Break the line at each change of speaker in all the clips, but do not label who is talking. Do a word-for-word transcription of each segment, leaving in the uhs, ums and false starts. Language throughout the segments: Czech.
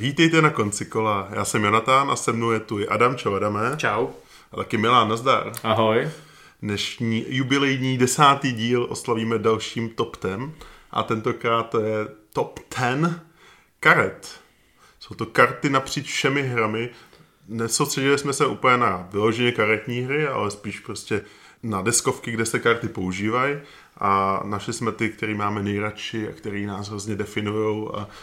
Vítejte na konci kola. Já jsem Jonatán a se mnou je tu i Adam. Čau Adame.
Čau.
A taky Milan, nazdar.
Ahoj.
Dnešní jubilejní desátý díl oslavíme dalším top ten. A tentokrát to je top ten karet. Jsou to karty napříč všemi hrami. Nesoustředili jsme se úplně na vyloženě karetní hry, ale spíš prostě na deskovky, kde se karty používají. A našli jsme ty, který máme nejradši a který nás hrozně definujou. A...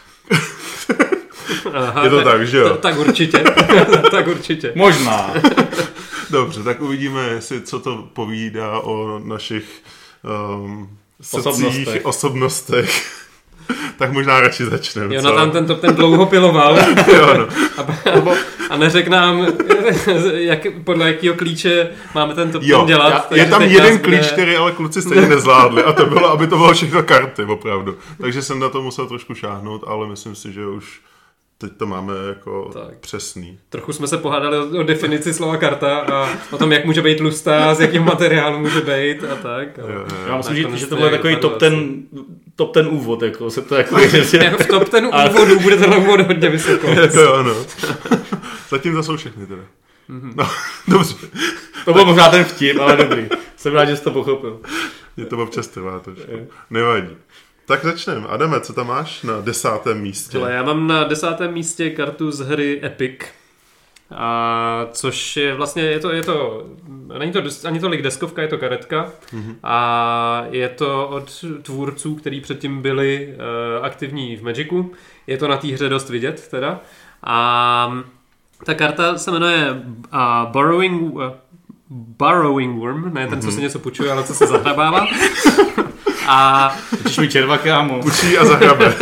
Aha,
je to
tak,
tak, že jo?
To, tak určitě. tak určitě.
Možná.
Dobře, tak uvidíme, jestli co to povídá o našich um, srdcích,
osobnostech.
osobnostech. Tak možná radši začneme.
Jonatán ten top ten dlouho piloval.
jo, no.
a, a neřekl nám, jak, podle jakého klíče máme ten top
jo,
ten dělat.
Já, je tam jeden klíč, bude... který ale kluci stejně nezvládli. A to bylo, aby to bylo všechno karty, opravdu. Takže jsem na to musel trošku šáhnout, ale myslím si, že už teď to máme jako tak přesný.
Trochu jsme se pohádali o, o definici slova karta a o tom, jak může být tlustá, z jakého materiálu může být a tak. A
jo, jo.
Já musím říct, že tohle je takový top ten, top ten úvod. Jako, se to jako,
v top ten úvodu bude tenhle úvod hodně vysoko.
jako jo, no. Zatím to jsou všechny teda. Mm-hmm. No, dobře.
To byl možná ten vtip, ale dobrý. Jsem rád, že jsi to pochopil.
Je to občas trvá trošku. Nevadí. Tak začneme. Adame, co tam máš na desátém místě?
Hele, já mám na desátém místě kartu z hry Epic. A což je vlastně, je to, je to, není to ani tolik deskovka, je to karetka. Mm-hmm. A je to od tvůrců, kteří předtím byli uh, aktivní v Magicu. Je to na té hře dost vidět teda. A ta karta se jmenuje uh, Borrowing, uh, Borrowing Worm, ne ten, mm-hmm. co si něco půjčuje, ale co se zahrabává. A
Učíš mi červa, kámo.
Učí a zahrabe.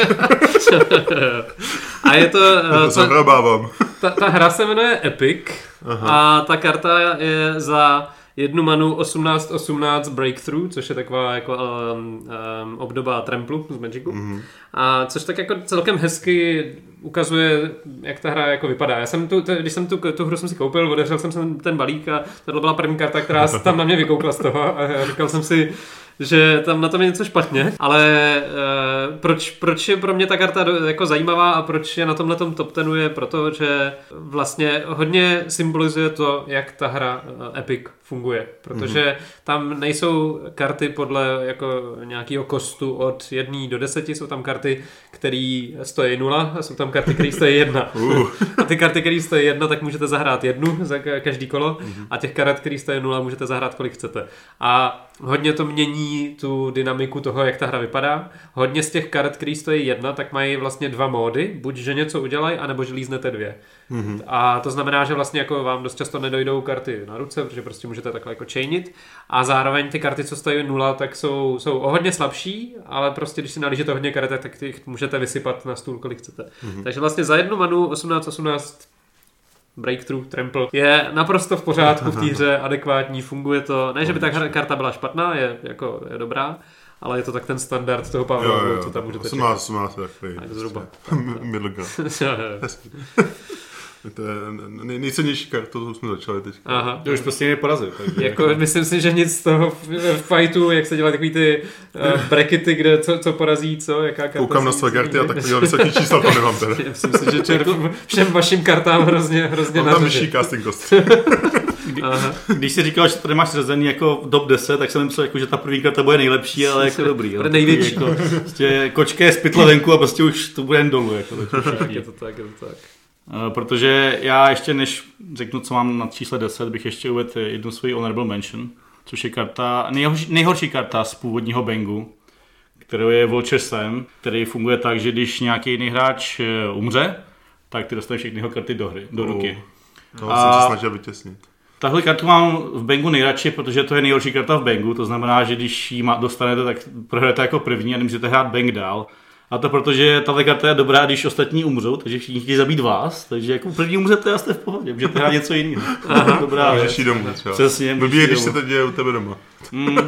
A je to... Uh,
Zahrabávám.
Ta, ta hra se jmenuje Epic. Aha. A ta karta je za jednu manu osmnáct osmnáct Breakthrough, což je taková jako um, um, obdoba Tramplu z Magicu. Mm-hmm. A což tak jako celkem hezky ukazuje, jak ta hra jako vypadá. Já jsem tu, když jsem tu, tu hru jsem si koupil, otevřel jsem si ten balík a tohle byla první karta, která tam na mě vykoukla z toho a říkal jsem si, že tam na tom je něco špatně, ale uh, proč, proč je pro mě ta karta do, jako zajímavá a proč je na tomhletom top tenu je proto, že vlastně hodně symbolizuje to, jak ta hra uh, Epic funguje, protože mm-hmm. tam nejsou karty podle jako nějakého kostu od jedné do deseti, jsou tam karty, které stojí nula a jsou tam karty, které stojí jedna. Uh. A ty karty, které stojí jedna, tak můžete zahrát jednu za každý kolo mm-hmm. a těch karet, které stojí nula, můžete zahrát kolik chcete. A hodně to mění tu dynamiku toho, jak ta hra vypadá. Hodně z těch karet, které stojí jedna, tak mají vlastně dva módy. Buď, že něco udělají, anebo že líznete dvě. Mm-hmm. A to znamená, že vlastně jako vám dost často nedojdou karty na ruce, protože prostě můžete takhle jako chainit. A zároveň ty karty, co stojí nula, tak jsou, jsou o hodně slabší, ale prostě když si nalížete hodně karet, tak těch můžete vysypat na stůl, kolik chcete. Mm-hmm. Takže vlastně za jednu manu osmnáct osmnáct Breakthrough, Trample je naprosto v pořádku v té hře, adekvátní, funguje to. Ne, že by ta karta byla špatná, je, jako, je dobrá, ale je to tak ten standard toho Pavlovu, co tam můžete čekat.
osmnáct takový.
Tak zhruba.
Middle ground. To je nej, nejcennější kartu, to jsme začali teď.
Aha. To už prostě mě porazil. Takže...
Jako, myslím si, že nic z toho v, v fightu, jak se dělají takový ty uh, brackety, kde co, co porazí, co, jaká karta.
Koukám na své karty a takovýhle vysoký čísla to nemám teda.
Myslím si, že čer, všem vašim kartám hrozně, hrozně
nařadě. Mám tam vyšší casting cost.
Kdy, když jsi říkal, že tady máš řazený jako top deset, tak jsem myslel, jako, že ta první karta bude nejlepší, ale jako dobrý. Jo.
Největší.
Jako, prostě kočka je z pytle venku a prostě už to bude jen dolů. Jako,
je to tak, je to tak.
Uh, protože já ještě než řeknu, co mám na čísle deset, bych ještě uvedl jednu svoji honorable mention, což je karta, nejhorší, nejhorší karta z původního Bangu, kterou je Vulture Sam, který funguje tak, že když nějaký jiný hráč umře, tak ty dostaneš všechny jeho karty do hry, do ruky.
Uh, to jsem se snažil vytěsnit. Tahle
kartu mám v Bangu nejradši, protože to je nejhorší karta v Bangu, to znamená, že když ji dostanete, tak prohrajete jako první a nemůžete hrát Bang dál. A to protože tahle karta je dobrá, když ostatní umřou, takže všichni chtějí zabít vás, takže jako první umřete a jste v pohodě, můžete hrát něco jiného. Dobrá věc.
Můžeš jít domů třeba.
Přesně.
Blbě, když se to děje u tebe doma.
Mm,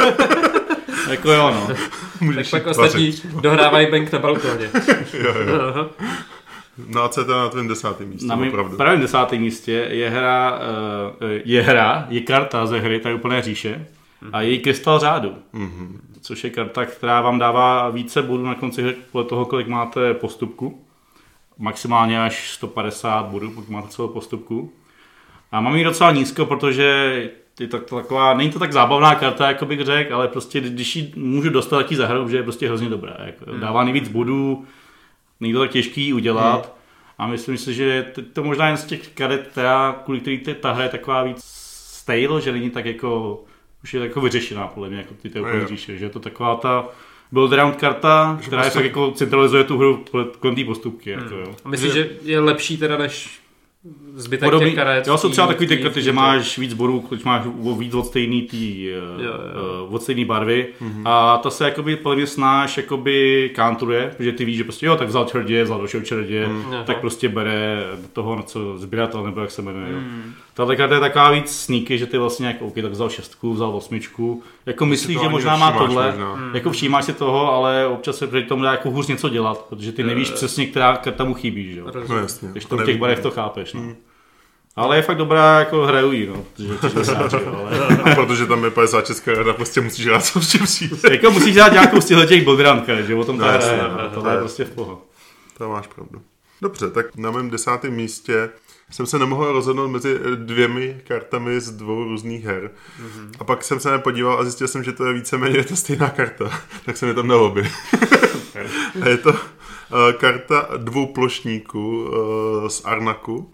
jako jo, no.
Tak pak ostatní dohrávají Bank na balkóně.
jo, jo. No a co je to na tvém desátém místě?
Na mým pravém desátém místě je hra, je hra, je karta ze hry, ta je úplné říše, a její krystal řádu. Mm-hmm. Což je karta, která vám dává více bodů na konci podle toho, kolik máte postupku. maximálně až sto padesát bodů, pokud máte celou postupku. A mám ji docela nízko, protože je to taková, není to tak zábavná karta, jako bych řekl, ale prostě když ji můžu dostat, tak ji zahraju, že je prostě hrozně dobrá. Jako, dává nejvíc bodů, není to tak těžký udělat. Hmm. A myslím si, že to, to možná jen z těch karet, teda, kvůli který ta hra je taková víc stale, že není tak jako, už je jako vyřešená podle mě, jako ty to úplně říše, že je to taková ta build round karta, která prostě... je tak jako centralizuje tu hru kolem té postupky. Hmm. Jako, jo.
A myslíš, že je lepší teda než zbytek
Podobný,
těch karet?
Jo, jsou třeba takový ty karty, že máš víc bodů, když máš víc od stejný, tý, uh, od stejný barvy mm-hmm. a to se jakoby podle mě snáš jakoby counteruje, protože ty víš, že prostě jo, tak vzal čerdě, vzal došel čerdě, mm. tak prostě bere toho, na co sběratel, nebo jak se jmenuje. Mm. Tahle karta je taková víc sneaky, že ty vlastně jako, OK, tak vzal šestku, vzal osmičku, jako myslíš, že možná má tohle, možná. Jako všímáš si toho, ale občas se při tomu dá jako hůř něco dělat, protože ty nevíš přesně, která karta mu chybí, že jo.
No jasně.
Když to v těch barech to chápeš, no. Mm. Ale je fakt dobrá, jako hraju jí, no. Protože,
ale... protože tam je padesát česká rada, prostě musíš hrát co vše přijde.
Jako musíš dát nějakou z těch build že o tom ta hra je, no, tohle je prostě v poho.
To máš pravdu. Dobře, tak na mém desátém místě jsem se nemohl rozhodnout mezi dvěmi kartami z dvou různých her. Mm-hmm. A pak jsem se nepodíval a zjistil jsem, že to je víceméně ta stejná karta. Tak jsem je tam dal obě. A je to uh, karta dvou plošníků uh, z Arnaku.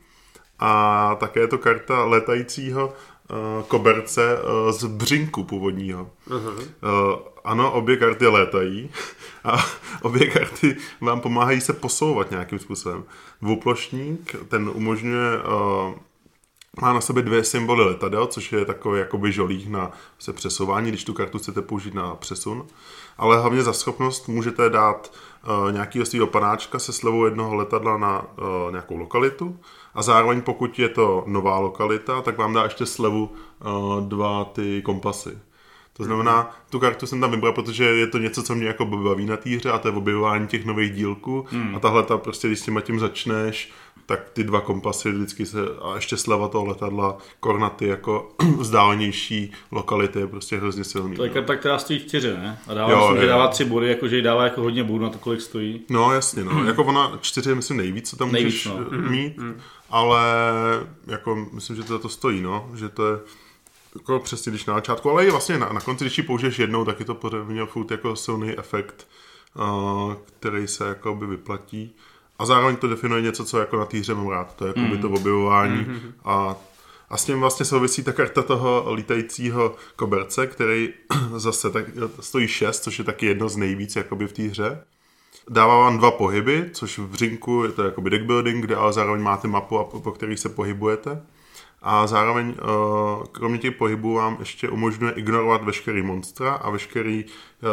A také je to karta letajícího uh, koberce uh, z břinku původního. Uh-huh. Uh, ano, obě karty létají a obě karty vám pomáhají se posouvat nějakým způsobem. Dvouplošník, ten umožňuje, uh, má na sobě dvě symboly letadel, což je takový jakoby žolík na se přesouvání, když tu kartu chcete použít na přesun. Ale hlavně za schopnost můžete dát uh, nějakého svého panáčka se slevou jednoho letadla na uh, nějakou lokalitu. A zároveň pokud je to nová lokalita, tak vám dá ještě slevu uh, dva ty kompasy. To znamená, tu kartu jsem tam vybral, protože je to něco, co mě jako baví na té hře a to je objevování těch nových dílků. Mm. A tahle ta prostě, když s tím tím začneš, tak ty dva kompasy vždycky se, a ještě sleva toho letadla, kornaty jako vzdálenější lokality je prostě hrozně silný.
To je karta, která stojí čtyři, ne? A dává, jo, myslím, že dává tři body, jakože jí dává jako hodně bodů na to, kolik stojí.
No jasně, no. Jako ona čtyři je myslím nejvíc, co tam
nejvíc,
můžeš
no.
mít, mm. ale jako myslím, že to za to stojí, no. Že to je jako přesně když na začátku, ale i vlastně na, na konci, když ji použiješ jednou, tak je to pořád měl furt jako silný efekt, uh, který se jako by vyplatí. A zároveň to definuje něco, co jako na té hře mám rád. To je jako mm. by to objevování. Mm-hmm. A, a s tím vlastně souvisí ta karta toho lítajícího koberce, který zase tak, stojí šest, což je taky jedno z nejvíc jakoby v té hře. Dává vám dva pohyby, což v Řinku je to jakoby deck building, kde ale zároveň máte mapu, po kterých se pohybujete. A zároveň, kromě těch pohybů, vám ještě umožňuje ignorovat veškerý monstra a veškerý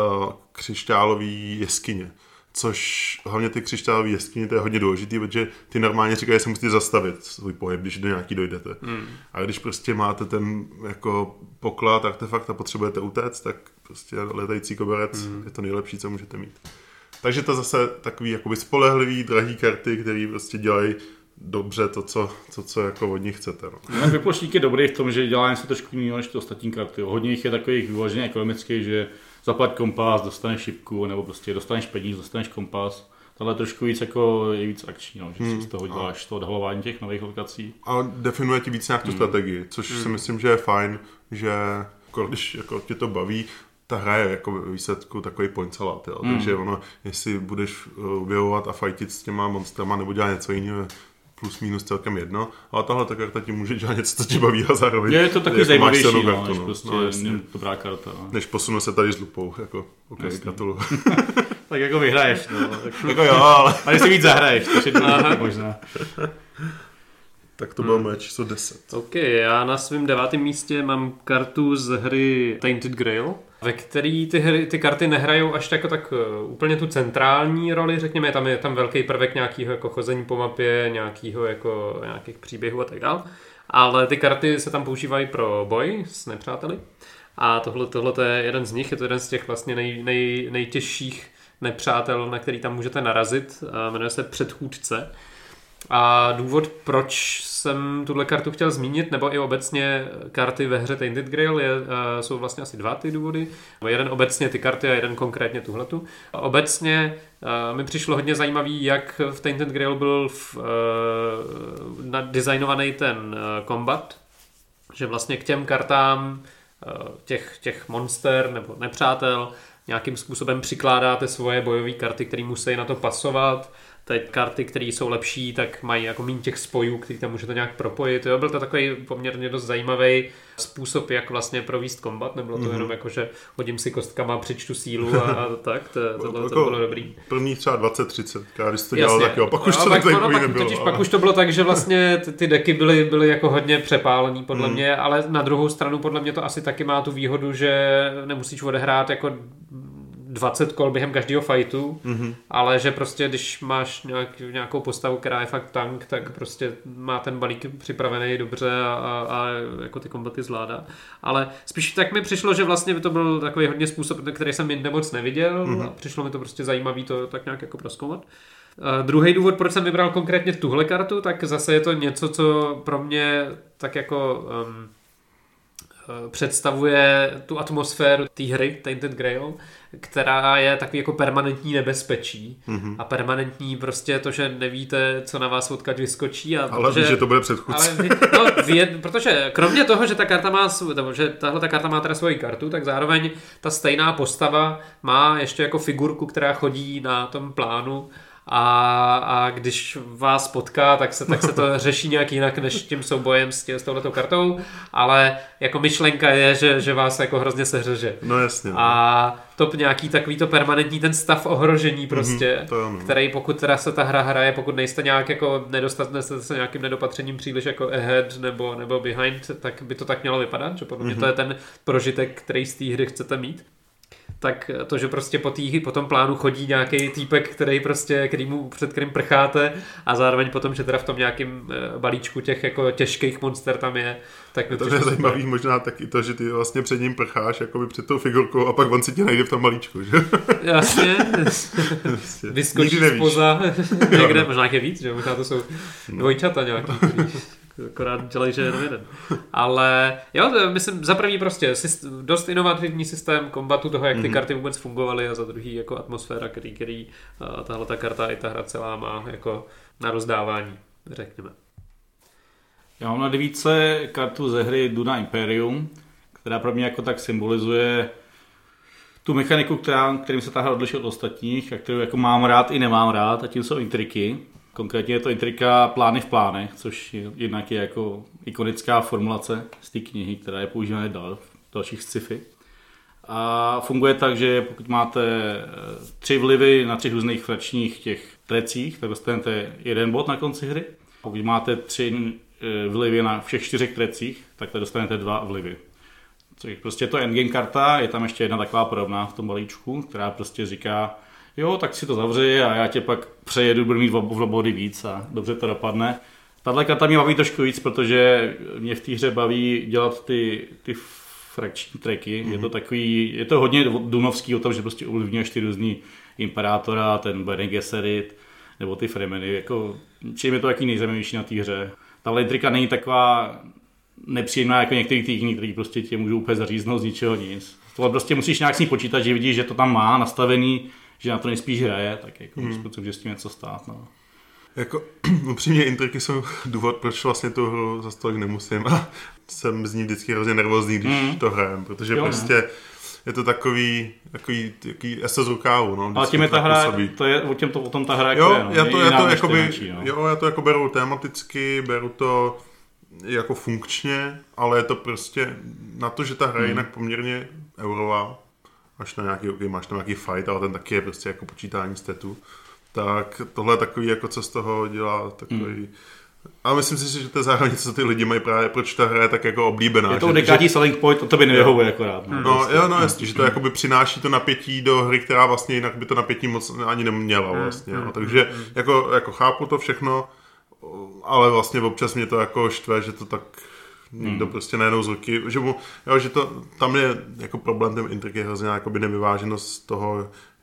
křišťálový jeskyně. Což hlavně ty křišťálové jeskyně, to je hodně důležitý, protože ty normálně říkají, že se musíte zastavit svůj pohyb, když do nějaký dojdete. Hmm. A když prostě máte ten jako poklad, artefakt a potřebujete utéct, tak prostě letající koberec hmm. je to nejlepší, co můžete mít. Takže to zase takový jakoby spolehlivý, drahý karty, které prostě dělají dobře to, co, to, co jako od nich chcete. No.
Vyplošník je dobrý v tom, že dělá něco trošku jiného než ty ostatní karty. Hodně jich je takových vyloženě ekonomických, že zaplať kompas, dostaneš šipku, nebo prostě dostaneš peníze, dostaneš kompas. Tohle trošku víc jako je víc akční, no, že hmm. si z toho děláš to odhalování těch nových lokací.
A definuje ti víc nějak tu hmm. strategii, což hmm. si myslím, že je fajn, že jako, když jako tě to baví, ta hra je jako ve výsledku takový point salát, jo. Hmm. Takže ono, jestli budeš objevovat a fightit s těma monstrama nebo dělat něco jiného, plus minus celkem jedno, ale tahle ta karta ti může dělat něco, co tě baví a zároveň
je to takový zajímavější, no, kartu, než
no.
prostě
No,
dobrá karta. No.
Než posunu se tady s lupou, jako, ok, gratuluju.
Tak jako vyhraješ, no. Tak,
jako jo, ale...
A si víc zahraješ, to je důležitý možná.
Tak to bylo hmm. moje číslo deset.
Ok, já na svém devátém místě mám kartu z hry Tainted Grail, ve který ty, hry, ty karty nehrajou až jako tak uh, úplně tu centrální roli, řekněme, tam je tam velký prvek nějakého jako chození po mapě, nějakého jako nějakých příběhů a tak dále, ale ty karty se tam používají pro boj s nepřáteli a tohle, tohle je jeden z nich, je to jeden z těch vlastně nej, nej, nejtěžších nepřátel, na který tam můžete narazit, uh, jmenuje se Předchůdce. A důvod, proč jsem tuhle kartu chtěl zmínit, nebo i obecně karty ve hře Tainted Grail, je, jsou vlastně asi dva ty důvody. Jeden obecně ty karty a jeden konkrétně tuhletu. Obecně mi přišlo hodně zajímavý, jak v Tainted Grail byl v, nadizajnovaný ten combat, že vlastně k těm kartám těch, těch monster nebo nepřátel nějakým způsobem přikládáte svoje bojové karty, které musí na to pasovat. Teď karty, které jsou lepší, tak mají jako méně těch spojů, který tam můžete nějak propojit. Jo, byl to takový poměrně dost zajímavý způsob, jak vlastně provést kombat. Nebylo to mm-hmm. jenom jako, že hodím si kostkama, přičtu sílu a, a tak. To, to, to, to bylo dobrý.
První třeba dvacet třicet, když to dělal tak jo, pak už
no,
to
pak,
tak
no, pak,
nebylo.
Totiž ale... pak už to bylo tak, že vlastně ty, ty deky byly, byly jako hodně přepálený podle mm. mě, ale na druhou stranu podle mě to asi taky má tu výhodu, že nemusíš odehrát jako dvacet kol během každého fightu, mm-hmm. ale že prostě když máš nějak, nějakou postavu, která je fakt tank, tak prostě má ten balík připravený dobře a, a, a jako ty kombaty zvládá. Ale spíš tak mi přišlo, že vlastně by to byl takový hodně způsob, který jsem jinde moc neviděl mm-hmm. a přišlo mi to prostě zajímavý to tak nějak jako prozkoumat. Uh, druhý důvod, proč jsem vybral konkrétně tuhle kartu, tak zase je to něco, co pro mě tak jako um, představuje tu atmosféru té hry Tainted Grail, která je takový jako permanentní nebezpečí mm-hmm. a permanentní prostě to, že nevíte, co na vás odkud vyskočí. A
ale víš, že to bude předchůdce.
Ale, no, vě, protože kromě toho, že ta karta má, že tahle ta karta má teda svoji kartu, tak zároveň ta stejná postava má ještě jako figurku, která chodí na tom plánu. A, a když vás potká, tak se, tak se to řeší nějak jinak než tím soubojem s, tě, s touhletou kartou, ale jako myšlenka je, že, že vás jako hrozně seřeže.
No jasně. No.
A to nějaký takový to permanentní ten stav ohrožení prostě, mm-hmm, to, no. který pokud teda se ta hra hraje, pokud nejste nějak jako nedostat se nějakým nedopatřením příliš jako ahead nebo, nebo behind, tak by to tak mělo vypadat, že podle mě mm-hmm. to je ten prožitek, který z té hry chcete mít. Tak to, že prostě po, tý, po tom plánu chodí nějaký týpek, který prostě, kterýmu, před kterým prcháte a zároveň potom, že teda v tom nějakým balíčku těch jako těžkých monster tam je, tak
to je zajímavý možná taky to, že ty vlastně před ním prcháš jakoby před tou figurkou a pak on si tě najde v tom balíčku, že?
Jasně. Vyskočí spoza někde, možná je víc, že? Možná to jsou dvojčata nějaký, akorát dělají, že je jenom jeden. Ale jo, myslím, za první prostě systém, dost inovativní systém kombatu toho, jak ty mm-hmm. karty vůbec fungovaly a za druhý jako atmosféra, který, který tahle ta karta i ta hra celá má jako na rozdávání, řekněme.
Já mám na devíce kartu ze hry Duna Imperium, která pro mě jako tak symbolizuje tu mechaniku, která, kterým se ta hra odlišuje od ostatních a kterou jako mám rád i nemám rád, a tím jsou intriky. Konkrétně je to intrika Plány v plánech, což je, jednak je jako ikonická formulace z té knihy, která je používaná dál v dalších sci-fi. A funguje tak, že pokud máte tři vlivy na třech různých frakčních těch trecích, tak dostanete jeden bod na konci hry. Pokud máte tři vlivy na všech čtyřech trecích, tak dostanete dva vlivy. Což prostě je to endgame karta, je tam ještě jedna taková podobná v tom balíčku, která prostě říká, jo, tak si to zavři a já tě pak přejedu, budu mít v body víc a dobře to dopadne. Tahle karta mě baví trošku víc, protože mě v té hře baví dělat ty, ty frakční tracky. Mm-hmm. Je to takový, je to hodně dunovský o tom, že prostě ovlivňuješ ty různý Imperátora, ten Bene Gesserit, nebo ty Fremeny. Jako, čím je to jaký nejzajímavější na té hře. Tahle intrika není taková nepříjemná jako některý ty jiný, který prostě tě můžou úplně zaříznout z ničeho nic. Tohle prostě musíš nějak s ní počítat, že vidíš, že to tam má nastavený, že na to nejspíš hraje, tak jako hmm. může s tím něco stát. No.
Jako upřímně intriky jsou důvod, proč vlastně tu hru za tolik nemusím a jsem z ní vždycky hrozně nervózní, když hmm. to hrajem, protože jo, prostě ne. je to takový, takový, takový esto z rukávu. No,
ale tím je ta hra, to je, o, těm to, o tom ta hra
jo,
je, no.
já to, já to jakoby,
nenačí, no.
jo, já to jako beru tematicky, beru to jako funkčně, ale je to prostě na to, že ta hra je hmm. jinak poměrně eurová, až na nějaký, okay, máš tam nějaký fight, ale ten taky je prostě jako počítání statu. Tak tohle je takový, jako co z toho dělá takový... Hmm. A myslím si, že to je zároveň něco, co ty lidi mají právě, proč ta hra je tak jako oblíbená.
Je to dekátý selling point, to by nevyhovuje akorát.
No, no jo, no jasně, že to jakoby přináší to napětí do hry, která vlastně jinak by to napětí moc ani neměla vlastně. Hmm. No. Takže jako, jako chápu to všechno, ale vlastně občas mě to jako štve, že to tak... Někdo hmm. prostě najednou z ruky, že, mu, jo, že to, tam je jako problém ten intrik je hrozně jakoby nevyváženost toho,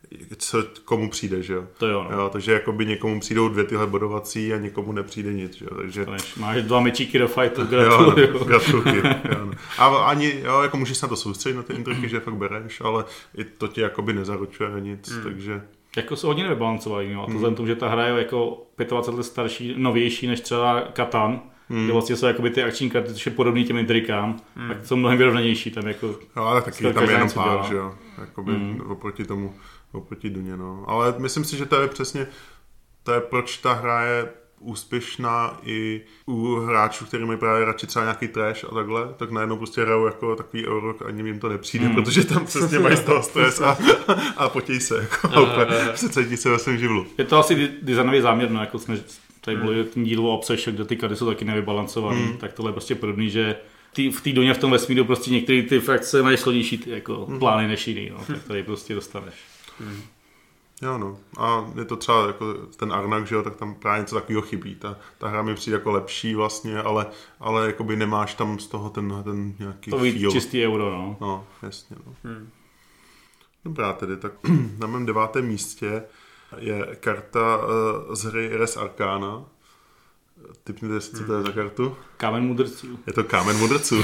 co komu přijde, že jo.
To jo, no.
Jo, takže jakoby někomu přijdou dvě tyhle bodovací a někomu nepřijde nic, že jo. Takže...
Máš dva mečíky do fightu, gratuluju.
Jo, no, gratuluji. Jo, no. A ani, jo, jako můžeš se na to soustředit, na ty intriky, že fakt bereš, ale i to ti jakoby nezaručuje nic, hmm. takže...
Jako jsou hodně nevybalancovaný, no. A to vzhledem tomu, že ta hra je jako dvacet pět let starší, novější než třeba Catan, Hmm. kde vlastně jsou jakoby ty akční karty, což je podobný těm intrikám, hmm. tak jsou mnohem vyrovnanější tam jako...
No, ale taky tam je jenom pár, že jo, jakoby hmm. oproti tomu, oproti Duně, no. Ale myslím si, že to je přesně, to je proč ta hra je úspěšná i u hráčů, kteří mají právě radši třeba nějaký trash a takhle, tak najednou prostě hrajou jako takový euro, ani jim to nepřijde, hmm. protože tam přesně mají z toho stres a, a potějí se, jako a úplně se cítí se ve svém živlu.
Je to asi designový záměr, no, jako jsme tady byli tím dílu o Obsession, kde ty karty jsou taky nevybalancovaný, hmm. tak tohle je prostě podobný, že tý, v té Duně v tom vesmíru prostě některé ty frakce mají složitější ty, jako hmm. plány než jiný, no, tak tady prostě dostaneš. Hmm.
Jo no, a je to třeba jako ten Arnak, že jo, tak tam právě něco takového chybí. Ta, ta hra mi přijde jako lepší vlastně, ale, ale jakoby nemáš tam z toho ten, ten nějaký
to feel. Čistý euro, no.
No, jasně, no. Hmm. Dobrá tedy, tak na mém devátém místě je karta uh, z hry Res Arcana. Tipněte si, co to je za kartu?
Kámen mudrců.
Je to Kámen mudrců.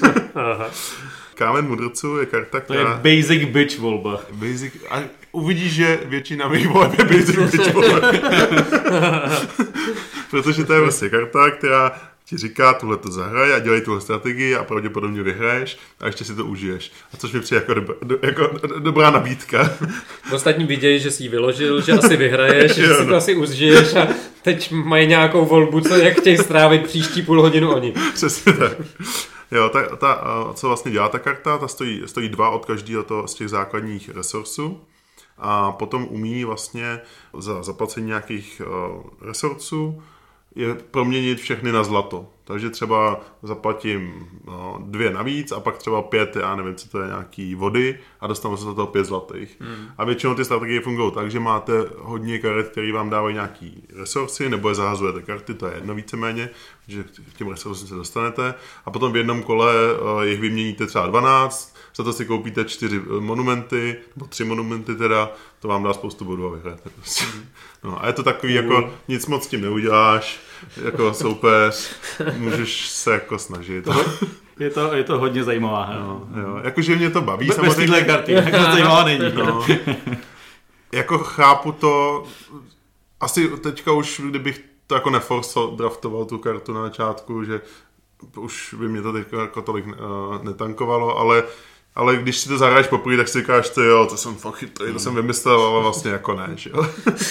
Kámen mudrců je karta, která...
To je basic bitch volba.
Basic... A uvidíš, že většina mých voleb je basic bitch volba. Protože to je vlastně karta, která ti říká, tuhle to zahraj a dělej tuhle strategii a pravděpodobně vyhraješ a ještě si to užiješ. A což mi přijde jako, do, do, jako dobrá nabídka.
Ostatní vidějí, že jsi ji vyložil, že asi vyhraješ, že si to asi užiješ a teď mají nějakou volbu, co, jak chtějí strávit příští půl hodinu oni.
Přesně tak. Jo, ta, ta, co vlastně dělá ta karta, ta stojí, stojí dva od každého toho z těch základních resursů a potom umí vlastně za zaplacení nějakých uh, resursů je proměnit všechny na zlato. Takže třeba zaplatím no, dvě navíc a pak třeba pět, já nevím, co to je, nějaký vody a dostanu se za toho pět zlatých. Hmm. A většinou ty strategie fungují tak, že máte hodně karet, které vám dávají nějaký resursy, nebo je zahazujete karty, to je jedno víceméně, že k těm resursům se dostanete a potom v jednom kole uh, jich vyměníte třeba dvanáct, za to si koupíte čtyři monumenty, nebo tři monumenty teda, to vám dá spoustu bodů a vyhrajete prostě. No a je to takový, jako nic moc s tím neuděláš, jako soupeř, můžeš se jako snažit.
Je to, je to hodně zajímavá hra.
No, jo. Jakože mě to baví.
Bez téhle karty, jako zajímavá není. No.
Jako chápu to, asi teďka už, kdybych to jako neforsoval, draftoval tu kartu na začátku, že už by mě to teďka jako tolik uh, netankovalo, ale Ale když si to zahraješ poprvé, tak si říkáš, ty jo, to jsem fakt chytrý, to jsem vymyslel, ale vlastně jako ne, že jo.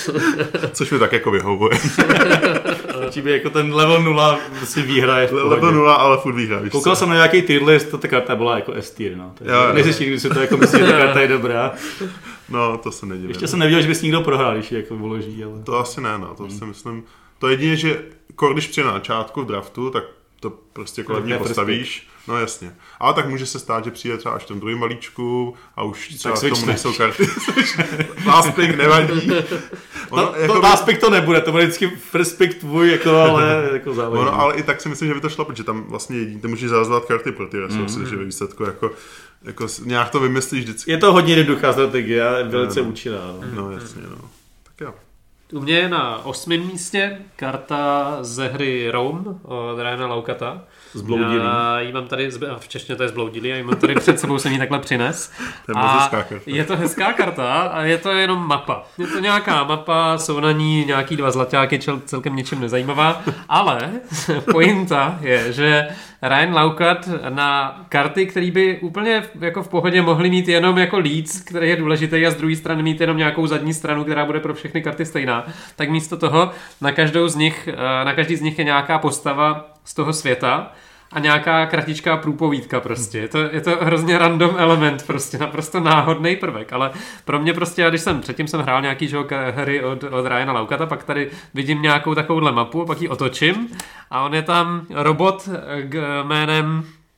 Což mi tak jako vyhovuje.
Stačí by jako ten level nula si výhraje v pohodě.
Level nula, ale furt výhraje.
Koukal jsem na nějaký tier list, to ta karta byla jako S-tier, no. Nejsi když si to jako myslí, že ta karta je dobrá.
No, to se nedělá.
Ještě jsem neviděl, že bys někdo prohrál, když ji jako vloží, ale...
To asi ne, no, to hmm. si myslím. To jedině, že když přijde na začátku v draftu, tak to prostě kolem mě postavíš. No jasně. Ale tak může se stát, že přijde třeba až v tom druhém malíčku a už třeba k tomu nejsou karty. Last pick nevadí.
Ono, no, jako to by... last pick to nebude, to bude vždycky first pick tvůj, jako, ale jako záleží.
Ono, ale i tak si myslím, že by to šlo, protože tam vlastně jediný, ty můžeš zahazovat karty pro ty resursy, mm-hmm. že ve výsledku jako, jako nějak to vymyslíš vždycky.
Je to hodně jednoduchá strategie a velice no, účinná. No.
no jasně, no. Tak jo.
U mě je na osmém místě karta ze hry Rome od Ryana Laukata.
Zbloudilý.
Já ji mám tady, v češtině to je zbloudilý, já ji mám tady před sebou, jsem ji takhle přines.
To je moc hezká karta.
Je to hezká karta a je to jenom mapa. Je to nějaká mapa, jsou na ní nějaký dva zlaťáky, celkem něčem nezajímavá, ale pointa je, že Ryan Laukat na karty, který by úplně jako v pohodě mohly mít jenom jako líc, který je důležitý a z druhé strany mít jenom nějakou zadní stranu, která bude pro všechny karty stejná, tak místo toho na každou z nich, na každý z nich je nějaká postava z toho světa a nějaká kratičká průpovídka prostě. Je to, je to hrozně random element, prostě naprosto náhodný prvek, ale pro mě prostě, já když jsem předtím jsem hrál nějaký žok hry od, od Ryana Laukata, pak tady vidím nějakou takovouhle mapu, pak ji otočím a on je tam robot k jménem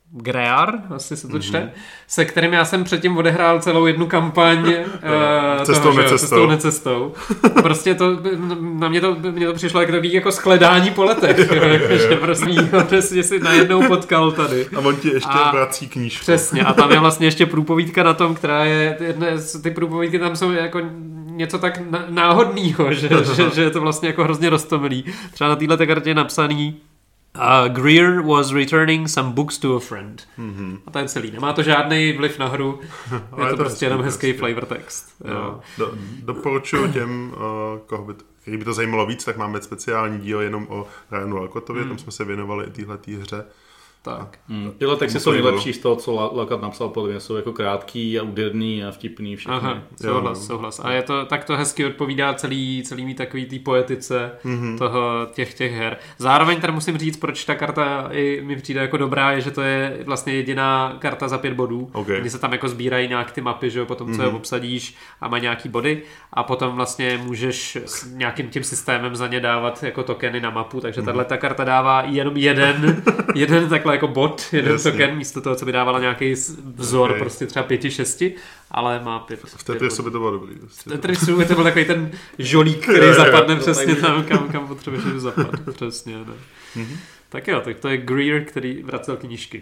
Grear, asi se to čte, mm-hmm. se kterým já jsem předtím odehrál celou jednu kampaň uh,
cestou,
toho,
necestou.
cestou necestou. Prostě to, na mě to, mě to přišlo jako takový jako skledání po letech, že prostě prostě si najednou potkal tady.
A on ti ještě a vrací knížku.
Přesně, a tam je vlastně ještě průpovídka na tom, která je, jedne, ty průpovídky tam jsou jako něco tak náhodného, že, že, že je to vlastně jako hrozně roztomilý. Třeba na této kartě je napsaný Uh, Greer was returning some books to a friend. Mm-hmm. A to je celý. Nemá to žádný vliv na hru. Je to, to prostě jenom hezký flavor text.
No, do, doporučuji těm, uh, koho by to, který by to zajímalo víc, tak máme speciální díl jenom o Ryanu Alcottovi, mm. tam jsme se věnovali i téhletý hře.
Tak.
Hmm. Tyhle texty jsou nejlepší z toho, co Alcott napsal, podle mě jsou jako krátký a úderný a vtipný všechny.
Aha, souhlas, souhlas. A je to, tak to hezky odpovídá celý, celý mý takový té poetice mm-hmm. toho, těch, těch her. Zároveň tady musím říct, proč ta karta i mi přijde jako dobrá, je, že to je vlastně jediná karta za pět bodů. Okay. Kdy se tam jako sbírají nějak ty mapy, že jo, potom co mm-hmm. je obsadíš a má nějaký body a potom vlastně můžeš s nějakým tím systémem za ně dávat jako tokeny na mapu, takže mm-hmm. tahle ta karta dává jenom jeden, jeden takhle jako bod, jeden Jasně. token, místo toho, co by dávala nějaký vzor, okay. prostě třeba pěti, šesti, ale má pět.
V Tetrisu by to bylo dobrý.
V Tetrisu by to byl takový ten žolík, který zapadne přesně tam, kam, kam potřebuješ zapadnout. Přesně, ne. Mm-hmm. Tak jo, tak to je Greer, který vracel knížky.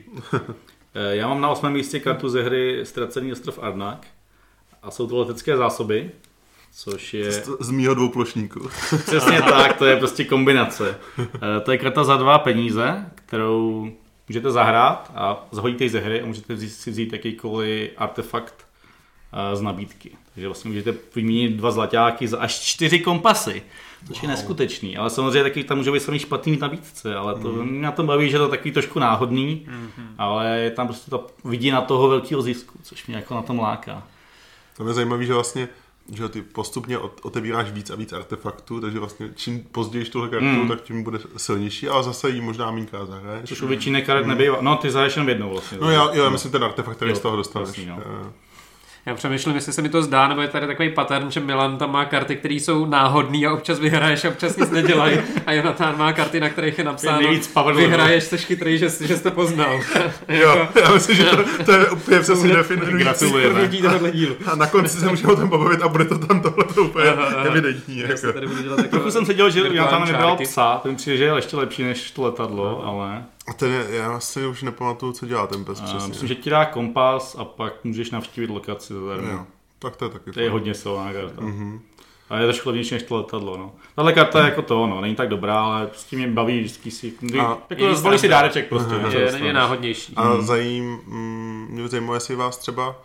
Já mám na osmém místě kartu ze hry Ztracený ostrov Arnak a jsou to letecké zásoby, což je...
Z, z mýho dvouplošníku.
Přesně tak, to je prostě kombinace. To je karta za dva peníze, kterou můžete zahrát a zahodíte ji ze hry a můžete si vzít jakýkoliv artefakt z nabídky. Takže vlastně můžete vyměnit dva zlaťáky za až čtyři kompasy, což wow. je neskutečný. Ale samozřejmě taky tam může být samý špatný nabídce, ale to, mm. mě na tom baví, že to je takový trošku náhodný, mm-hmm. ale je tam prostě ta vidina toho velkého zisku, což mě jako na tom láká.
To je zajímavé, že vlastně že ty postupně otevíráš víc a víc artefaktů, takže vlastně čím později tuhle kartu, mm. tak tím bude silnější, ale zase jí možná mínka zahraješ.
Což u většiny karet nebývá. No, ty zahraješ jenom jednou vlastně.
No já, jo, já myslím ten artefakt, který jo, z toho dostaneš. Vlastně, no.
Já přemýšlím, jestli se mi to zdá, nebo je tady takový pattern, že Milan tam má karty, které jsou náhodný a občas vyhraješ a občas nic nedělají. A Jonathan má karty, na kterých je napsáno, vyhraješ, jsi chytrý, že, že jste poznal.
Jo, já myslím, že to, to je úplně přesně definující.
Gratulujeme.
A na konci se můžeme o tom pobavit a bude to tam tohle to úplně evidentní.
Trochu jsem se dělal, že Jonathan vybral psa, ten přijde, že je ještě lepší než to letadlo, ale...
A ten je, já vlastně už nepamatuju, co dělá ten pes přesně.
Myslím, že ti dá kompas a pak můžeš navštívit lokaci.
Jo, tak to je taky.
To je hodně silná karta. Mm-hmm. A je trošku levnější než to letadlo. No. Tahle karta je jako to, no, není tak dobrá, ale s tím mě baví vždycky si... A jako zvolí si dáreček prostě.
Aha, je, je náhodnější.
A mm. zajím, mm, mě zajímá, jestli vás třeba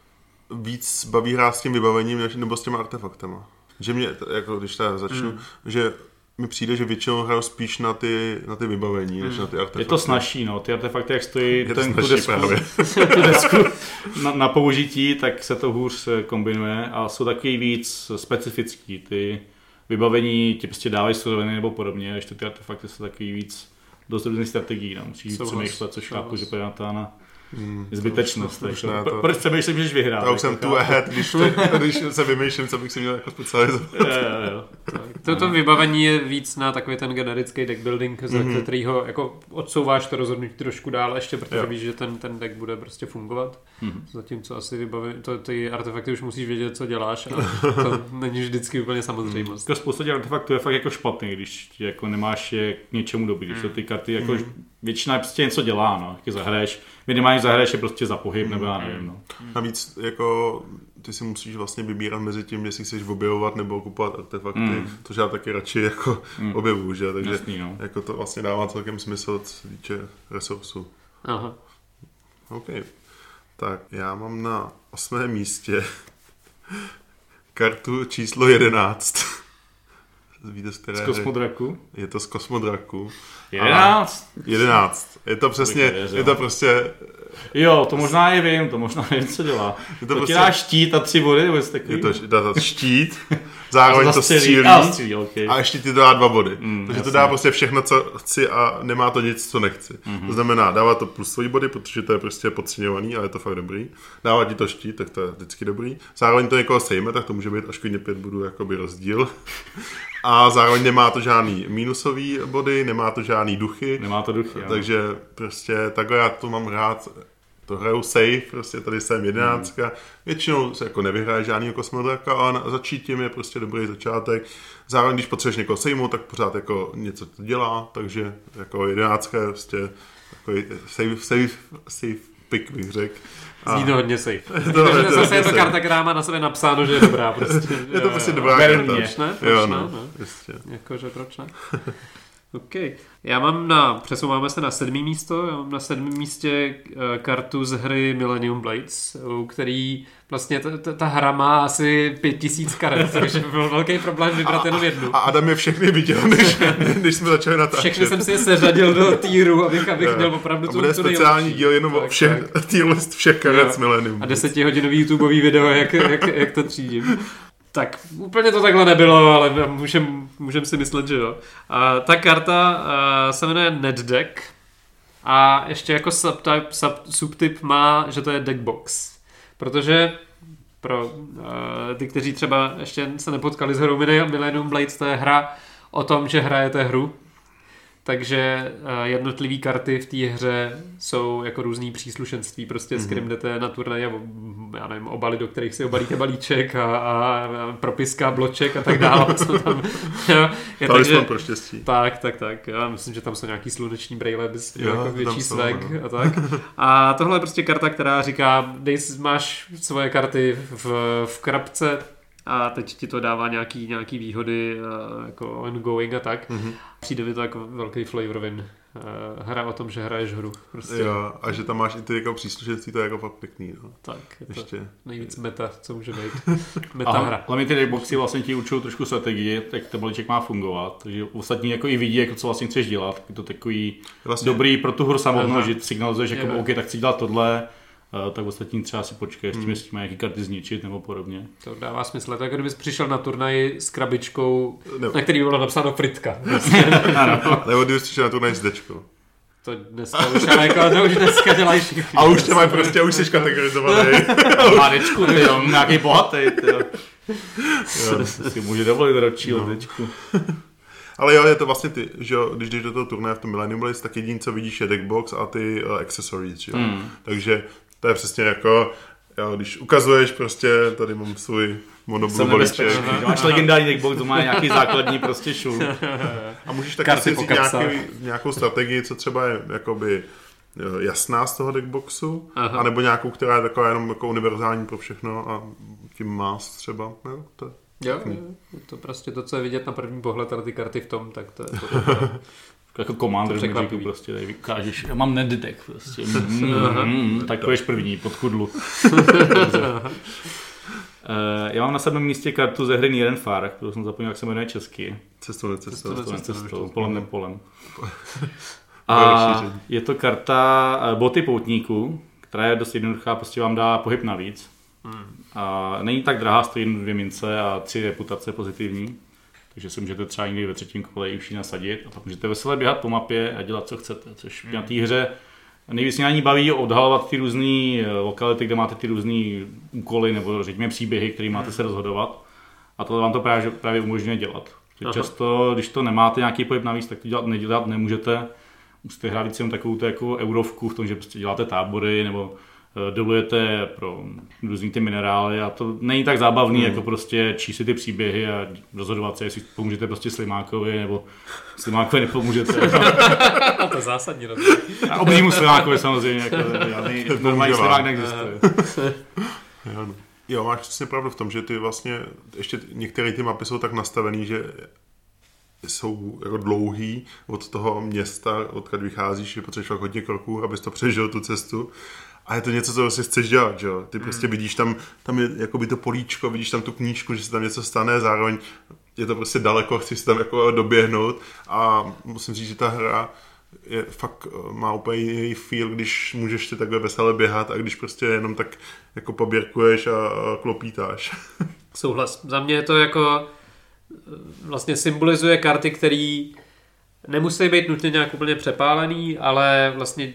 víc baví hrát s tím vybavením než, nebo s těma artefaktama. Že mě, jako když tady začnu, mm. že mi přijde, že většinou hraju spíš na ty, na ty vybavení, než hmm. na ty artefakty.
Je to snazší, no. Ty artefakty, jak stojí ten, tu desku, tu desku na, na použití, tak se to hůř kombinuje a jsou takový víc specifický. Ty vybavení ti prostě dávají suroviny nebo podobně, ještě ty artefakty jsou takový víc dost různých strategií. No. Musíš víc přemýšlet, což chápu, že pojde na Hmm, zbytečnost. To, to, to, proč přemýšlím, že jsi vyhrál?
Já už jsem tu ahead, když, te, když se vymýšlím, co bych si měl jako specializovat.
Jo, jo, jo.
Toto vybavení je víc na takový ten generický deck building, mm-hmm. ze kterého jako odsouváš to rozhodnutí trošku dál ještě, protože jo. víš, že ten, ten deck bude prostě fungovat. Mm-hmm. Zatímco asi vybavení, to, ty artefakty už musíš vědět, co děláš a to není vždycky úplně samozřejmost.
Mm. Spousta těch artefaktů je fakt jako špatný, když jako nemáš je k něčemu dobrý, když mm. ty karty jako mm. většina prostě něco dělá, no, jak zahraješ. Minimálně zahraješ je prostě za pohyb, nebo já nevím. No.
Navíc jako ty si musíš vlastně vybírat mezi tím, jestli chceš objevovat nebo kupovat artefakty, mm. což já taky radši jako mm. objevuju, že? Takže Jasný, no. jako to vlastně dává celkem smysl, co se týče resursů.
Aha.
OK. Tak já mám na osmém místě kartu číslo jedenáct. Víte, z,
z Kosmodraku?
Je to z Kosmodraku.
jedenáct?
jedenáct. Je to přesně, je to prostě...
Jo, to možná je vím, to možná nevím, co dělá. Je to, to prostě... ti dá štít a tři body, nebo jsi takový?
Je to dá štít, zároveň to střílí
a, střílí, okay.
a ještě ti dá dva body. Mm, Takže jasný. To dá prostě všechno, co chci a nemá to nic, co nechci. Mm-hmm. To znamená, dává to plus svoji body, protože to je prostě podceňovaný, ale je to fakt dobrý. Dává ti to štít, tak to je vždycky dobrý. Zároveň to někoho sejme, tak to může být až klidně pět bodů jakoby rozdíl. A zároveň nemá to žádný minusový body, nemá to žádný duchy.
Nemá to duchy,
takže ano. Prostě takhle já to mám rád. To hraju safe, prostě tady jsem jedenáctka. Hmm. Většinou se jako nevyhraje žádný kosmodraka, ale začít tím je prostě dobrý začátek. Zároveň, když potřebuješ někoho sejmout, tak pořád jako něco to dělá, takže jako jedenáctka je prostě takový safe, safe, safe pick, bych řekl.
Zní to hodně safe.
To,
to,
to,
zase je to karta, která má na sebe napsáno, že je dobrá. Prostě.
Je to prostě dobrá
karta.
Proč
ne? Proč
jo,
ne?
no,
no.
prostě.
Jakože proč ne? OK. Já mám na, přesouváme se na sedmý místo, já mám na sedmém místě kartu z hry Millennium Blades, u který vlastně ta, ta, ta hra má asi pět tisíc karet, takže byl velký problém vybrat
a,
jenom jednu.
A Adam je všechny viděl, než, než jsme začali natáčet.
Všechny jsem si je seřadil do týru, abych, abych měl opravdu tu
nejlepší. A bude speciální díl jenom o všech, tier list všech karet jo. z Millennium Blades.
A desetihodinový YouTubeový video, jak, jak, jak to třídím. Tak úplně to takhle nebylo, ale můžem, můžem si myslet, že jo. A ta karta uh, se jmenuje NetDeck a ještě jako subtype, sub, subtyp má, že to je deckbox. Protože pro uh, ty, kteří třeba ještě se nepotkali s hrou Millennium Blades, to je hra o tom, že hrajete hru. Takže uh, jednotlivé karty v té hře jsou jako různý příslušenství, prostě mm-hmm. s kterým jdete na turnaj a já nevím, obaly, do kterých si obalíte balíček a, a propiska, bloček a tak dále. Tam, jo, je
tak, že, pro štěstí.
Tak, tak, tak. Já myslím, že tam jsou nějaký sluneční brejle, bys
jo,
jako větší swag
no.
a tak. A tohle je prostě karta, která říká, dej, máš svoje karty v, v krabce, a teď ti to dává nějaký, nějaký výhody jako ongoing a tak. Mm-hmm. Přijde mi to jako velký flavorovin. Hra o tom, že hraješ hru. Prostě.
Jo, a že tam máš i ty jako příslušenství, to je jako fakt pěkný. No.
Tak, je
ještě.
To nejvíc meta, co může být. Meta Aha, hra.
Hlavně ty deckboxy vlastně ti učují trošku strategii, jak ten balíček má fungovat. Takže ostatní jako i vidí, jako co vlastně chceš dělat. Je to takový vlastně dobrý pro tu hru samotnou, že signalizuješ, jako OK, tak chci dělat tohle. Tak ostatní třeba si počkej, hmm. s tím nějaký karty zničit nebo podobně.
To dává smysl. Tak kdybys přišel na turnaj s krabičkou,
nebo.
Na který bylo napsáno fritka.
Nebo kdybys přišel na turnaj s dečkou.
To dneska už, ale jako, to už dneska dělají všichni.
A už tě mají prostě, už jsi kategorizovaný.
Má dečku, ty jo, nějaký bohatý, ty jo. Jo, si může dovolit ročí no. dečku.
Ale jo, je to vlastně ty, že jo, když jdeš do toho turnaje v tom Millennium Blades, tak jediný, co vidíš, je deckbox a ty uh, accessories, že jo. Hmm. Takže to je přesně jako, jo, když ukazuješ prostě, tady mám svůj monoblue balíček.
Máš legendární deckbox, to má nějaký základní prostě šul.
A můžeš taky si říct nějaký, nějakou strategii, co třeba je jakoby jasná z toho deckboxu, aha. anebo nějakou, která je taková jenom jako univerzální pro všechno a tím más třeba, jo, to je.
Jo, jo, to prostě to, co je vidět na první pohled, ale ty karty v tom, tak to je to. to
jako Commander Magicu prostě, tady vykážeš, já mám NetDeck prostě, mm, mm, mm, tak půjdeš první, pod chudlu. uh, já mám na sedmém místě kartu ze hry Near and Far, kterou jsem zapomněl, jak se jmenuje česky.
Cestou, necestou.
Cestou, necestou, polem, nepolem. A je to karta boty poutníků, která je dost jednoduchá, prostě vám dá pohyb navíc. Hmm. A není tak drahá, stojí jen dvě mince a tři reputace pozitivní. Takže si můžete třeba někdy ve třetím kole i už ji nasadit a pak můžete veselé běhat po mapě a dělat, co chcete. Což hmm. na té hře nejvíc mě na ní baví odhalovat ty různé lokality, kde máte ty různé úkoly nebo řekněme příběhy, které máte hmm. se rozhodovat. A tohle vám to právě, právě umožňuje dělat. Často, když to nemáte nějaký pohyb navíc, tak to dělat, nedělat nemůžete. Musíte hrát víc jenom takovou jako eurovku v tom, že prostě děláte tábory nebo dolujete pro různý ty minerály a to není tak zábavný, mm. jako prostě číst si ty příběhy a rozhodovat se, jestli pomůžete prostě Slimákovi nebo Slimákovi nepomůžete.
To je zásadní rozdíl.
A obnímu Slimákovi samozřejmě, jako žádný normální Slimák neexistuje.
Jo, máš přesně pravdu v tom, že ty vlastně, ještě některé ty mapy jsou tak nastavený, že jsou jako dlouhý od toho města, odkud vycházíš, že potřebuješ fakt hodně kroků, abys to přežil tu cestu. A je to něco, co si chceš dělat, že jo? Ty prostě vidíš tam, tam je jakoby to políčko, vidíš tam tu knížku, že se tam něco stane, zároveň je to prostě daleko, chceš si tam jako doběhnout a musím říct, že ta hra je fakt, má úplně jiný feel, když můžeš si takhle veselé běhat a když prostě jenom tak jako poběrkuješ a klopítáš.
Souhlas. Za mě je to jako vlastně symbolizuje karty, které nemusí být nutně nějak úplně přepálený, ale vlastně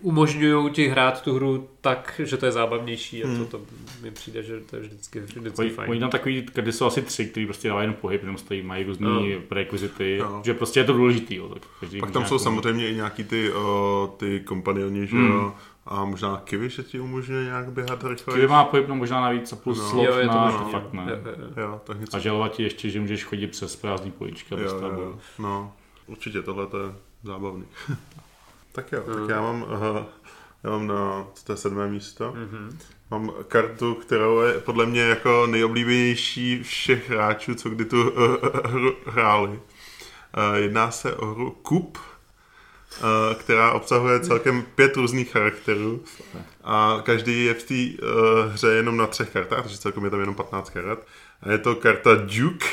umožňují ti hrát tu hru tak, že to je zábavnější a hmm. to, to mi přijde, že to je vždycky, vždycky
oni,
fajn.
Oni tam takový, karty jsou asi tři, který prostě dávají jenom pohyb, jenom stojí, mají různý no. prerekvizity, no. že prostě je to důležitý. Jo, tak
pak tam jsou samozřejmě i nějaký ty, uh, ty kompanioni, že
hmm.
jo, a možná Kiwi, že ti umožňuje nějak běhat rychle.
Kiwi má pohyb no, možná navíc a plus no. slot
jo, je to
na
možná,
fakt ne.
Jo, jo.
Jo, tak něco.
A žalovat ti ještě, že můžeš chodit přes prázdný polička.
Jo, jo, jo. No, určitě tohle to je zábavný. Tak jo, mm. tak já mám, uh, já mám na to sedmé místo. Mm-hmm. Mám kartu, kterou je podle mě jako nejoblíbenější všech hráčů, co kdy tu uh, hru hráli. Uh, jedná se o hru Kup, uh, která obsahuje celkem pět různých charakterů a každý je v té uh, hře jenom na třech kartách, takže celkem je tam jenom patnáct karat. A je to karta Duke.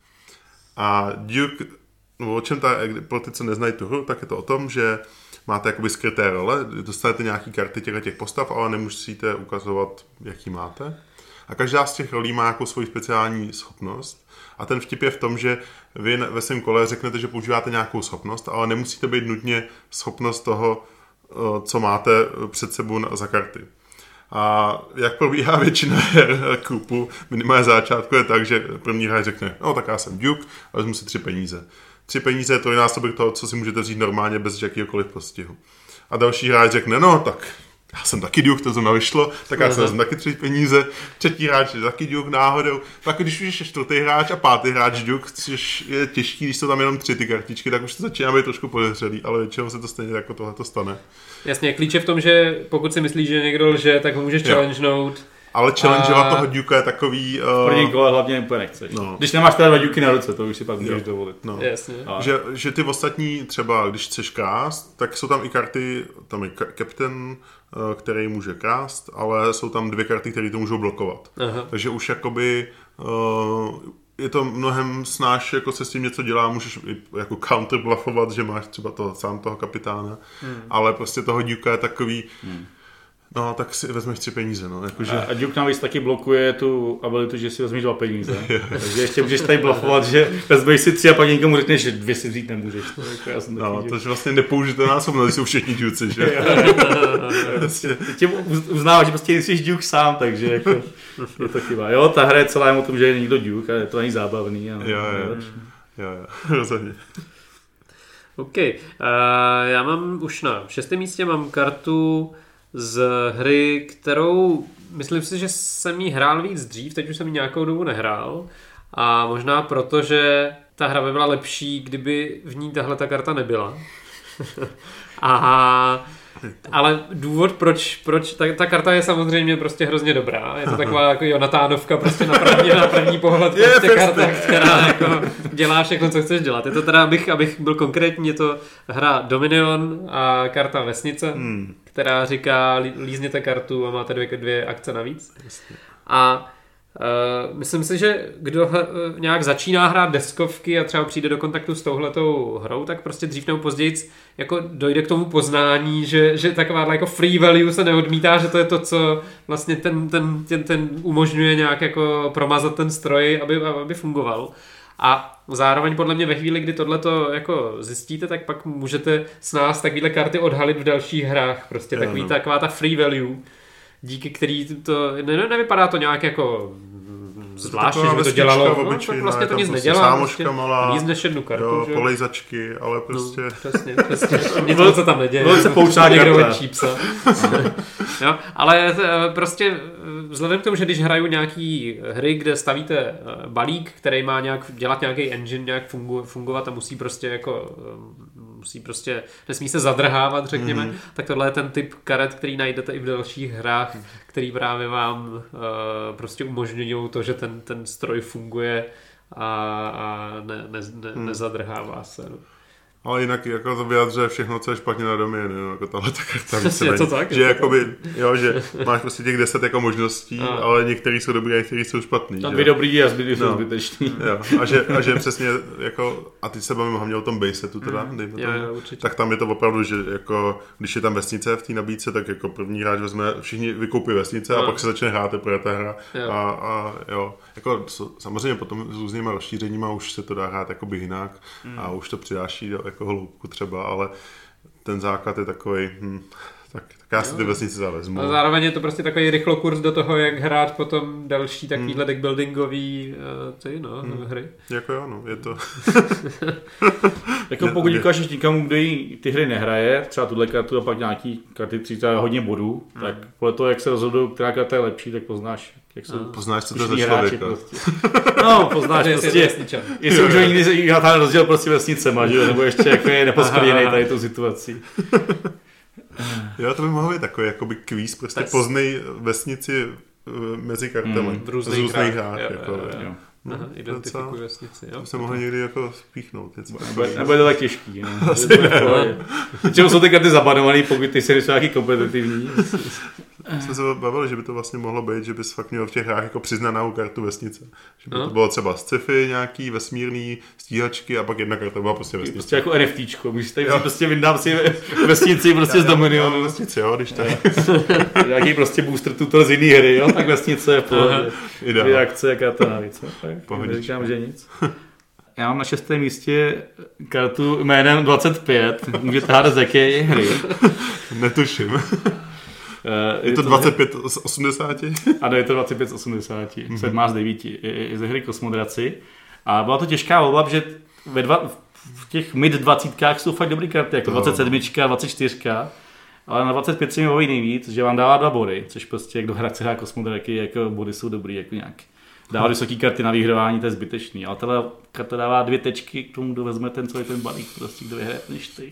A Duke, no, o čem ta, pro ty, co neznají tu hru, tak je to o tom, že máte jakoby skryté role, dostanete nějaký karty těchto těch postav, ale nemusíte ukazovat, jaký máte. A každá z těch rolí má jako svoji speciální schopnost. A ten vtip je v tom, že vy ve svém kole řeknete, že používáte nějakou schopnost, ale nemusíte být nutně schopnost toho, co máte před sebou za karty. A jak probíhá většina her Kupu, minimálně začátku je tak, že první hráč řekne, no tak já jsem Duke a vezmu si tři peníze. Tři peníze je trojnásobek toho, co si můžete vzít normálně bez jakýhokoliv postihu. A další hráč řekne, no tak já jsem taky Duke, to zrovna vyšlo, tak já jsem taky tři peníze. Třetí hráč je taky Duke náhodou. Pak když už je čtvrtý hráč a pátý hráč Duke, což je těžký, když jsou tam jenom tři ty kartičky, tak už to začíná být trošku podezřelý, ale většinou se to stejně jako tohle to stane.
Jasně, klíč je v tom, že pokud si myslíš, že někdo lže, tak ho můžeš challengenout.
Ale challengeovat a... toho Duka je takový... Uh...
V první kole hlavně úplně nechceš. No. Když nemáš teda dva Duky na ruce, to už si pak můžeš dovolit.
No.
Jasně.
A... Že, že ty ostatní třeba, když chceš krást, tak jsou tam i karty, tam je Captain, který může krást, ale jsou tam dvě karty, které to můžou blokovat. Aha. Takže už jakoby... Uh, je to mnohem snáš, jako se s tím něco dělá, můžeš jako counter bluffovat, že máš třeba toho, sám toho kapitána, hmm. ale prostě toho Duka je takový... Hmm. No, tak si vezmeš tři peníze, no. Jakože...
A, a Duke navíc taky blokuje tu abilitu, že si vezmeš dva peníze. Takže ještě můžeš tady blokovat, že vezmeš si tři a pak někomu řekneš, že dvě si vzít nemůžeš. No, jako já jsem
no to je vlastně nepoužitelná schopnost, jsou všichni Duci, že?
Tím uznáváš, že prostě jsi Duke sám, takže jako je to chyba. Jo, ta hra je celá o tom, že je někdo Duke a je to ani zábavný.
Jo, jo, jo, jo, rozhodně.
OK, uh, já mám už na šestém místě mám kartu z hry, kterou myslím si, že jsem jí hrál víc dřív, teď už jsem ji nějakou dobu nehrál a možná proto, že ta hra by byla lepší, kdyby v ní tahle ta karta nebyla. a, ale důvod, proč, proč ta, ta karta je samozřejmě prostě hrozně dobrá. Je to taková jako Jonatánovka prostě na první, na první pohled prostě karta, která jako dělá všechno, co chceš dělat. Je to teda, abych, abych byl konkrétní, je to hra Dominion a karta Vesnice, hmm. která říká lízněte kartu a máte dvě, dvě akce navíc. A uh, myslím si, že kdo uh, nějak začíná hrát deskovky a třeba přijde do kontaktu s touhletou hrou, tak prostě dřív nebo později jako dojde k tomu poznání, že, že taková jako free value se neodmítá, že to je to, co vlastně ten, ten, ten, ten umožňuje nějak jako promazat ten stroj, aby, aby fungoval. A zároveň podle mě ve chvíli, kdy tohleto jako zjistíte, tak pak můžete s nás takovýhle karty odhalit v dalších hrách. Prostě takový, no. taková ta free value, díky který to, ne, nevypadá to nějak jako zvláštně, že by to dělalo, no, tak vlastně to nic nedělá, prostě nic než jednu kartu,
jo, polejzačky, ale prostě...
No, přesně, přesně, nic se tam neděje.
Bylo se poučná
někdo venčí psa. Jo, ale prostě vzhledem k tomu, že když hraju nějaký hry, kde stavíte balík, který má nějak dělat nějaký engine, nějak fungu, fungovat a musí prostě jako musí prostě, nesmí se zadrhávat, řekněme, mm. tak tohle je ten typ karet, který najdete i v dalších hrách, který právě vám uh, prostě umožňují to, že ten, ten stroj funguje a, a ne, ne, ne, mm. nezadrhává se. No.
Ale jinak jako to vyjadřuje všechno, co je špatně na domě, ne? Jako tahle ta karta.
Je to tak?
Že,
je to
jakoby,
tak.
Jo, že máš prostě těch deset jako možností, a. ale některý jsou dobrý a některý jsou špatný.
Tam dvě dobrý a zbytý
no.
jsou zbytečný.
Jo. A, že, a že přesně jako, a teď se bavíme hlavně o tom basetu teda, mm. dejme
jo,
tomu,
jo,
tak tam je to opravdu, že jako, když je tam vesnice v té nabídce, tak jako první hráč vezme, všichni vykoupí vesnice no. a pak se začne hrát teprve ta hra. Jo. A, a jo, jako samozřejmě potom s různýma rozšířeníma už se to dá hrát jakoby jinak mm. a už to přidáší do jako hloubku třeba, ale ten základ je takový, hm, Tak, tak já si ty vesnice zavezmu.
A zároveň je to prostě takový rychlokurs do toho, jak hrát potom další takovýhle
hmm.
deckbuildingový uh, ty, no, hmm. hry.
Jako jo, no, je to...
Jako pokud ukážeš někomu, kdo jí ty hry nehraje, třeba tuhle kartu a pak nějaký karty třeba hodně bodů, hmm. tak podle toho, jak se rozhodují, která karta je lepší, tak poznáš, jak jsou...
Poznáš, co to je za člověka.
Prostě. No, poznáš prostě, jestli už někdy já tam rozděl prostě vesnicema, že? Nebo ještě jako je neposklěný tady tou situací.
Jo, to by mohlo být takový jakoby kvíz, prostě tak poznej vesnici mezi kartami. Hmm.
V různých hrách.
hrách
jo,
jako,
jo, jo. Jo.
No,
Aha, identifikuj vesnici.
To se mohlo někdy jako spíchnout.
Nebude to tak těžký. No. Čemu jsou ty karty zabanovaný, pokud ty se jsou nějaký kompetitivní.
Jsme se bavili, že by to vlastně mohlo být, že bys fakt měl v těch hrách jako přiznanou kartu vesnice. Že by
no.
to bylo třeba sci-fi, nějaký vesmírný stíhačky a pak jedna karta byla prostě vesnice.
Prostě jako NFTčko, můžeš tady prostě vyndám si vesnici prostě z Dominionu.
Vesnici, jo, když tak.
Nějaký prostě booster tutor z jiný hry, jo, tak vesnice je pohodě. Dvě akce, jaká to navíc. Neříkám, že nic. Já mám na šestém místě kartu jménem dvacet pět, můžete hádat z jaké hry.
Netuším. Je, je to dvacet pět z osmdesáti?
Ano, je to dvacet pět z osmdesáti, mm-hmm. sedmá z devíti, je, je ze hry Kosmodraci. A byla to těžká volba, že ve dva, v těch mid dvacítkách jsou fakt dobrý karty, jako dvacet sedm, dvacet čtyři, ale na dvacet pět se mi baví nejvíc, že vám dává dva body, což prostě, kdo hra chce hrát Kosmodraky, jako body jsou dobrý, jako nějak. Dává vysoké karty na vyhrávání, to je zbytečný, ale tahle karta dává dvě tečky k tomu, kdo vezme ten celý ten balík, prostě, kdo vyhraje ten štych.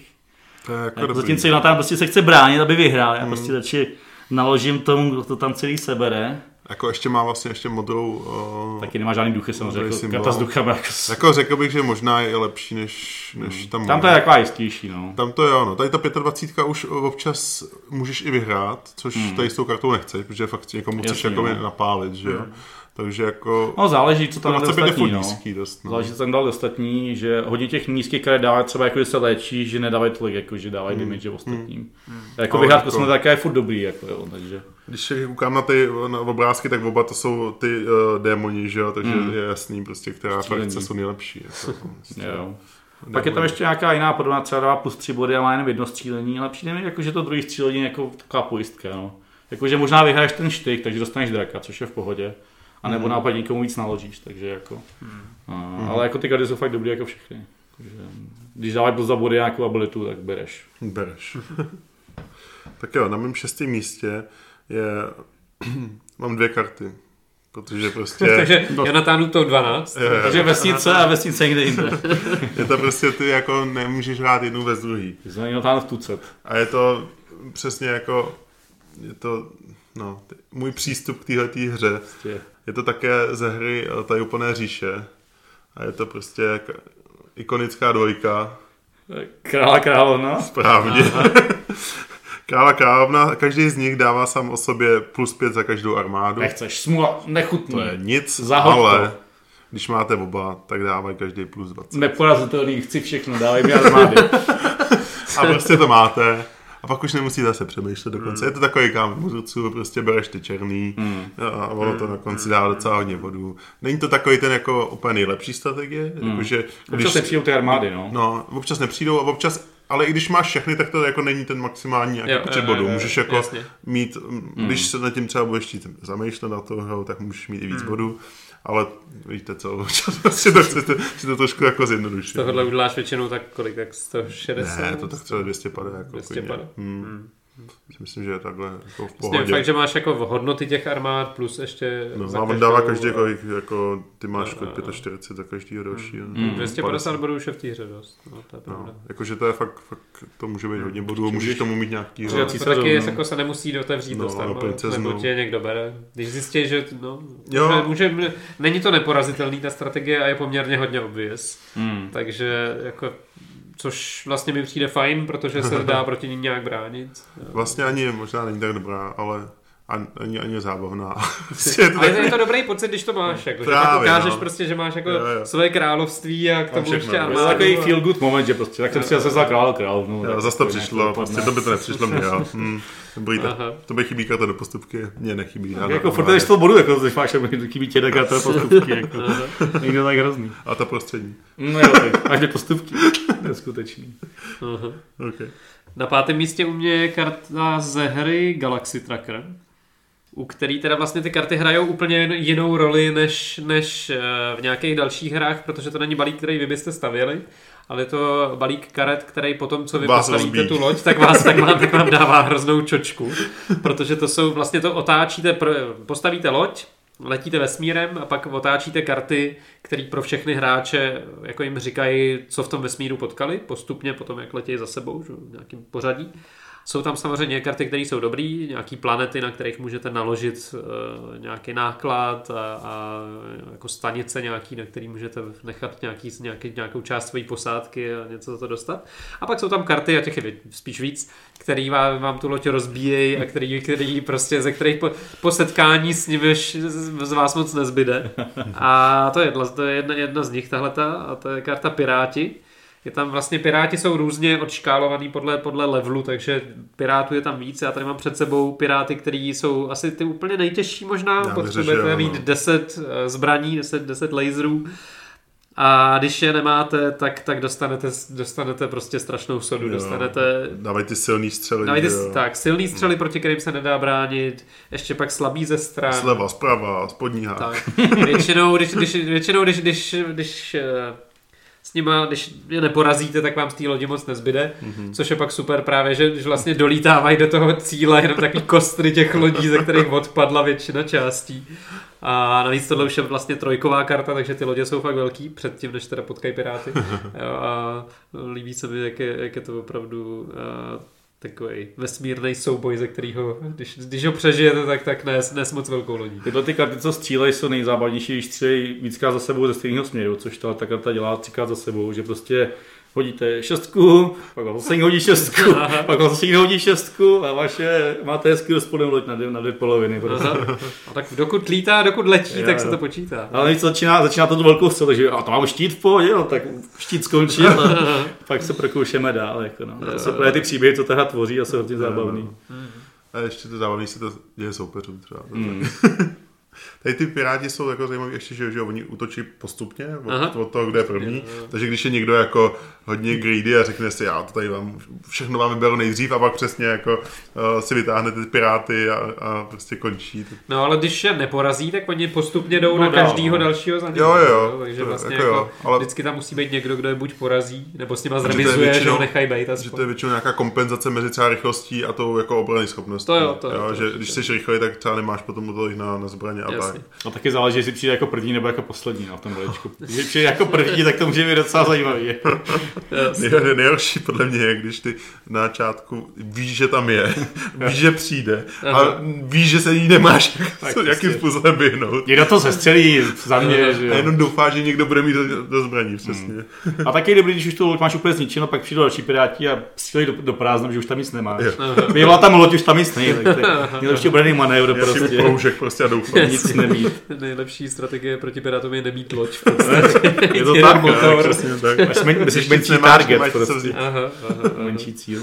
Jako zatímco Jonathan prostě se chce bránit, aby vyhrál. Já hmm. prostě radši naložím tomu, kdo to tam celý sebere.
Jako ještě má vlastně ještě modrou... Uh,
Taky nemá žádný duchy samozřejmě, jako karta s duchama. Jako...
jako řekl bych, že možná je lepší než, než hmm. tam...
Tam to je taková jistější, no.
Tam to je ono. Tady ta dvacet pět už občas můžeš i vyhrát, což hmm. tady s tou kartou nechceš, protože fakt někomu chceš jako napálit, že jo. Hmm. Takže jako...
No záleží, co tam dal ostatní, no.
Dost, no.
Záleží, co tam dal ostatní, že hodně těch nízkých karet dává třeba jako, že se léčí, že nedávají tolik, jako, že dávají hmm. damage ostatním. Hmm. Jako vyhrát jako... Kosmodraka je furt dobrý, jako jo, takže...
Když koukám na ty na obrázky, tak oba to jsou ty uh, démoni, že jo, takže hmm. je jasný prostě, která frakce jsou nejlepší. Jako, prostě,
jo. Pak je tam ještě nějaká jiná podobná, třeba dává plus tři body a má jenom jedno střílení, ale přijde mi jako, že to druhý střílení je jako taková pojistka, no. Jakože možná vyhraješ ten štyk, takže dostaneš draka, což je v pohodě. A nebo mm. naopak někomu víc naložíš, takže jako... Mm. A, ale jako ty karty jsou fakt dobrý jako všechny. Takže, když dávají plus za body nějakou abilitu, tak bereš.
Bereš. Tak jo, na mém šestém místě je... mám dvě karty. Protože prostě...
takže Jonathánu to dvanáct.
Je, je.
Takže vesnice a vesnice někde jinde.
Je to prostě, ty jako nemůžeš hrát jednu bez druhý.
Ty jsi Jonathánu v tucet.
A je to přesně jako... Je to... No, ty, můj přístup k téhletý hře.
Prostě.
Je to také ze hry Tajuplné říše. A je to prostě ikonická dvojka.
Krála královna.
Správně. Krála královna, každý z nich dává sám o sobě plus pět za každou armádu.
Nechceš, smůla, nechutný.
To je nic,
Zahoď
ale
to.
Když máte oba, tak dávají každý plus dvacet.
Neporazitelný, chci všechno, dávaj mi armády.
A prostě to máte. A pak už nemusíte zase přemýšlet dokonce. Mm. Je to takový kámen muzurců, prostě bereš ty černý mm. a ono to na konci dá docela hodně bodů. Není to takový ten jako úplně nejlepší strategie. Mm. Jakože,
občas když, nepřijdou ty armády, no.
No, občas nepřijdou a občas, ale i když máš všechny, tak to jako není ten maximální počet bodů. Můžeš jako jasně. mít, mm. když se nad tím třeba budeš chtít zamýšlet na to hrou, tak můžeš mít i víc mm. bodů. Ale víte co, občas si to chcete si to trošku jako zjednodušit.
Z tohohle uděláš většinou tak kolik, tak sto šedesát?
Ne, to tak třeba dvě stě padá. Jako
dvě stě padá?
Hmm. Hmm. Myslím, že je takhle jako v pohodě.
Vlastně fakt, že máš jako hodnoty těch armád plus ještě...
No, a on dává každý, jako, jako ty máš čtyřicet pět za každýho dalšího.
Hmm. Hmm. dvě stě padesát bodů už je v té hře dost. No, to je pravda.
No, jakože to je fakt, fakt, to může být hodně bodů, můžeš tomu mít nějaký...
To taky no. jako se nemusí otevřít no, dost armád, nebo tě někdo bere. Když zjistí, že no, může, může, není to neporazitelný ta strategie a je poměrně hodně obvious. Hmm. Takže jako... Což vlastně mi přijde fajn, protože se dá proti ní nějak bránit.
Vlastně ani možná není tak dobrá, ale ani, ani zábavná.
je to ale je to dobrý pocit, když to máš. Jako, Právě, že tak ukážeš no. prostě, že máš jako jo, jo. své království a k tomu všechno, ještě armádu.
Je to takový feel good moment, že prostě tak jsem si zase za král král. No,
jo, zase to přišlo, prostě to by to nepřišlo mě. Hmm. To by chybí karta do postupky, mně nechybí.
Tak jako furt jdeš toho bodu, jako když máš, chybí tě karta do postupky. Jako. Někdo tak hrozný.
A ta prostřední.
No jo, tak máš dvě postupky. Neskutečný.
Okay.
Na pátém místě u mě je karta ze hry Galaxy Tracker, u který teda vlastně ty karty hrajou úplně jinou roli než, než v nějakých dalších hrách, protože to není balík, který vy byste stavěli, ale je to balík karet, který potom, co vy
vás
postavíte
rozbíjí.
tu loď, tak, vás, tak, vám, tak vám dává hroznou čočku, protože to jsou, vlastně to otáčíte, postavíte loď, letíte vesmírem a pak otáčíte karty, které pro všechny hráče jako jim říkají, co v tom vesmíru potkali, postupně potom, jak letějí za sebou, že, v nějakém pořadí. Jsou tam samozřejmě karty, které jsou dobrý, nějaký planety, na kterých můžete naložit uh, nějaký náklad a, a jako stanice nějaký, na který můžete nechat nějaký, nějaký, nějakou část své posádky a něco za to dostat. A pak jsou tam karty, a těch je spíš víc, který vám, vám tu loď rozbíjejí a který, který prostě, ze kterých po, po setkání s nimi z vás moc nezbyde. A to je jedna, to je jedna, jedna z nich, tahleta, a to je karta Piráti. Je tam vlastně Piráti jsou různě odškálovaný podle, podle levelu, takže Pirátů je tam víc. Já tady mám před sebou Piráty, který jsou asi ty úplně nejtěžší možná. Já potřebujete mít deset zbraní, deset, deset laserů. A když je nemáte, tak, tak dostanete, dostanete prostě strašnou sodu. Jo, dostanete...
Dávají ty silný střely.
Dávají ty, tak, silný střely, proti kterým se nedá bránit. Ještě pak slabý ze stran.
Sleva, zprava, spodní hák.
Tak. Většinou, když, když, většinou, když, když, když s nima, když je neporazíte, tak vám z té lodi moc nezbyde, mm-hmm. což je pak super právě, že, že vlastně dolítávají do toho cíle jenom takový kostry těch lodí, ze kterých odpadla většina částí. A navíc tohle už je vlastně trojková karta, takže ty lodě jsou fakt velký, předtím, než teda potkají Piráty. Jo, a líbí se mi, jak je, jak je to opravdu uh, takový vesmírný souboj, ze kterého, když, když ho přežijete, tak, tak nes, nes moc velkou lodí.
Tyhle ty karty, co střílejí, jsou nejzábavnější, když střílejí víckrát za sebou ze stejného směru, což ta, ta karta dělá třikrát za sebou, že prostě hodíte šestku, pak vám zase hodí šestku, pak vám zase hodí šestku a vaše, máte hezky rozpodem loď na dvě, na dvě poloviny. Prostě.
A tak dokud lítá, dokud letí, jo, tak se to počítá.
Ale když začíná, začíná to tu velkou střelu, takže a to mám štít v pohodě, no, tak štít skončí a pak se prokoušeme dál. Jako, no. To jsou právě ty příběhy, co ta hra tvoří a jsou hodně zábavný.
A ještě to zábavný se to děje soupeřům třeba.
Mm.
Tady ty Piráti jsou jako zajímaví ještě, že, že oni útočí postupně od, od toho, kde je první. Jo. Takže když je někdo jako hodně greedy a řekne si, já to tady vám, všechno vám vyberu nejdřív a pak přesně jako uh, si vytáhne ty Piráty a, a prostě končí.
No ale když je neporazí, tak oni postupně jdou no, na každýho no. dalšího za ním.
Jo, jo.
Takže
to,
vlastně
jako
jako
jo, ale...
vždycky tam musí být někdo, kdo je buď porazí, nebo s nima zremizuje, že ho nechají bejt aspoň.
Že to je většinou nějaká kompenzace mezi třeba rychlostí a tou jako obrany schopností.
To jo, to jo.
jo
to
že
to
když
to
jsi rychlej, tak třeba nemáš potom tolik na, na zbraně a
Jasně.
tak.
No taky záleží, jestli přijde jako první nebo jako poslední na tom balíčku. Když přijde jako první, tak to může být docela zajímavý.
Nej, nejhorší podle mě je, když ty na začátku víš, že tam je, víš, že přijde a víš, že se jí nemáš jakým způsobem vyhnout.
Někdo to sestřelí za mě, že jo.
A jenom doufá, že někdo bude mít do, do zbraní, přesně.
Hmm. A taky je dobrý, když už tu loď máš úplně zničeno, pak přijde další Piráti a střílejí do, do prázdna, že už tam nic nemáš. Vyjela tam loď, už tam nic nejde. Nejlepší obraný manévr prostě.
Proužek prostě a doufám.
Nic nemít.
Nejlepší strategie proti Pirátům je nemít loď v podstatě.
Je to tak,
motor.
Přesně tak.
Myslíš menší target prostě.
Aha, aha, aha.
Menší cíl.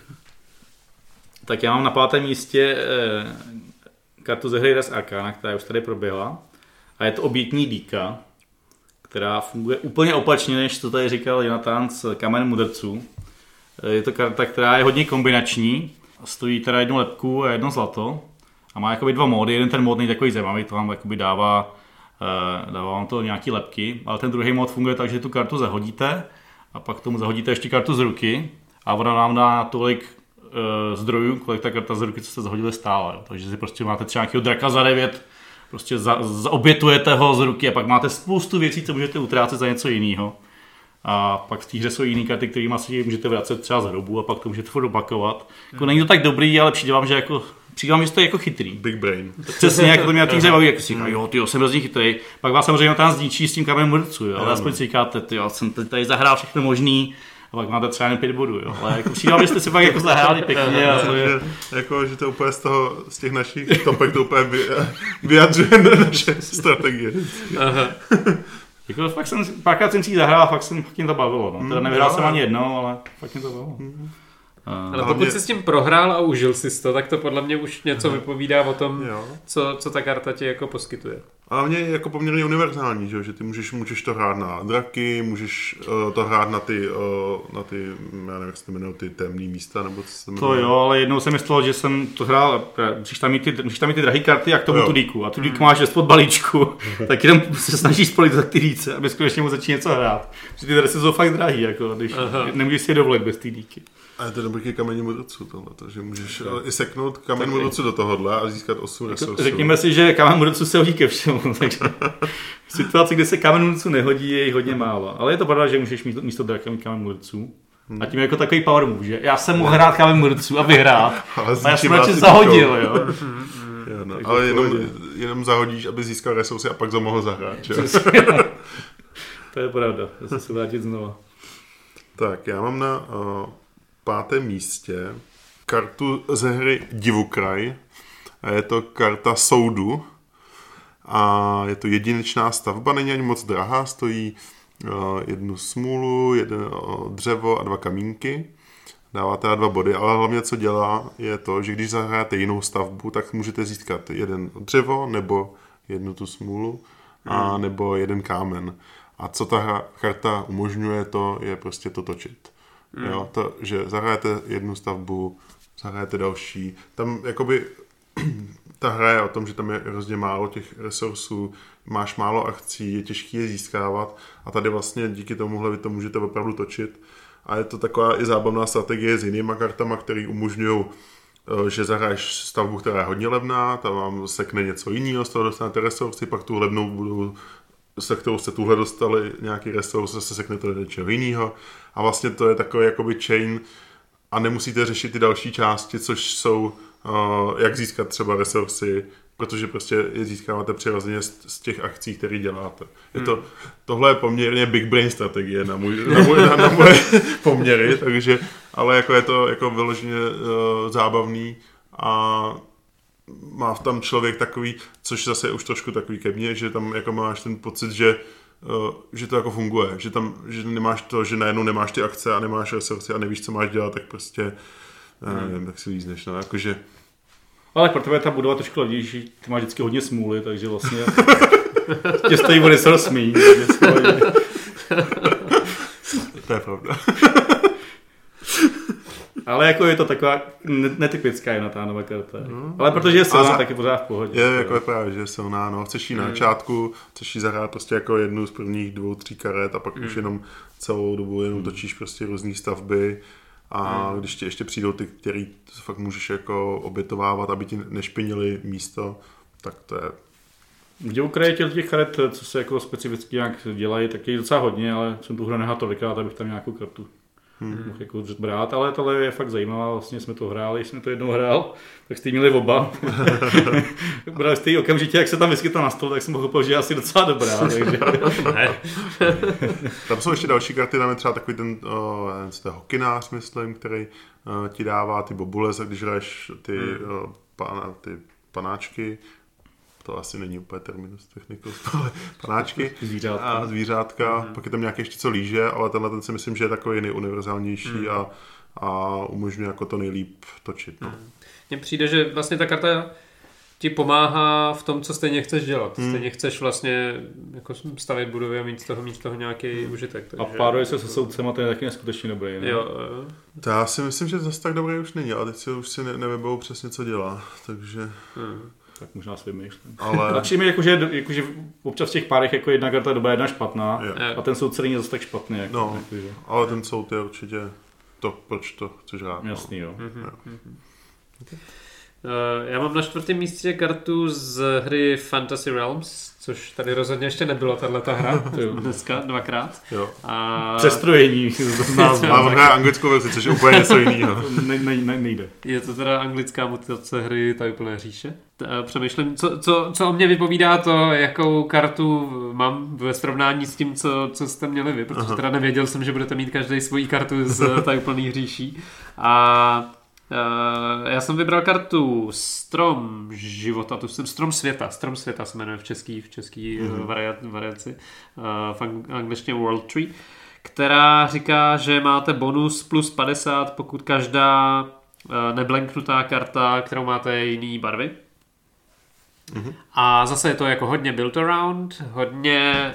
Tak já mám na pátém místě eh, kartu ze hry Res Arcana, která už tady proběhla. A je to obětní dýka, která funguje úplně opačně, než to tady říkal Jonathan z Kamen mudrců. Je to karta, která je hodně kombinační. Stojí teda jednu lepku a jedno zlato. A má jakoby dva módy. Jeden ten mód není takový zajímavý, to vám jakoby dává, uh, dává vám to nějaký lepky. Ale ten druhý mód funguje tak, že tu kartu zahodíte a pak tomu zahodíte ještě kartu z ruky. A ona nám dá tolik uh, zdrojů, kolik ta karta z ruky, co jste zahodili, stála. Jo. Takže si prostě máte třeba nějakého draka za devět, prostě za, zaobětujete ho z ruky a pak máte spoustu věcí, co můžete utrácet za něco jiného. A pak v té hře jsou jiné karty, kterými si můžete vracet třeba z hrobu a pak to můžete furt opakovat. Jako není to tak dobrý, ale přijde vám, že jako přijde vám, že jste jako chytrý.
Big brain.
Přesně, jako to mě na té hře baví, jako si říká, jo, tyjo, jsem hrozně chytrý. Pak vás samozřejmě tam zničí s tím kamenem mudrců, jo, ale aspoň si říkáte, tyjo, jsem tady zahrál všechno možný. A pak máte třeba jen pět bodů, jo. Ale jako přijde vám, že jste si pak jako zahráli pěkně. A to je...
Jako, že to úplně z toho, z těch našich topek to úplně vyjadřuje naše strategie. Aha.
Jako fakt jsem, párkrát jsem si ji zahrál a fakt jsem fakt jim to bavilo. No. Teda nevyhrál jsem ani jednou, ale fakt mě to bavilo.
Mm. Ale pokud mě... jsi s tím prohrál a užil si to, tak to podle mě už něco vypovídá o tom, co, co ta karta ti jako poskytuje.
A hlavně je jako poměrně univerzální, že, že ty můžeš, můžeš to hrát na draky, můžeš uh, to hrát na ty, uh, na ty, já nevím, jak se to jmenují, ty temný místa, nebo co se to
To jo, ale jednou se mi stalo, že jsem to hrál, musíš tam mít ty, musíš tam mít ty drahý karty, jak tomu tu díku. A tu díku máš spod balíčku, tak jenom se snažíš spolit za ty díce, aby skutečně mu začít něco hrát. Protože ty dresy jsou fakt drahý, jako, když nemůžeš si je dovolit bez té díky.
A je to dobrý kamení mudrců tohle, takže můžeš no. i seknout kamen mudrců do tohohle a získat osm resursů.
Řekněme si, že kamen mudrců se hodí ke všemu, takže v situaci, kdy se kamen mudrců nehodí, je jich hodně málo. Ale je to pravda, že můžeš mít místo draka mít kamen mudrců. Hmm. A tím jako takový power move, že? Já jsem mohl hrát kamen mudrců a vyhrát. A já jsem radši zahodil, jo.
jo no, ale jenom, jenom zahodíš, aby získal resursy a pak to mohl zahrát, že?
To je pravda, zase se vrátit znova.
Tak, já mám na uh, pátém místě kartu ze hry Divukraj. A je to karta soudu. A je to jedinečná stavba, není ani moc drahá, stojí uh, jednu smůlu, jedno uh, dřevo a dva kamínky. Dává teda dva body, ale hlavně co dělá je to, že když zahrajete jinou stavbu, tak můžete získat jeden dřevo nebo jednu tu smůlu a hmm. nebo jeden kámen. A co ta karta umožňuje, to je prostě to točit. Mm. Jo, to, že zahrajete jednu stavbu, zahrajete další. Tam jakoby ta hra je o tom, že tam je hrozně málo těch resursů, máš málo akcí, je těžké je získávat a tady vlastně díky tomuhle vy to můžete opravdu točit. A je to taková i zábavná strategie s jinýma kartama, které umožňují, že zahraješ stavbu, která je hodně levná, tam vám sekne něco jiného, z toho dostanete resursy, pak tu levnou budou se kterou jste tuhle dostali nějaký resurs, zase seknete do něčeho jiného a vlastně to je takový jakoby chain a nemusíte řešit ty další části, což jsou uh, jak získat třeba resursy, protože prostě je získáváte přirozeně z, z těch akcí, které děláte. Je to, hmm. Tohle je poměrně big brain strategie na, můj, na, můj, na, na moje poměry, takže, ale jako je to jako vyloženě uh, zábavný a má tam člověk takový, což zase je už trošku takový ke mně, že tam jako máš ten pocit, že, uh, že to jako funguje, že tam že nemáš to, že najednou nemáš ty akce a nemáš resursy a nevíš, co máš dělat, tak prostě hmm. nevím, tak si lízneš, no, jakože. Ale
pro tebe je ta budova trošku levnější, ty máš vždycky hodně smůly, takže vlastně tě stojí o resurs míň.
To je pravda.
Ale jako je to taková netypická jedna ta nová karta. No, ale protože je silná, za... tak je pořád v pohodě.
Je, jako je právě, že je silná. No. Chceš jí na začátku, chceš jí zahrát prostě jako jednu z prvních dvou, tří karet a pak mm. už jenom celou dobu jenom točíš prostě různý stavby a mm. když ti ještě přijdou ty, který fakt můžeš jako obětovávat, aby ti nešpinili místo, tak to je...
V Divukraji těch karet, co se jako specificky nějak dělají, tak je docela hodně, ale jsem tu hru nehrál tolikrát, abych tam nějakou kartu Hmm. mohl jako brát, ale tohle je fakt zajímavá, vlastně jsme to hráli, jsme to jednou hrál, tak jste měli oba. Brali jste ji okamžitě, jak se tam vyskytla na stole, tak jsem pochopil, že je asi docela dobrá. Takže...
Tam jsou ještě další karty, tam je třeba takový ten, uh, ten hokinář, myslím, který uh, ti dává ty bobule, když hraješ ty, hmm. uh, pana, ty panáčky. To asi není úplně terminus technicus, ale panáčky
zvířátka.
a zvířátka, mm. pak je tam nějaký ještě co líže, ale tenhle ten si myslím, že je takový nejuniverzálnější mm. a, a umožňuje jako to nejlíp točit. No.
Mně přijde, že vlastně ta karta ti pomáhá v tom, co stejně chceš dělat. Mm. Stejně chceš vlastně jako stavět budovy a mít z toho, mít z toho nějaký mm. užitek. Takže...
A páruje se se soudcema, to je taky neskutečně dobrý. Ne?
Jo,
jo. To já si myslím, že zase tak dobrý už není, ale teď si už si ne, nevybavou přesně, co dělá, takže...
Mm. Tak možná si vymýšlím. Ale... Radši mi jakože, jakože občas v těch párech jako jedna karta dobrá, jedna špatná je. A ten soud celý není zase tak špatný. Jako,
no,
jakože.
Ale ten soud je určitě to, proč to chceš hrát.
Jasný, jo.
Mm-hmm. jo. Mm-hmm. Já mám na čtvrtém místě kartu z hry Fantasy Realms, což tady rozhodně ještě nebylo, tato hra, dneska dvakrát.
Jo.
A... Přestrojení.
Mám hra anglickou verzi, což je úplně něco jiného.
ne, ne, ne, nejde.
Je to teda anglická mutace hry Tajuplné říše. Přemýšlím, co, co, co o mě vypovídá to, jakou kartu mám ve srovnání s tím, co, co jste měli vy, protože Aha. teda nevěděl jsem, že budete mít každý svoji kartu z Tajuplných říší. A Uh, já jsem vybral kartu Strom života, tu jsem Strom světa, Strom světa se jmenuje v český, v český mm-hmm. variaci, variaci uh, v angličtině World Tree, která říká, že máte bonus plus padesát, pokud každá uh, neblenknutá karta, kterou máte jiný barvy. Mm-hmm. A zase je to jako hodně build around, hodně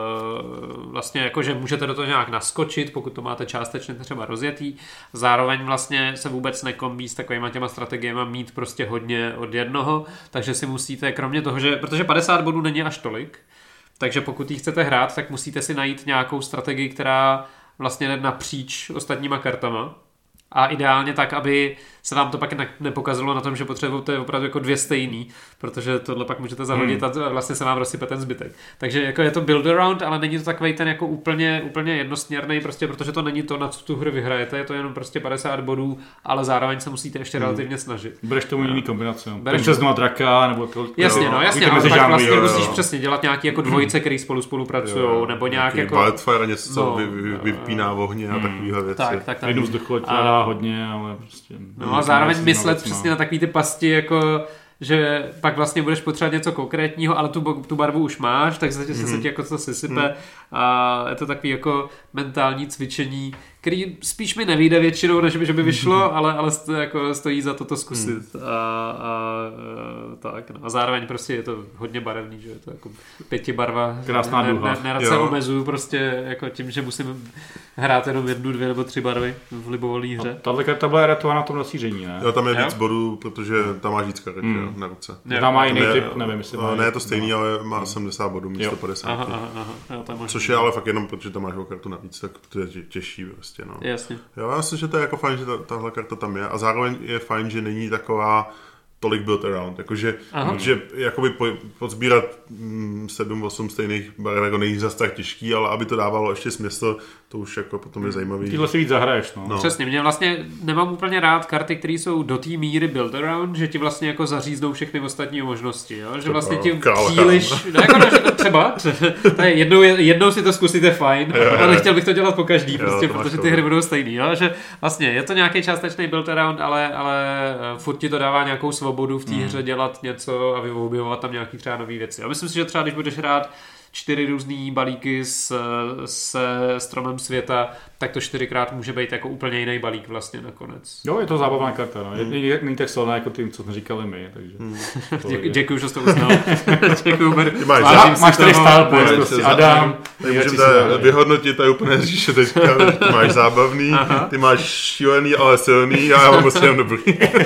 uh, vlastně jako, že můžete do toho nějak naskočit, pokud to máte částečně třeba rozjetý. Zároveň vlastně se vůbec nekombí s takovýma těma strategiemi mít prostě hodně od jednoho, takže si musíte, kromě toho, že, protože padesát bodů není až tolik, takže pokud ji chcete hrát, tak musíte si najít nějakou strategii, která vlastně jde napříč ostatníma kartama. A ideálně tak, aby se vám to pak nepokazilo na tom, že potřebujete opravdu jako dvě stejný, protože tohle pak můžete zahodit hmm. a vlastně se vám rozsype ten zbytek. Takže jako je to build around, ale není to takovej ten jako úplně, úplně jednosměrný, prostě protože to není to, na co tu hru vyhrajete, je to jenom prostě padesát bodů, ale zároveň se musíte ještě hmm. relativně snažit.
Bereš tomu jiný kombinace. Bereš přes dva draka, nebo to,
jasně,
jo,
no, jasně, ale pak vlastně jo, musíš jo. přesně dělat nějaký jako dvojice, který spolu spolupracují, nebo nějak jako
Wildfire něco no, vy, vy, vypíná v ohni a hmm. takovýhle věci.
Tak, tak, tak.
Jednu vzduchu dá hodně, ale prostě
no a zároveň myslet přesně na takový ty pasti, jako že pak vlastně budeš potřebovat něco konkrétního, ale tu, tu barvu už máš, tak se, mm-hmm. se ti jako to sesype mm. a je to takový jako mentální cvičení, který spíš mi nevyjde většinou, než by, že by vyšlo, mm-hmm. ale, ale sto, jako stojí za to to zkusit. Mm. A, a, tak, no. A zároveň prostě je to hodně barevný, že je to jako pětibarva.
Krásná
ne,
duha.
Ne, nerad se omezuju prostě jako tím, že musím hrát jenom jednu, dvě nebo tři barvy v libovolné hře.
Tahle karta byla retovaná na tom rozšíření, ne?
Jo, tam je jo? víc bodů, protože tam máš víc karet mm. na ruce.
Jo, tam má jiný typ, nevím, jestli
má. Ne, je to stejný, ale má sedmdesát bodů místo padesát.
Aha, aha, aha. Jo, to je
což je ale fakt jenom, protože tam máš o kartu navíc, tak to je těžší prostě, no.
Jasně.
Jo, já myslím, že to je jako fajn, že ta, tahle karta tam je a zároveň je fajn, že není taková tolik build around, jakože že jakoby po, podsbírat mm, sedm osm stejných barev jako není zase tak těžký, ale aby to dávalo ještě smysl, to už jako potom je zajímavý.
Tyhle si víc zahraješ, no.
no. Přesně, mě vlastně nemám úplně rád karty, které jsou do té míry build around, že ti vlastně jako zaříznou všechny ostatní možnosti, jo? Že vlastně ti příliš, no, jako, no, že třeba, je, jednou, jednou si to zkusíte fajn, jo, ale nechtěl bych to dělat po každý, jo, prostě, protože ty hry budou stejný, jo? Že vlastně je to nějaký částečný build around, ale, ale furt ti to dává nějakou svobodu v té hmm. hře dělat něco a vyobjevovat tam nějaký třeba nový věci. A myslím si, že třeba když budeš hrát čtyři různý balíky s, se stromem světa, tak to čtyřikrát může být jako úplně jiný balík vlastně nakonec.
Jo, je to zábavná karta, no. Hmm. Je, není tak silná jako tím, co jsme říkali my, takže... Hmm.
Dě, děkuju, že jsi to uznal. Děkuju, Ber.
Máš, máš tady stál pojď, prostě. Adam.
Můžeme vyhodnotit, to je úplně říše teďka, ty máš zábavný, aha. ty máš šílený, ale silný a já mám prostě dobrý.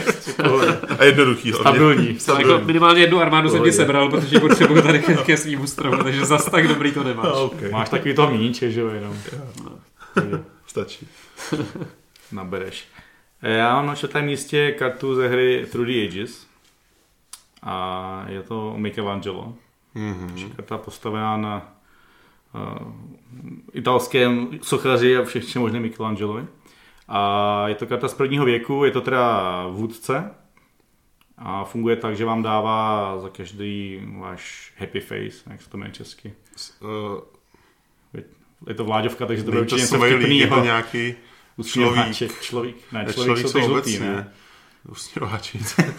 A jednoduchý.
Stabilní.
Jako minimálně jednu armádu jsem ti sebral, protože potřebuji tady ke svýmu stromu, takže zas tak dobrý to nemáš.
Okay. Máš takový toho míče, že jo, jenom.
No. Stačí.
Nabereš. Já mám na čtvrtém místě kartu ze hry Through the Ages. A je to Michelangelo. Mm-hmm. Karta postavená na uh, italském sochaři a všechny možné Michelangelovi. A je to karta z prvního věku, je to teda vůdce. A funguje tak, že vám dává za každý váš happy face, jak se to jmenuje česky. Uh, je to vláďovka, takže to bude určitě něco vtipnýho.
Je to nějaký človík.
Človík, ne, človík, človík jsou ty žlutý, ne?
Usměváči.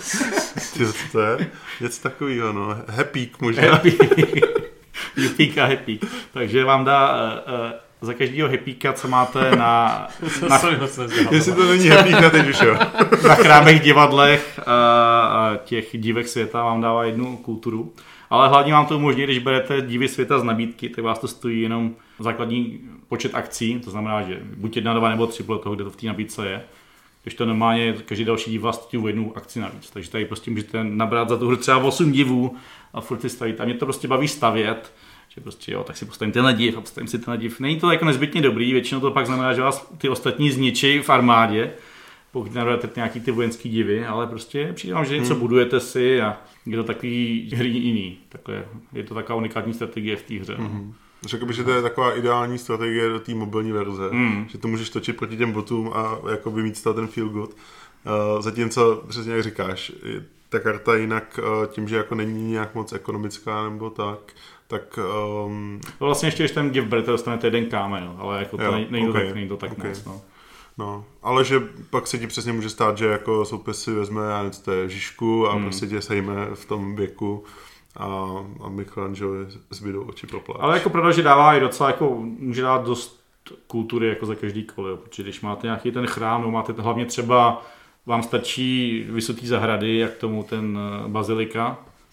To je něco takového, no. Happyk možná.
Happy. Happyk a happyk. Takže vám dá uh, uh, za každého happyka, co máte na... na
Jestli to není happyka, teď už jo.
Na chrámech, divadlech uh, těch dívek světa vám dává jednu kulturu. Ale hlavně vám to umožní, když berete divy světa z nabídky, tak vás to stojí jenom základní počet akcí, to znamená, že buď jedna, dva nebo tři podle toho, kde to v té nabídce je. Když to normálně každý další div vás stojí jednu akci navíc. Takže tady prostě můžete nabrat za tu hru třeba osm divů a furt si stavit. A mě to prostě baví stavět, že prostě jo, tak si postavím tenhle div a postavím si tenhle div. Není to jako nezbytně dobrý, většinou to pak znamená, že vás ty ostatní zničí v armádě, pokud nabráte nějaký ty vojenský divy, ale prostě přijde vám, že něco hmm. budujete si a je to takový hry jiný. Takhle, je to taková unikátní strategie v té hře. Hmm.
Řekl bych, že to je taková ideální strategie do té mobilní verze, mm. že to můžeš točit proti těm botům a jakoby mít z toho ten feel good. Uh, zatímco, přesně jak říkáš, ta karta jinak uh, tím, že jako není nějak moc ekonomická nebo tak, tak... Um...
Vlastně ještě, když ten div berete, dostanete jeden kámen, ale jako to jo, nej, nejde okay, tak, nejde to tak okay. moc. No.
No, ale že pak se ti přesně může stát, že jako soupeř si vezme, já nevím, to je Žižku a mm. prostě tě sejme v tom věku. A, a Michelangelo zbydou oči pro pláč.
Ale jako pravda, že dává i docela, jako může dát dost kultury jako za každý kolo, protože když máte nějaký ten chrám, no máte hlavně třeba, vám stačí vysoký zahrady, jak tomu ten bazilika,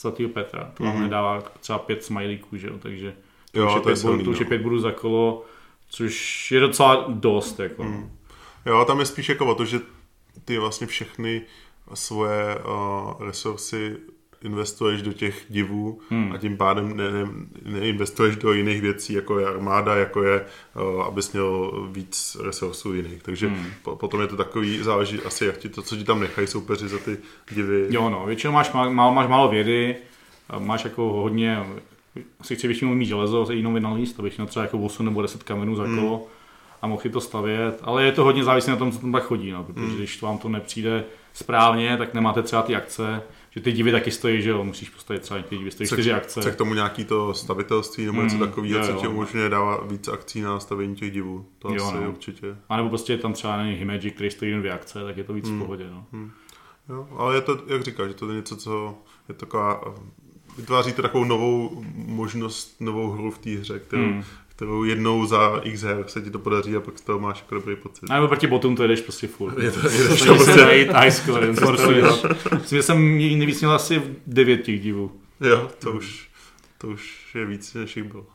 Zlatýho Petra. To vám mm. nedává třeba pět smajlíků, že jo, takže to
jo,
už je
to je
pět,
silný,
to už je
no.
pět bodů za kolo, což je docela dost, jako.
Mm. Jo, tam je spíš jako o to, že ty vlastně všechny svoje uh, resursy investuješ do těch divů hmm. a tím pádem ne, ne, neinvestuješ do jiných věcí, jako je armáda, jako je, uh, abys měl víc resursů jiných. Takže hmm. po, potom je to takový, záleží asi, jak ti to, co ti tam nechají soupeři za ty divy.
Jo, no, většinou máš, má, máš málo vědy, máš jako hodně, asi chci většinou mít železo, jinou vynalíst, to většinou třeba jako osm nebo deset kamenů za kolo hmm. a mohl to stavět, ale je to hodně závislé na tom, co tam tak chodí, no, protože hmm. když vám to nepřijde správně, tak nemáte třeba ty akce, že ty divy taky stojí, že jo, musíš postavit třeba ty divy, stojí čtyři akce.
Chce k tomu nějaký to stavitelství nebo něco mm, takového, co tě umožňuje dávat víc akcí na stavení těch divů. To jo, asi no. určitě.
A nebo prostě tam třeba není Himagic, který stojí jen dvě akce, tak je to víc mm. v pohodě. No.
Mm. Jo, ale je to, jak říkáš, že to je něco, co je taková, vytváří to takovou novou možnost, novou hru v té hře, kterou, mm. kterou jednou za x her se ti to podaří a pak z toho máš jako dobrý pocit.
A nebo proti botům to jedeš prostě furt.
Je to, jedeš
to prostě najít high score, jen zhoršuješ. Myslím, že jsem nejvíc měl asi devět těch divů.
Jo, to už, to už je víc, než jich bylo.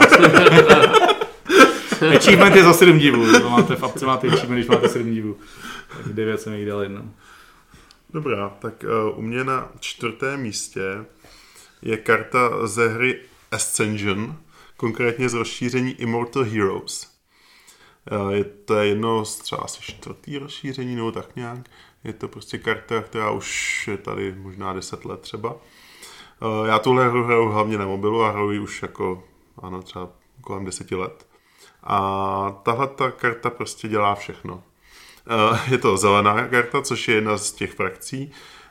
Achievement je za sedm divů. To máte v apce máte achievement, když máte sedm divů. Tak devět jsem jich dal jednou.
Dobrá, tak uh, u mě na čtvrtém místě je karta ze hry Ascension, konkrétně z rozšíření Immortal Heroes. Je to jedno z třeba asi čtvrtý rozšíření, nebo tak nějak. Je to prostě karta, která už je tady možná deset let třeba. Já tuhle hru hraju hlavně na mobilu a hraju ji už jako, ano, třeba kolem deseti let. A tahle ta karta prostě dělá všechno. Je to zelená karta, což je jedna z těch frakcí.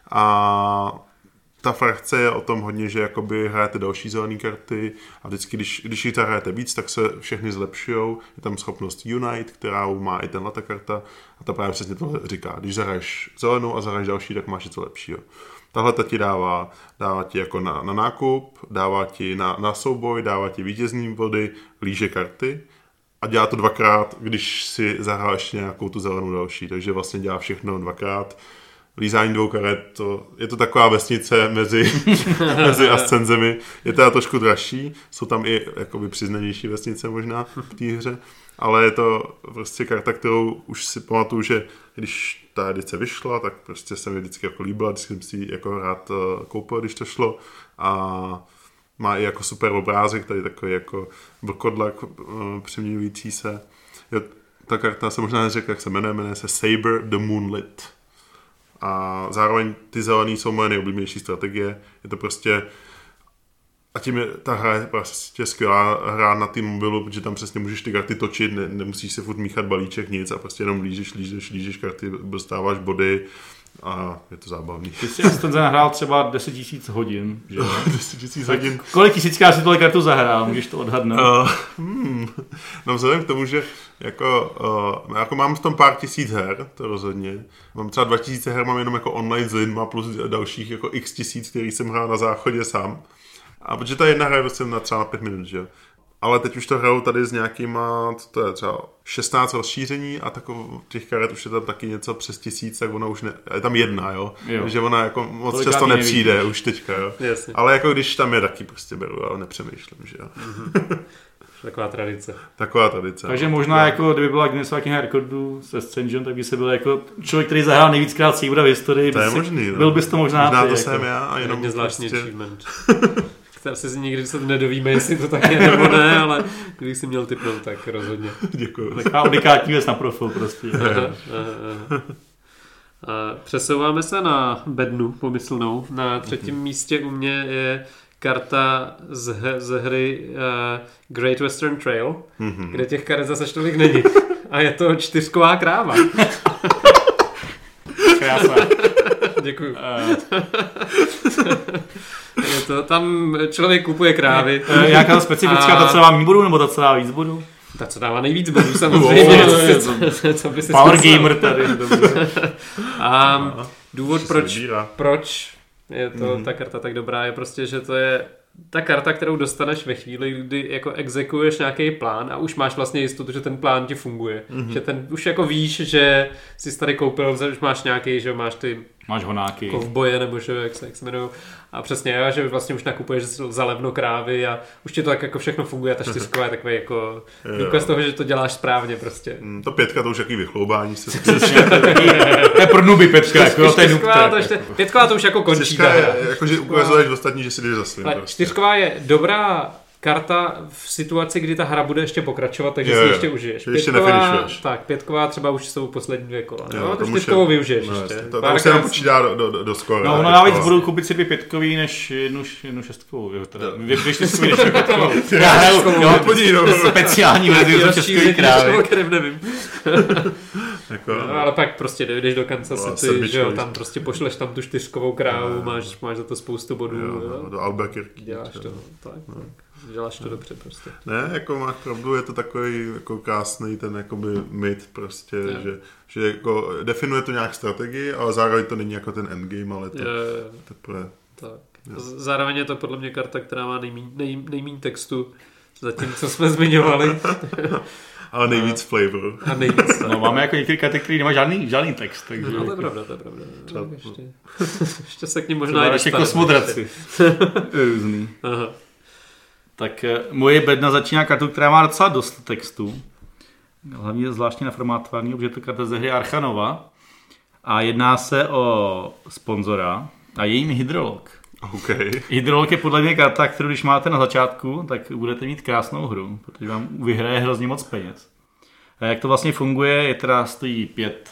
A ta frakce je o tom hodně, že jakoby hrajete další zelené karty a vždycky, když, když jich hrajete víc, tak se všechny zlepšujou. Je tam schopnost Unite, která má i tenhle ta karta a ta právě přesně to říká. Když zahraješ zelenou a zahraješ další, tak máš něco lepšího. Tahle ta ti dává, dává ti jako na, na nákup, dává ti na, na souboj, dává ti vítězný body, líže karty a dělá to dvakrát, když si zahráš nějakou tu zelenou další. Takže vlastně dělá všechno dvakrát. Lízání dvou karet, to, je to taková vesnice mezi, mezi ascenzemi. Je to trošku dražší, jsou tam i jakoby přiznanější vesnice možná v té hře, ale je to prostě karta, kterou už si pamatuju, že když ta edice vyšla, tak prostě se mi vždycky jako líbila, vždycky jsem si jako rád koupil, když to šlo a má i jako super obrázek, tady takový jako vlkodlak přeměňující se. Jo, ta karta se možná neřekla, jak se jmenuje, jmenuje se Saber the Moonlit. A zároveň ty zelený jsou moje nejoblíbenější strategie. Je to prostě... A tím je ta hra je prostě skvělá hra na tým mobilu, protože tam přesně můžeš ty karty točit, ne, nemusíš si furt míchat balíček, nic a prostě jenom lížeš, lížeš, lížeš karty, dostáváš body a je to zábavný.
Ty jsi ten nahrál třeba deset tisíc hodin, že jo?
deset tisíc hodin.
Kolik tisíckrát si tohle kartu zahrál, můžeš to odhadnout?
Uh, hmm. No vzhledem k tomu, že jako, uh, jako mám v tom pár tisíc her, to rozhodně. Mám třeba dva tisíce her, mám jenom jako online s lidma plus dalších jako x tisíc, který jsem hrál na záchodě sám. A protože ta jedna hra je vlastně na třeba na pět minut, že jo. Ale teď už to hraju tady s nějakýma, co to je, třeba šestnáct rozšíření a takových těch karet už je tam taky něco přes tisíc, tak ona už ne, je tam jedna, jo. jo. Takže ona jako moc Tolik často nepřijde nevidí. Už teďka, jo.
Jasně.
Ale jako když tam je, taky prostě beru, ale nepřemýšlím, že jo.
Mm-hmm. Taková tradice.
Taková tradice.
Takže no. možná já. jako, kdyby byla Guinnessova kniha rekordů se Ascension, tak by se byl jako člověk, který zahrál nejvíckrát Sabera v historii.
To je
si,
možný, no.
Byl bys to možná
Možná
ty,
to
jako.
jsem já a jenom
zvláštní prostě... achievement. Asi si nikdy se nedovíme, jestli to tak je nebo ne, ale kdybych si měl tipnout, tak rozhodně.
Děkuju.
Taková unikátní věc na profil prostě.
Aha, aha, aha. A přesouváme se na bednu pomyslnou. Na třetím mm-hmm. místě u mě je karta z, he, z hry uh, Great Western Trail, mm-hmm. kde těch karet zase tolik není. A je to čtyřková kráva.
Krásná.
Děkuju. Uh. Je to, tam člověk kupuje krávy.
Je, jaká specifická, a... ta co dává méně bodů, nebo ta co dává víc bodů?
Ta co dává nejvíc bodů samozřejmě.
Oh, je to, co by se Power zkusil. Gamer tady.
A důvod proč, proč je to mm. ta karta tak dobrá, je prostě, že to je ta karta, kterou dostaneš ve chvíli, kdy jako exekuješ nějaký plán a už máš vlastně jistotu, že ten plán ti funguje. Mm-hmm. Že ten už jako víš, že jsi tady koupil, už máš nějaký, že máš ty
Máš honáky.
Kovboje, nebo že, jak se, jak se jmenují. A přesně, že vlastně už nakupuješ za levno krávy a už ti to tak jako všechno funguje. Ta čtyřková je takový jako důkaz toho, že to děláš správně prostě.
Mm, to pětka to už jaký vychloubání se.
To je pro nuby pětka. Jako, to je
čtyřková, to ještě, pětková to už jako končí.
Čtyřka je, jakože ukazuješ ostatní, že si jdeš za svým.
Prostě. Čtyřková je dobrá karta v situaci, kdy ta hra bude ještě pokračovat, takže je, si ještě užiješ.
Ještě
pětková, tak, pětková třeba už jsou poslední dvě kola. Jo, no, to čtyřkovou využiješ no, ještě.
To, to už se nám počítá do, do, do skora.
No, no navíc budu koupit si dvě pětkový než jednu, jednu šestkovou. Jo, teda. Dvě, dvě čtyřkový než pětkovou. Já hraju, jo, podí, no. Speciální verzi do českový krávy.
nevím. Jako, no, ale pak prostě dojdeš do Kansas City, že jo, tam prostě pošleš tam tu čtyřkovou krávu, máš, máš za to spoustu bodů. Jo,
jo. Do Albuquerque.
Děláš to, tak. No. Děláš to dobře prostě.
Ne, jako máš pravdu, je to takový jako krásný ten jakoby myth prostě, je. že, že jako definuje to nějak strategii, ale zároveň to není jako ten endgame, ale to teprve.
Tak. Zároveň je to podle mě karta, která má nejmíň, nej, nejmíň textu zatím, co jsme zmiňovali.
Ale nejvíc a, flavor.
A nejvíc.
No máme jako některé karty, které nemá žádný, žádný text. Takže
no to je pravda, to je pravda. Tak ještě, ještě se k ním možná i
dostaneme. Jako smodraci. Různý. Aha. Tak moje bedna začíná kartu, která má docela dost textu. Hlavně zvláštně naformátovaný, protože to karta ze hry Archanova. A jedná se o sponzora a je jím Hydrolog.
Okay.
Hydrolog je podle mě karta, kterou když máte na začátku, tak budete mít krásnou hru, protože vám vyhraje hrozně moc peněz. A jak to vlastně funguje, je teda stojí pět,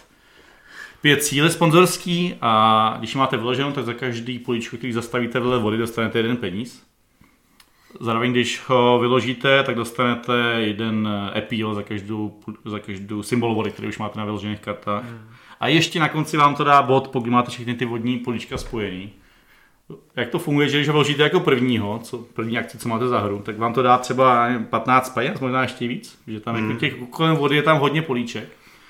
pět cíle sponzorský a když máte vyloženou, tak za každý políčko, který zastavíte vedle vody, dostanete jeden peníz. Zároveň, když ho vyložíte, tak dostanete jeden epíl za každou, za každou symbol vody, který už máte na vyložených kartách. Mm. A ještě na konci vám to dá bod, pokud máte všechny ty vodní políčka spojený. Jak to funguje, že když ho vyložíte jako prvního, co, první akci, co máte za hru, tak vám to dá třeba patnáct peněz, možná ještě víc, že tam mm. jako těch kolem vody je tam hodně políček.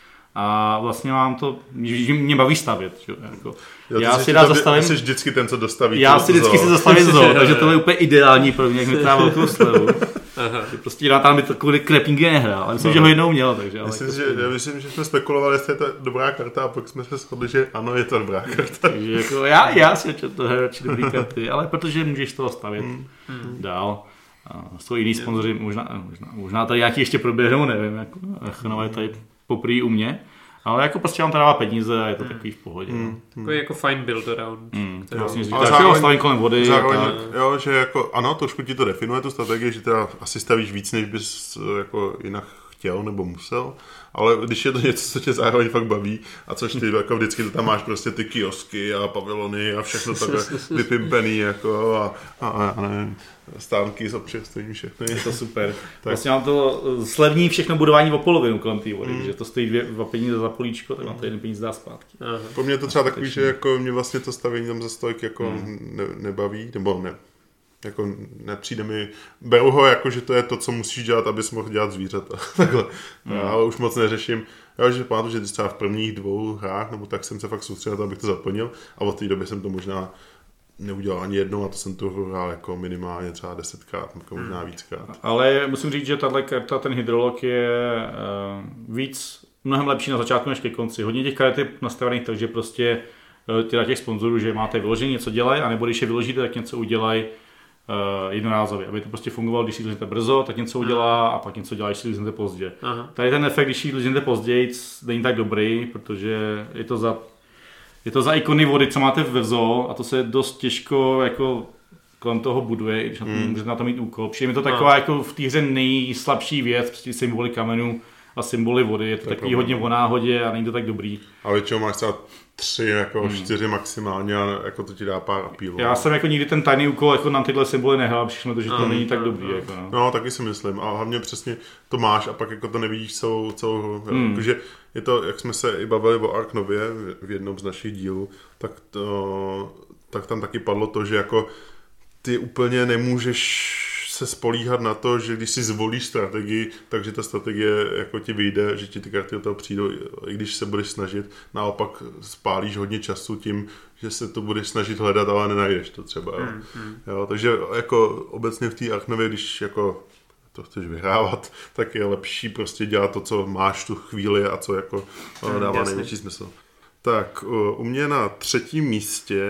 A vlastně mám to, mě baví stavět. Že? Jako,
jo, já si rád zastavím. Jsi vždycky ten, co dostaví.
Já si vždycky si zastavím zoo, takže to je úplně ideální pro mě, jak mi trává velkou slevu. Prostě já tam by takový krepingy nehrál, ale myslím, no. že ho jednou měl. Takže,
myslím, ale že, já myslím, že jsme spekulovali, jestli je to dobrá karta a pak jsme se shodli, že ano, je to dobrá karta.
Takže jako já, já si to hraji radši dobrý karty, ale protože můžeš toho stavět mm. dál. A jsou jiný sponzoři, možná, možná, možná tady nějaký ještě proběhnou, nevím, jako Archanova je tady poprý u mě. Ale jako prostě vám to dává peníze a je to mm. takový v pohodě. Mm.
Takový jako fine build around.
Mm. Vlastně říkáš, zároveň, stavím kolem vody.
Zároveň, jo, že jako, ano, trošku ti to definuje tu strategii, že teda asi stavíš víc, než bys jako jinak chtěl nebo musel. Ale když je to něco, co tě zároveň fakt baví a což ty jako vždycky to tam máš prostě ty kiosky a pavilony a všechno takhle vypimpený jako a, a, a nevím, stánky s občerstvením všechno.
Je to super. Tak. Vlastně mám to slevní všechno budování o polovinu kolem té vody, mm. že to stojí dvě, dva peníze za políčko, tak vám to jeden peníz dá zpátky.
Aha. Po mně to třeba takový, že jako mě vlastně to stavění tam za stojk jako mm. ne, nebaví, nebo ne. Jako nepřijde mi, beru ho jako, že to je to, co musíš dělat, abys mohl dělat zvířata. Takhle. Mm. Já už moc neřeším. Já už pamatuju, že třeba v prvních dvou hrách, nebo tak jsem se fakt soustředil, abych to zaplnil a od té doby jsem to možná neudělal ani jednou a to jsem to hrál jako minimálně třeba desetkrát, jako možná víckrát.
Ale musím říct, že tahle karta, ten Hydrolog je uh, víc, mnohem lepší na začátku než ke konci. Hodně těch karet je nastavených tak, že prostě uh, teda těch sponzorů, že máte vyložený, něco dělají, anebo když je vyložíte, tak něco udělají Uh, jednorázově, aby to prostě fungovalo, když si lizněte brzo, tak něco udělá a pak něco dělá, když si lizněte pozdě. Aha. Tady ten efekt, když si lizněte později, není tak dobrý, protože je to za, je to za ikony vody, co máte ve zoo a to se dost těžko jako kolem toho buduje, když hmm. můžete na to mít úkol. Přijde mi to taková no. jako v té hře nejslabší věc, prostě symboly kamenů a symboly vody, je to tak takový hodně o náhodě a není to tak dobrý.
A většinou máš třeba tři, jako hmm. čtyři maximálně a jako to ti dá pár apílů.
Já jsem jako nikdy ten tajný úkol jako na tyhle symboly nehrál, přišlo to, že to hmm. není tak dobrý.
No.
Jako, no.
no, taky si myslím. A hlavně přesně to máš a pak jako to nevidíš celou, celou hmm. jakože je to, jak jsme se i bavili o Arknově v jednom z našich dílů, tak, to, tak tam taky padlo to, že jako ty úplně nemůžeš se spolíhat na to, že když si zvolíš strategii, takže ta strategie jako ti vyjde, že ti ty karty od toho přijdou, i když se budeš snažit, naopak spálíš hodně času tím, že se to budeš snažit hledat, ale nenajdeš to třeba. Jo. Mm, mm. Jo, takže jako obecně v té Arknově, když jako to chceš vyhrávat, tak je lepší prostě dělat to, co máš tu chvíli a co jako mm, dává jasný. největší smysl. Tak, u mě na třetím místě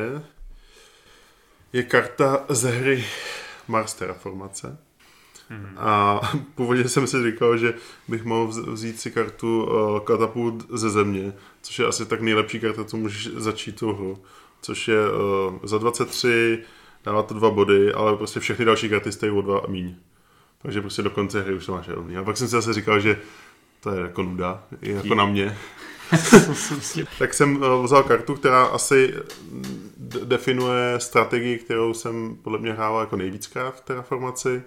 je karta ze hry Mars Terraformace. Hmm. A původně jsem si říkal, že bych mohl vzít si kartu uh, Katapult ze země, což je asi tak nejlepší karta, co můžeš začít tu hru. Což je uh, za dvacet tři, dává to dva body, ale prostě všechny další karty stojí o dva míň. Takže prostě do konce hry už to máš rovný. A pak jsem si zase říkal, že to je jako nuda, je jako na mě. Tak jsem uh, vzal kartu, která asi d- definuje strategii, kterou jsem podle mě hrával jako nejvíckrát v Terraformaci.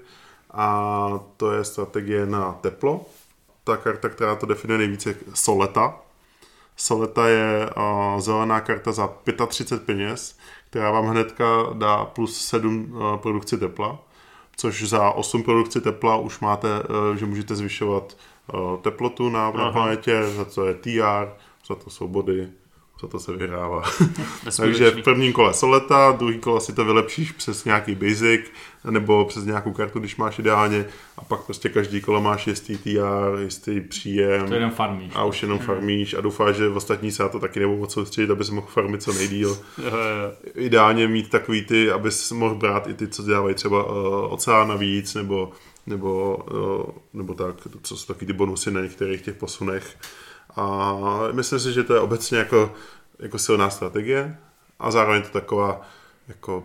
A to je strategie na teplo. Ta karta, která to definuje nejvíce, je Soleta. Soleta je uh, zelená karta za třicet pět peněz, která vám hnedka dá plus sedm uh, produkci tepla, což za osm produkci tepla už máte, uh, že můžete zvyšovat uh, teplotu na, na planetě, za to je T R, za to jsou body, za to se vyhrává. Takže v prvním kole Soleta, druhý kole si to vylepšíš přes nějaký basic, nebo přes nějakou kartu, když máš ideálně, a pak prostě každý kolo máš jistý T R, jistý příjem.
To jenom farmíš.
A už jenom farmíš a doufáš, že v ostatní se na to taky nebudou moc soustředit, aby si mohl farmit co nejdýl. Ideálně mít takový ty, abys mohl brát i ty, co dělávají třeba uh, oceán navíc, nebo, nebo, uh, nebo tak, co jsou taky ty bonusy na některých těch posunech. A myslím si, že to je obecně jako, jako silná strategie a zároveň to taková jako,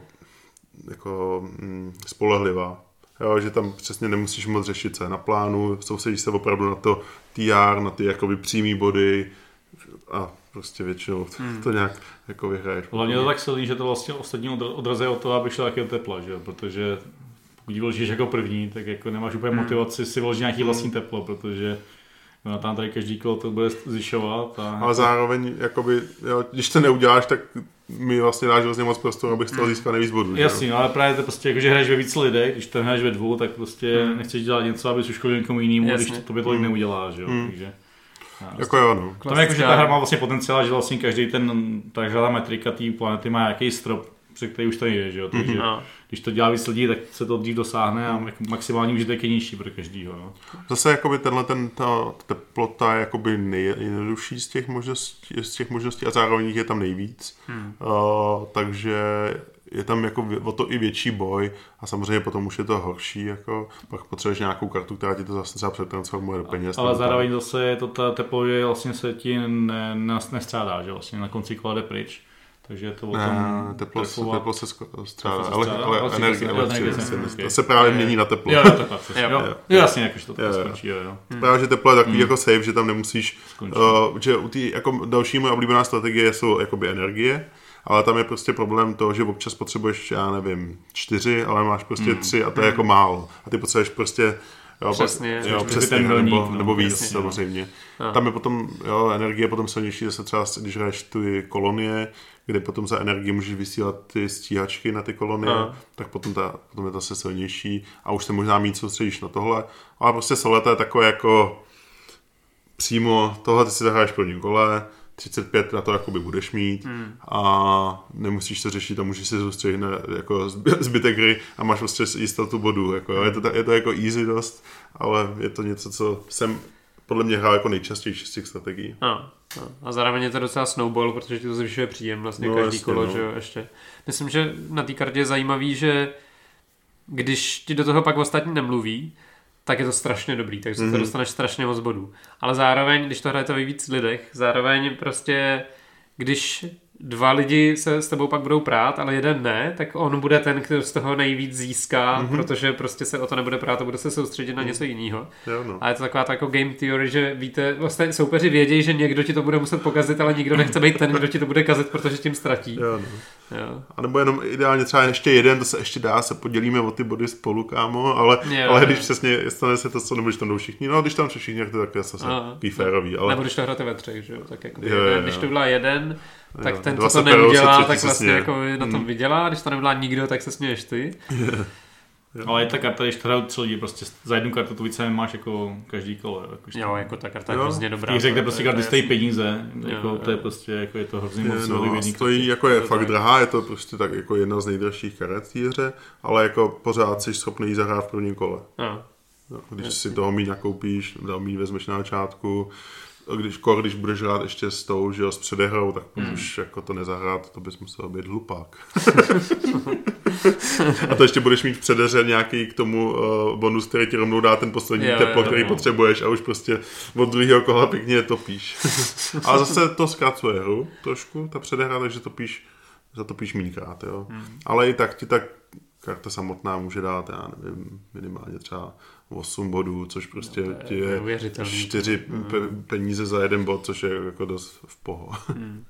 jako mm, spolehlivá. Jo, že tam přesně nemusíš moc řešit, co je na plánu, soustředíš se opravdu na to T R, na ty jakoby přímý body a prostě většinou hmm. to nějak jako vyhraješ.
Hlavně to tak silný, že to vlastně ostatní odrazuje od toho, aby šel taky do tepla, že? Protože pokud vložíš jako první, tak jako nemáš úplně hmm. motivaci si vložit nějaký vlastní teplo, protože no, tam tady každý kolo to bude zvyšovat. A
ale zároveň, jakoby, jo, když to neuděláš, tak mi vlastně dáš vlastně moc prostoru, abych z toho získal nejvíc bodů.
Jasně, no, ale právě to prostě, jakože hraješ ve víc lidech, když to hraješ ve dvou, tak prostě hmm. nechceš dělat něco, abys uškodil někomu jinému, když to tobě tolik hmm. neuděláš, jo, hmm. takže.
Jako jo, no.
Tam je jako, že ta hra má vlastně potenciál, že vlastně každý ten, takže ta metrika té planety má nějaký strop, při který už to nejde, že jo, takže mm-hmm. když to dělá víc lidí, tak se to dřív dosáhne a maximální užitek je nižší pro každýho, no.
Zase jakoby tenhle ten, ta teplota je jakoby nejjednodušší z těch možností, z těch možností a zároveň je tam nejvíc, hmm. uh, takže je tam jako o to i větší boj a samozřejmě potom už je to horší, jako pak potřebuješ nějakou kartu, která ti to zase třeba přetransformuje do peněz.
Ale zároveň zase je to ta teplo, že vlastně se ti ne, ne, nestřádá, že vlastně na konci kola jde pryč. Takže je to o tom...
Ne, teplo,
trefovat...
teplo se střádá, ale, ale, ale energie,
energie,
to se právě mění na teplo.
Jo, to tak, jo, jo, jo, jasně, jakož to tak skončí, jo, jo.
Hmm. Právě, že teplo je takový hmm. jako safe, že tam nemusíš, uh, že u tý, jako další moje oblíbená strategie jsou jakoby energie, ale tam je prostě problém to, že občas potřebuješ, já nevím, čtyři, ale máš prostě hmm. tři a to je jako málo. A ty potřebuješ prostě Jo,
přesně,
jo, přesně
nebo,
no, nebo víc,
přesně,
samozřejmě.
No.
Tam je potom, jo, energie potom silnější, zase třeba, když hraješ ty kolonie, kde potom za energii můžeš vysílat ty stíhačky na ty kolonie, no. tak potom, ta, potom je to zase silnější a už se možná mít soustředíš na tohle. Ale prostě Soleta je takové jako přímo, tohle ty si zahraješ v prvním kole, třicet pět na to jakoby budeš mít hmm. a nemusíš to řešit a můžeš se soustředit na jako zbytek hry a máš prostě jistotu bodu. Jako, hmm. je, to, je to jako easy dost, ale je to něco, co jsem podle mě hrál jako nejčastější z těch strategií.
No, no. A zároveň je to docela snowball, protože ti to zvyšuje příjem vlastně no, každý jasně, kolo, no. že jo, ještě. Myslím, že na té kartě je zajímavý, že když ti do toho pak ostatní nemluví, tak je to strašně dobrý, takže mm-hmm. to dostaneš strašně moc bodů. Ale zároveň, když to hrajete ve víc lidech, zároveň prostě, když dva lidi se s tebou pak budou prát, ale jeden ne, tak on bude ten, kdo z toho nejvíc získá, mm-hmm. protože prostě se o to nebude prát a bude se soustředit na něco jiného.
No.
A je to taková jako game theory, že víte, vlastně soupeři vědějí, že někdo ti to bude muset pokazit, ale nikdo nechce být ten, kdo ti to bude kazit, protože tím ztratí.
Jo, no. Jo. A nebo jenom ideálně třeba ještě jeden, to se ještě dá, se podělíme o ty body spolu, kámo, ale, jo, ale když přesně stane se to, co nebo když tam jdou všichni, no když tam všichni, tak to je zase férový. Ale...
Nebo když to hrajete ve třech, že jo, tak jako
jo,
jeden,
jo.
když to byla jeden, tak
jo,
ten, co to neudělá, tak vlastně jako na tom
hmm.
vydělá, když to neudělá nikdo, tak se směješ ty.
Yeah.
Jo. Ale je ta karta, když to hrajou tři lidi, prostě za jednu kartu tu více máš jako každý kolo. Jako
jo, jako ta karta je hrozně dobrá.
Když řekne prostě karty stojí peníze, jako jo, to je prostě, jako je to hrozně moc.
No, stojí, jako je fakt drahá, je to prostě tak jako jedna z nejdražších karet v té hře, ale jako pořád jsi schopný jí zahrát v prvním kole.
Jo.
No, když jasný. Si toho míň nakoupíš, toho míň vezmeš na začátku, když, když budeš hrát ještě s tou, že jo, s předehrou, tak hmm. už jako to nezahrát, to bys musel být hlupák. A to ještě budeš mít v předeře nějaký k tomu uh, bonus, který ti rovnou dá ten poslední jo, teplo, jo, který jo. potřebuješ a už prostě od druhého kola pěkně topíš. Ale zase to zkracuje hru trošku, ta předehra, takže topíš, zatopíš mínkrát, jo. Hmm. Ale i tak ti ta karta samotná může dát, já nevím, minimálně třeba osm bodů, což prostě no, ti je čtyři hmm. peníze za jeden bod, což je jako dost v poho. Hmm.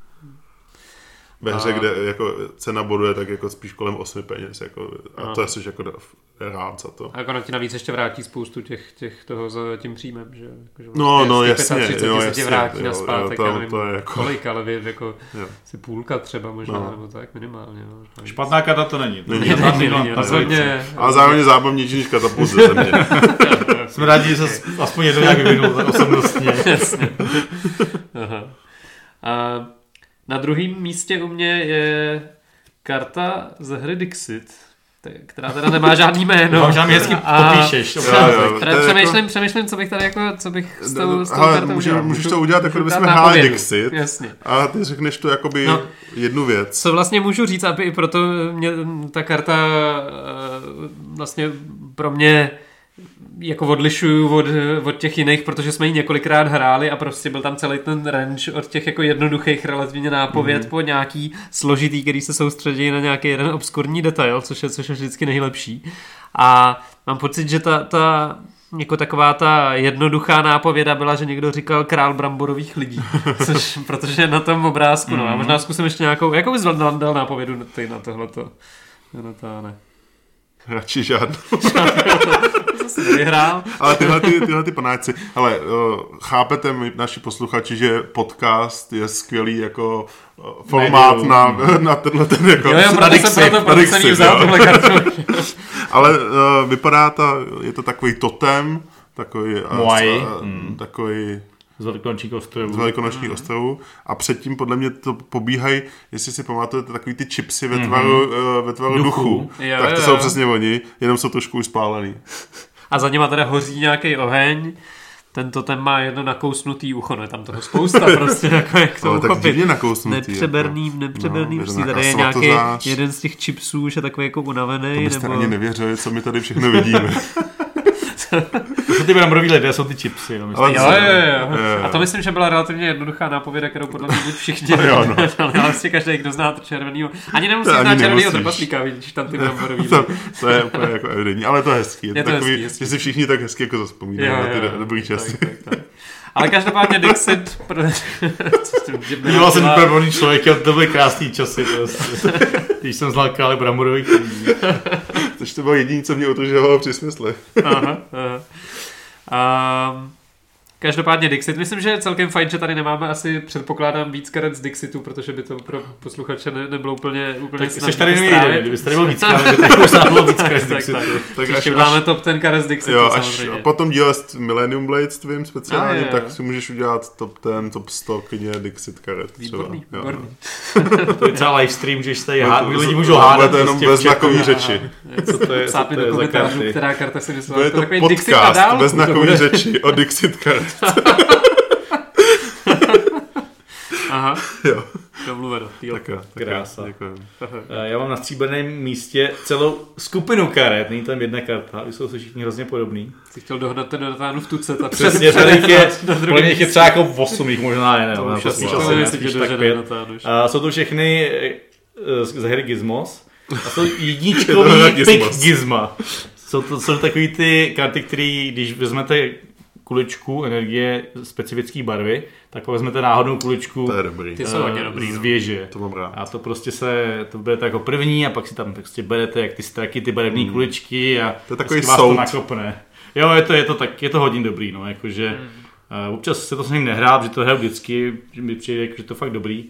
Ve hře, a... kde jako cena bodu je tak jako spíš kolem osmi peněz, jako, a, a to je jsi jako rád za to.
A jako ti navíc ještě vrátí spoustu těch, těch toho za tím příjmem, že? Jako, že
no, no, jasně, jo,
se tě vrátí
jo,
na zpátek,
jo,
já nevím,
to je jako...
kolik, ale vy, jako si půlka třeba možná, no. nebo tak minimálně. No,
špatná karta to není.
není,
není, není, není rozhodně.
Ale zároveň zábavnější než katapult ze země.
Jsme rádi, že se aspoň jednou nějak vyvinul osobnostně.
Jasně. Aha. A na druhém místě u mě je karta ze hry Dixit, která teda nemá žádný jméno.
Možná mi hezky popíšeš.
Přemýšlím, jako... přemýšlím, co bych tady jako, co bych s tou, s tou
ale
kartou
může,
udělal.
Můžeš to udělat, jako kdybychom hráli Dixit. Jasně. A ty řekneš to jakoby no, jednu věc.
Co vlastně můžu říct, aby i proto mě ta karta vlastně pro mě jako odlišuju od, od těch jiných, protože jsme ji několikrát hráli a prostě byl tam celý ten range od těch jako jednoduchých relativně nápověd mm-hmm. po nějaký složitý, který se soustředí na nějaký jeden obskurní detail, což je, což je vždycky nejlepší. A mám pocit, že ta, ta jako taková ta jednoduchá nápověda byla, že někdo říkal král bramborových lidí, což, protože na tom obrázku, no a možná zkusím ještě nějakou, jakou bys dal, dal nápovědu ty na tohleto? Na to, ne.
Radši žádnou.
Vyhrál.
Ale tyhle, ty, tyhle ty panáčci, hele, chápete my, naši posluchači, že podcast je skvělý jako formát na, na tenhle ten jako...
Jo, jo, proto jsem proto, proto jsem jí vzal tohle kartu.
Ale uh, vypadá ta, je to takový totem, takový...
Moai.
Uh, hmm. Takový...
Z Velikonočních ostrovů.
Z Velikonočních mm. ostrovů. A předtím podle mě to pobíhají, jestli si pamatujete, takový ty chipsy ve tvaru, mm-hmm. uh, ve tvaru duchu. duchu.
Jo,
tak to
jo.
jsou přesně oni, jenom jsou trošku uspálený.
A za něma teda hoří nějaký oheň. Tento ten má jedno nakousnutý ucho, no je tam toho spousta prostě, jako jak to uchopit.
Ale tak divně nakousnutý.
Nepřeberný, jako. nepřeberný, no, prostě tady je nějaký jeden z těch chipsů, už je takový jako unavený.
To byste
nebo...
ani nevěřili, co my tady všechno vidíme.
To jsou ty bramborový lidé, jsou ty chipsy. No,
jo, jo, jo, jo. A to myslím, že byla relativně jednoduchá nápověda, kterou podle mě buď všichni
no, no.
ale vlastně každý, kdo zná to červenýho. Ani nemusí znát červenýho trpaslíka, vidíš tam ty bramborový
to, to je úplně jako evidentní, ale to je hezký. Je,
je to
takový,
hezký, hezký.
že si všichni tak hezky jako zaspomínají na ty dobrý časy.
Tak, tak, tak. Ale každopádně Dixit...
Díval jsem úplně volný člověk, ale to byly krásný časy. Prostě. Když jsem znal krále bramborových lidí.
Tož to bylo jediné, co mě udržovalo při smysle.
Aha, aha. Um, každopádně Dixit. Myslím, že je celkem fajn, že tady nemáme asi, předpokládám, víc karet z Dixitu, protože by to pro posluchače ne, nebylo úplně, úplně
tak jsi tady nejde, kdybyste tady byl víc karet, tak možná bylo víc karet z Dixitu. Tak, tak, tak
až dáme top ten karet z Dixitu,
jo,
samozřejmě.
Až potom díle s Millennium Blade s tvým speciálně, tak si můžeš udělat top ten, top sto kyně Dixit karet.
Výborný, výborný.
To je třeba livestream, že jste hádat, lidi můžou hádat.
To je jenom bez znakový řeči.
Co to je
za komentářů, která karta si myslela.
To je to podcast bez znakový řeči o Dixit karet.
Aha,
jo.
domluveno.
Krása. Já mám na stříbrném místě celou skupinu karet, není tam jedna karta, vy jsou se všichni hrozně podobný.
Jsi chtěl dohnat ten dotáhnu v tuce.
Přesně, tady je, podle mě je třeba jako osm, jich možná je, ne?
To už asi
jsou to všechny z hry Gizmos a jsou jedničkový pick Gizma. Jsou to jsou takový ty karty, které když vezmete kuličku energie specifické barvy, tak vezmete náhodnou kuličku
to je dobrý.
Ty jsou hodně dobrý,
z věže.
To mám rád.
A to prostě se, to budete jako první a pak si tam prostě berete jak ty straky, ty barevné hmm. kuličky a
to je takový
vás to nakopne. Jo, je to, je to tak, je to hodně dobrý, no, jakože hmm. uh, občas se to s ním nehrál, že to hraju vždycky, že mi přijde, že to je fakt dobrý.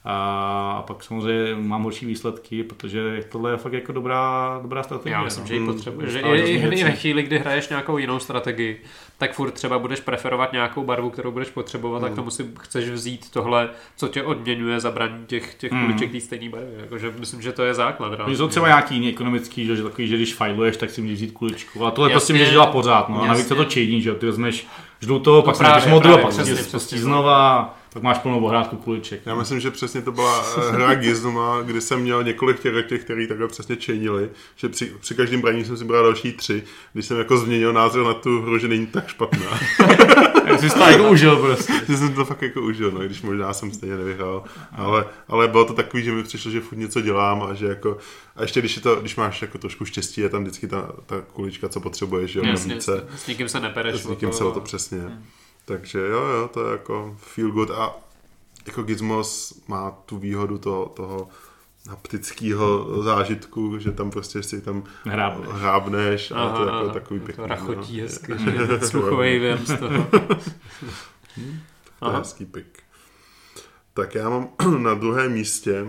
A pak samozřejmě mám horší výsledky, protože tohle je fakt jako dobrá, dobrá strategie.
Já myslím,
no.
že ji potřebuješ. Že i, i ve chvíli, kdy hraješ nějakou jinou strategii, tak furt třeba budeš preferovat nějakou barvu, kterou budeš potřebovat, mm. tak tomu si chceš vzít tohle, co tě odměňuje za braní těch, těch
mm.
kuliček té stejné barvy. Jakože myslím, že to je základ.
Že jsou třeba nějaký jiný ekonomický, že, že takový, že když fajluješ, tak si můžeš vzít kuličku. Ale tohle prostě můžeš dělat pořád. No. A navíc je to chaining, že ty vezmeš žlutou, pak si máš modrou, pak si spustí znova. Tak máš plnou ohrádku kuliček.
Já myslím, že přesně to byla hra Gizma, kdy jsem měl několik těch, který takhle přesně chainili, že při, při každém braní jsem si bral další tři, když jsem jako změnil názor na tu hru, že není tak špatná.
Já jsi to jako užil prostě.
Že jsem to fakt jako užil, no, když možná jsem stejně nevyhrál. Ale, ale bylo to takový, že mi přišlo, že furt něco dělám a že jako, a ještě když, je to, když máš jako trošku štěstí, je tam vždycky ta, ta kulička, co potřebuješ, jo,
jasně, s nikým se nepereš.
S nikým se o to přesně. Hmm. Takže jo, jo, to je jako feel good a jako Gizmos má tu výhodu toho, toho haptického zážitku, že tam prostě si tam
hrábneš,
hrábneš a
aha,
to je jako takový pěkný.
To rachotí no. hezky, sluchovej věm z toho.
Hmm, to je hezký pik. Tak já mám na druhém místě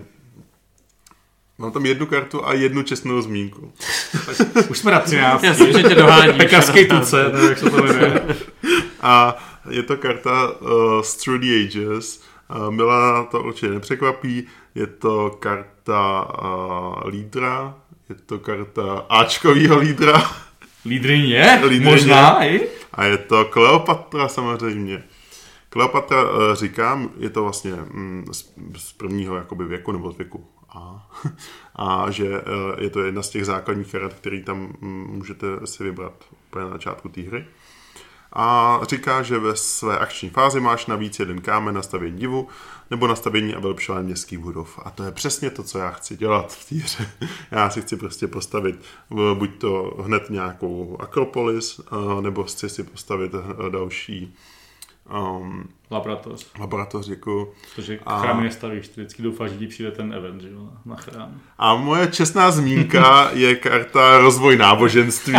mám tam jednu kartu a jednu čestnou zmínku.
Už jsme na třinácti.
Já jsem, že tě doháním.
Pekarský tuce, nevím, jak se to jmenuje.
A je to karta uh, Through the Ages. Uh, Milana to určitě nepřekvapí. Je to karta uh, lídra. Je to karta Ačkovýho lídra.
Lídrině?
Lídrině.
Možná i?
A je to Kleopatra samozřejmě. Kleopatra uh, říkám, je to vlastně mm, z, z prvního jakoby věku nebo z věku A. A že uh, je to jedna z těch základních karet, který tam mm, můžete si vybrat úplně na začátku té hry. A říká, že ve své akční fázi máš navíc jeden kámen na stavění divu nebo na stavění a vylepšování městských budov. A to je přesně to, co já chci dělat v té hře. Já si chci prostě postavit buď to hned nějakou Akropolis, nebo chci si postavit další um,
laboratoř.
Laboratoř, děkuju.
Protože chrámy nestavíš, ty vždycky doufáš, že ti přijde ten event, že jo, na chrám.
A moje čestná zmínka je karta Rozvoj náboženství.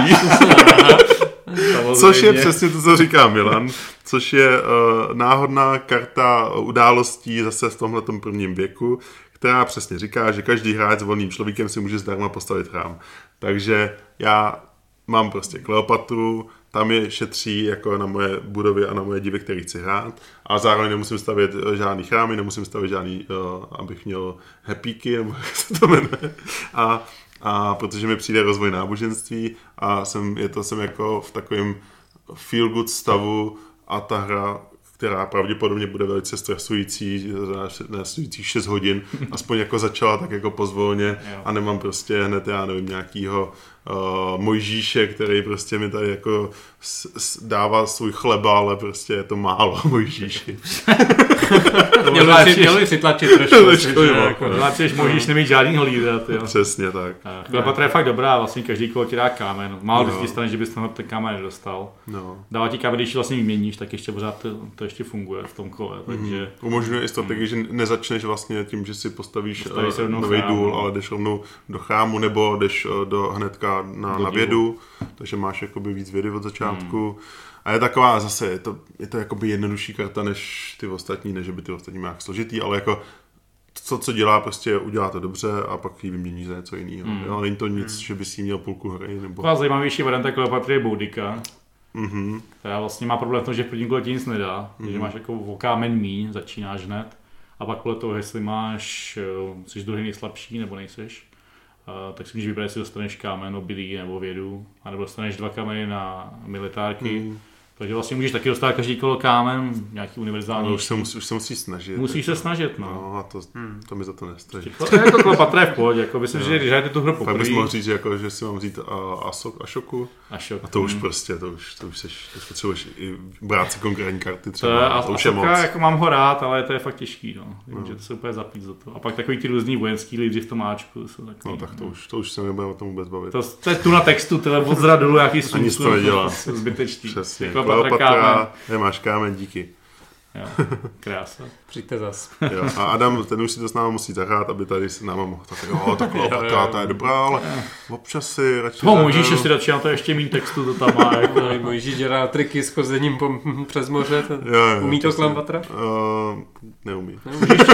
Což je přesně to, co říká Milan, což je uh, náhodná karta událostí zase v tomhletom prvním věku, která přesně říká, že každý hráč s volným člověkem si může zdarma postavit chrám. Takže já mám prostě Kleopatru, tam je šetří jako na moje budovy a na moje divy, které chci hrát. A zároveň nemusím stavět žádný chrámy, nemusím stavět žádný, uh, abych měl hepíky, nebo jak se to jmenuje. A A protože mi přijde rozvoj náboženství a jsem, je to jsem jako v takovém feel good stavu a ta hra, která pravděpodobně bude velice stresující, stresujících šest hodin, aspoň jako začala tak jako pozvolně a nemám prostě hned, já nevím, nějakýho uh, Mojžíše, který prostě mi tady jako s, s, dává svůj chleba, ale prostě je to málo Mojžíši.
Měl by přitlačit trošku.
Vláčeš Mojžíš nemít žádnýho lídra.
Přesně tak.
Kleopatra je fakt dobrá, vlastně každý kolo ti dá kámen. Málo no. Vždycky stane, že bys ten kámen nedostal. No. Dává ti kámen, když vlastně vyměníš, tak ještě pořád to, to ještě funguje v tom kole. Takže...
Mm. Umožňuje i strategii, že nezačneš vlastně tím, že si postavíš uh, nový důl, ale jdeš rovnou do chrámu nebo jdeš uh, do, hnedka na, na vědu, takže máš jakoby víc vědy od začátku. Mm. A je taková zase, je to, je to jakoby jednodušší karta než ty ostatní, než by ty ostatní nějak složitý, ale jako to, co dělá, prostě udělá to dobře a pak ji vymění za něco jiného. Mm. Ale není to nic, mm. že by si měl půlku hry. Nebo...
Taková zajímavější varianta Kleopatry je Boudica, mm-hmm. která vlastně má problém v tom, že v prvním kole ti nic nedá, mm-hmm. že máš jako o kámen míň, začínáš hned a pak podle toho, jestli máš, jsi druhý nejslabší nebo nejseš, Uh, tak si můžeš vybrat, jestli dostaneš kámen, obilí nebo vědu, anebo dostaneš dva kameny na militárky. Mm. Takže vlastně můžeš taky dostat každý kolo kámen, nějaký univerzální.
No, už, se musí, už se musí snažit.
Musíš se snažit, no.
No a to, hmm. to mi za to nestojí.
To je jako Kleopatra je v pohodě, jako myslím, no. Že když hrajete tu hru poprvé.
Pak bys mohl říct, že, jako, že si mám vzít Asok, Ašoku.
Ašok.
A to už prostě, to už, to už, seš, to už potřebuješ i brát si konkrétní karty třeba.
To, a, to už je moc. Jako mám ho rád, ale to je fakt těžký, no. no. Můžete se úplně zapít za to. A pak takový ty různý vojenský lídři v tom Áčku. Jsou takový,
no tak to, no. už, to už se nebudeme o tom vůbec bavit.
To, to je tu na textu, tyhle od zra dolů, jaký
a nic to nedělá.
Zbytečný.
Přesně. Kleopatra, máš kámen, díky.
Jo, krása.
Přijďte zas.
Jo, a Adam, ten už si to s náma musí zahrát, aby tady s náma mohl tak, jo, ta Kleopatra, ta je dobrá, ale občas si radši...
Toho Mojžíš si radši, na to ještě méně textu to tam má. Jako.
Mojžíš dělá triky s chozením po, přes moře, ten, jo, jo, umí to Kleopatra?
Uh, neumí.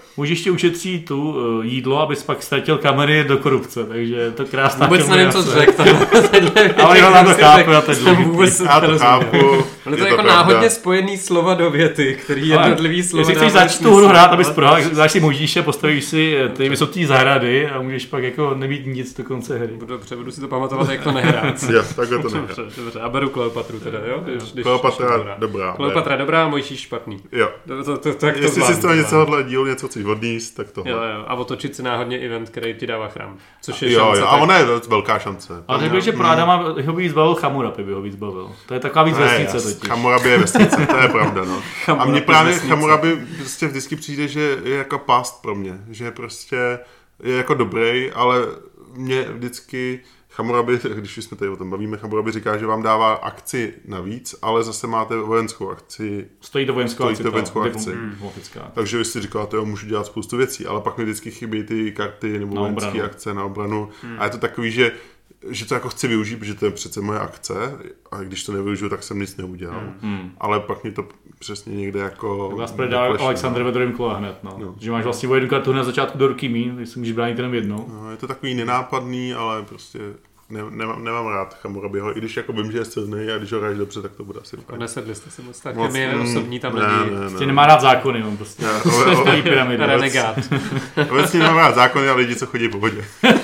můžeš ještě ušetřit tu uh, jídlo, abys pak ztratil kamery do korupce, takže je to krásná
vůbec nevím, co řekl.
Ale jo, na to chápu, já teď
vůbec
já to chápu.
Ale to je jako náhodně spojený slova do věty, který jednotlivý slova.
Jestli chceš začít tu hru hrát, abys prohrál, dáš si možíše, postavíš si ty vysoké zahrady a můžeš pak jako nemít nic do konce hry.
Dobře, budu si to pamatovat, jak to nehrát.
Jo, takhle to nehrát.
Dobře, dobře. A beru Kleopatru teda, jo? Když,
Kleopatra dobrá. dobrá.
Kleopatra dobrá, Mojžíš špatný.
Jo.
To, to, to, tak to
Jestli si z toho něco hodle díl, něco chceš odníst, tak tohle.
Jo, jo. A otočit si náhodně event, který ti dává chrám. Což je
jo,
šance.
Jo, a ona je velká šance.
Ale řekl bych, že pro Adama ho víc bavil Chamurapi, by ho víc bavil. To je taková víc
ne,
vesnice totiž.
Chamurapi je vesnice, to je pravda, no. A mně právě Chamurapi prostě vždycky přijde, že je jako past pro mě. Že prostě je jako dobrý, ale mě vždycky Chamurapi, když jsme tady o tom bavíme, Chamurapi říká, že vám dává akci navíc, ale zase máte vojenskou akci.
Stojí to vojenskou
stojí
akci.
To vojenskou akci.
Mm,
Takže vy si říkáte, jo, můžu dělat spoustu věcí, ale pak mi vždycky chybí ty karty nebo
na
vojenské
obranu.
akce na obranu. Mm. A je to takový, že že to jako chci využít, protože to je přece moje akce a když to nevyužiju, tak jsem nic neudělal. Mm. Ale pak mi to přesně někde jako...
Vás predá Alexandr ve druhém kole hned, no. no. Že máš vlastně o jednu kartu na začátku do ruky míň, takže si můžeš bránit jenom jednou.
No, je to takový nenápadný, ale prostě ne, nemám, nemám rád Chamurabiho, i když jako vím, že je silný a když ho hraješ dobře, tak to bude asi
fajn. Nesedli jste si moc, tak chemie je osobní tam
ne,
není.
Ne, ne,
prostě nemá rád zákony, on prostě. Stojí pyramidy.
Renegát.
Obecně nemá rád zákony a lidi, co chodí po vodě.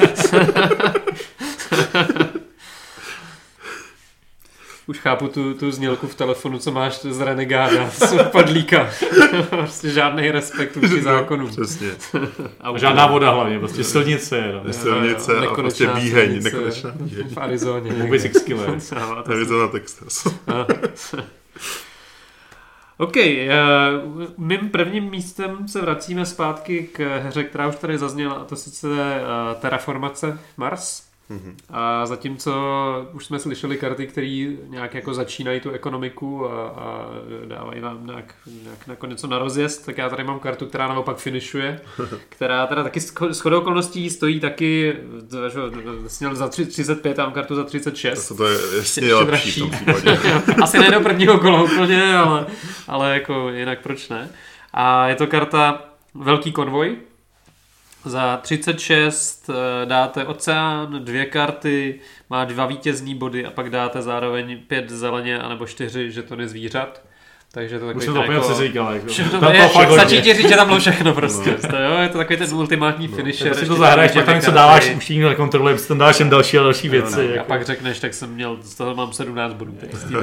Už chápu tu, tu znělku v telefonu, co máš z Renegáda, z padlíka. Prostě žádný respekt vůči zákonům.
Přesně.
A žádná voda hlavně, prostě silnice. No.
Silnice jo, jo, a prostě výheň. Nekonečná výheň.
V Arizoně.
Vůbec x killer.
Arizona, Texas.
OK, uh, mým prvním místem se vracíme zpátky k hře, která už tady zazněla, a to sice uh, Terraformace Mars. Mm-hmm. A zatímco už jsme slyšeli karty, které nějak jako začínají tu ekonomiku a, a dávají vám nějak, nějak nakonec něco na rozjezd, tak já tady mám kartu, která naopak finišuje, která teda taky shodou okolností stojí taky sněl za třicet pět, mám kartu za třicet šest.
To, to je jasně lepší v tom případě.
Asi ne do prvního kola úplně, ale, ale jako jinak proč ne. A je to karta Velký konvoj. Za třicet šest dáte oceán, dvě karty, má dva vítězní body a pak dáte zároveň pět zeleně anebo čtyři žetony zvířat. Takže to takový
ten jako... Už říkal, jako.
Stačí ti říct, že tam bylo všechno prostě. No. To, jo, je to takový ten ultimátní no. finisher.
Tak si to zahraješ, pak tam něco dáváš, už nikdo nekontroluje, jestli tam dáváš jen další a další věci.
No, no.
Jako.
A pak řekneš, tak jsem měl, z toho mám sedmnáct bodů.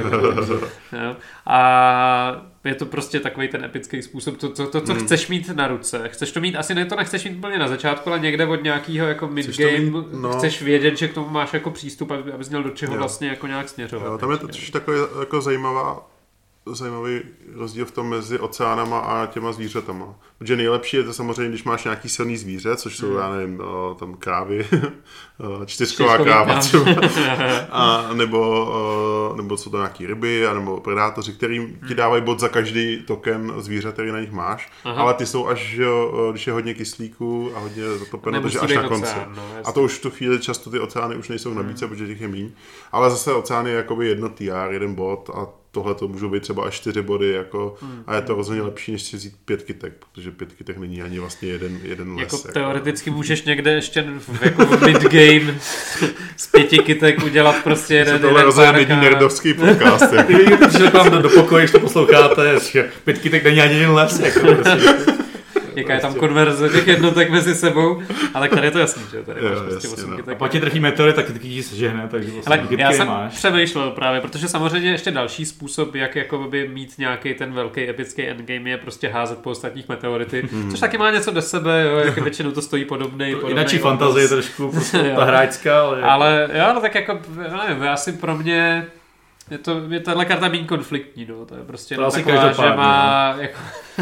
A je to prostě takový ten epický způsob, to, to, to co hmm. chceš mít na ruce. Chceš to mít, asi ne, to nechceš mít úplně na začátku, ale někde od nějakého jako midgame mít, no. Chceš vědět, že k tomu máš jako přístup, abys měl do čeho jo. vlastně jako nějak směřovat.
Jo, tam je to takový jako zajímavá zajímavý rozdíl v tom mezi oceánama a těma zvířatama. Protože nejlepší je to samozřejmě, když máš nějaký silný zvíře, což jsou, hmm. já nevím, o, tam krávy, čtyřková kráva třeba, a nebo, o, nebo jsou to nějaký ryby, a nebo predátoři, kterým ti dávají bod za každý token zvíře, který na nich máš, aha. ale ty jsou až, když je hodně kyslíku a hodně zatopeno, takže až na konci. Oceán, no, a to už v tu chvíli často ty oceány už nejsou v nabídce, hmm. protože těch je míň. Ale zase oceán je jakoby jedno T R, jeden bod a tohle to můžou být třeba až čtyři body jako, hmm. a je to rozhodně lepší, než si vzít pět kytek, protože pět kytek není ani vlastně jeden, jeden les.
Jako teoreticky jako. Můžeš někde ještě v, jako v mid-game z pěti kytek udělat prostě jeden,
tohle
jeden
rozhodně není nerdovský podcast.
Jako. Když vám do, do pokoje, když to posloucháte, že pět kytek není ani jeden les. Jako,
jaká je tam konverze těch jednotek mezi sebou, ale tady je to jasný, že tady
jo,
máš prostě
jasně,
osm
no.
kytek.
A pak ti trefí meteory, tak ty se žehne, takže
ale já jsem
máš.
přemýšlel právě, protože samozřejmě ještě další způsob, jak jakoby mít nějaký ten velký epický endgame, je prostě házet po ostatních meteority, hmm. což taky má něco do sebe, jo, jak většinou to stojí podobnej.
Jináčí fantazie trošku, prostě ta hráčská, ale...
ale jo, no tak jako, nevím, asi pro mě je to, je tahle karta méně konfliktní, no, to je prostě to taková, že má... Jako...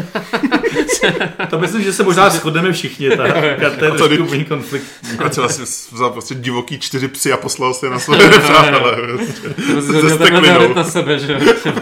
to myslím, že se možná shodneme všichni, ta karta je trošku méně konfliktní.
A třeba si vzal prostě divoký čtyři psy a poslal si na své přátelé.
Ze steklinou. Na sebe, že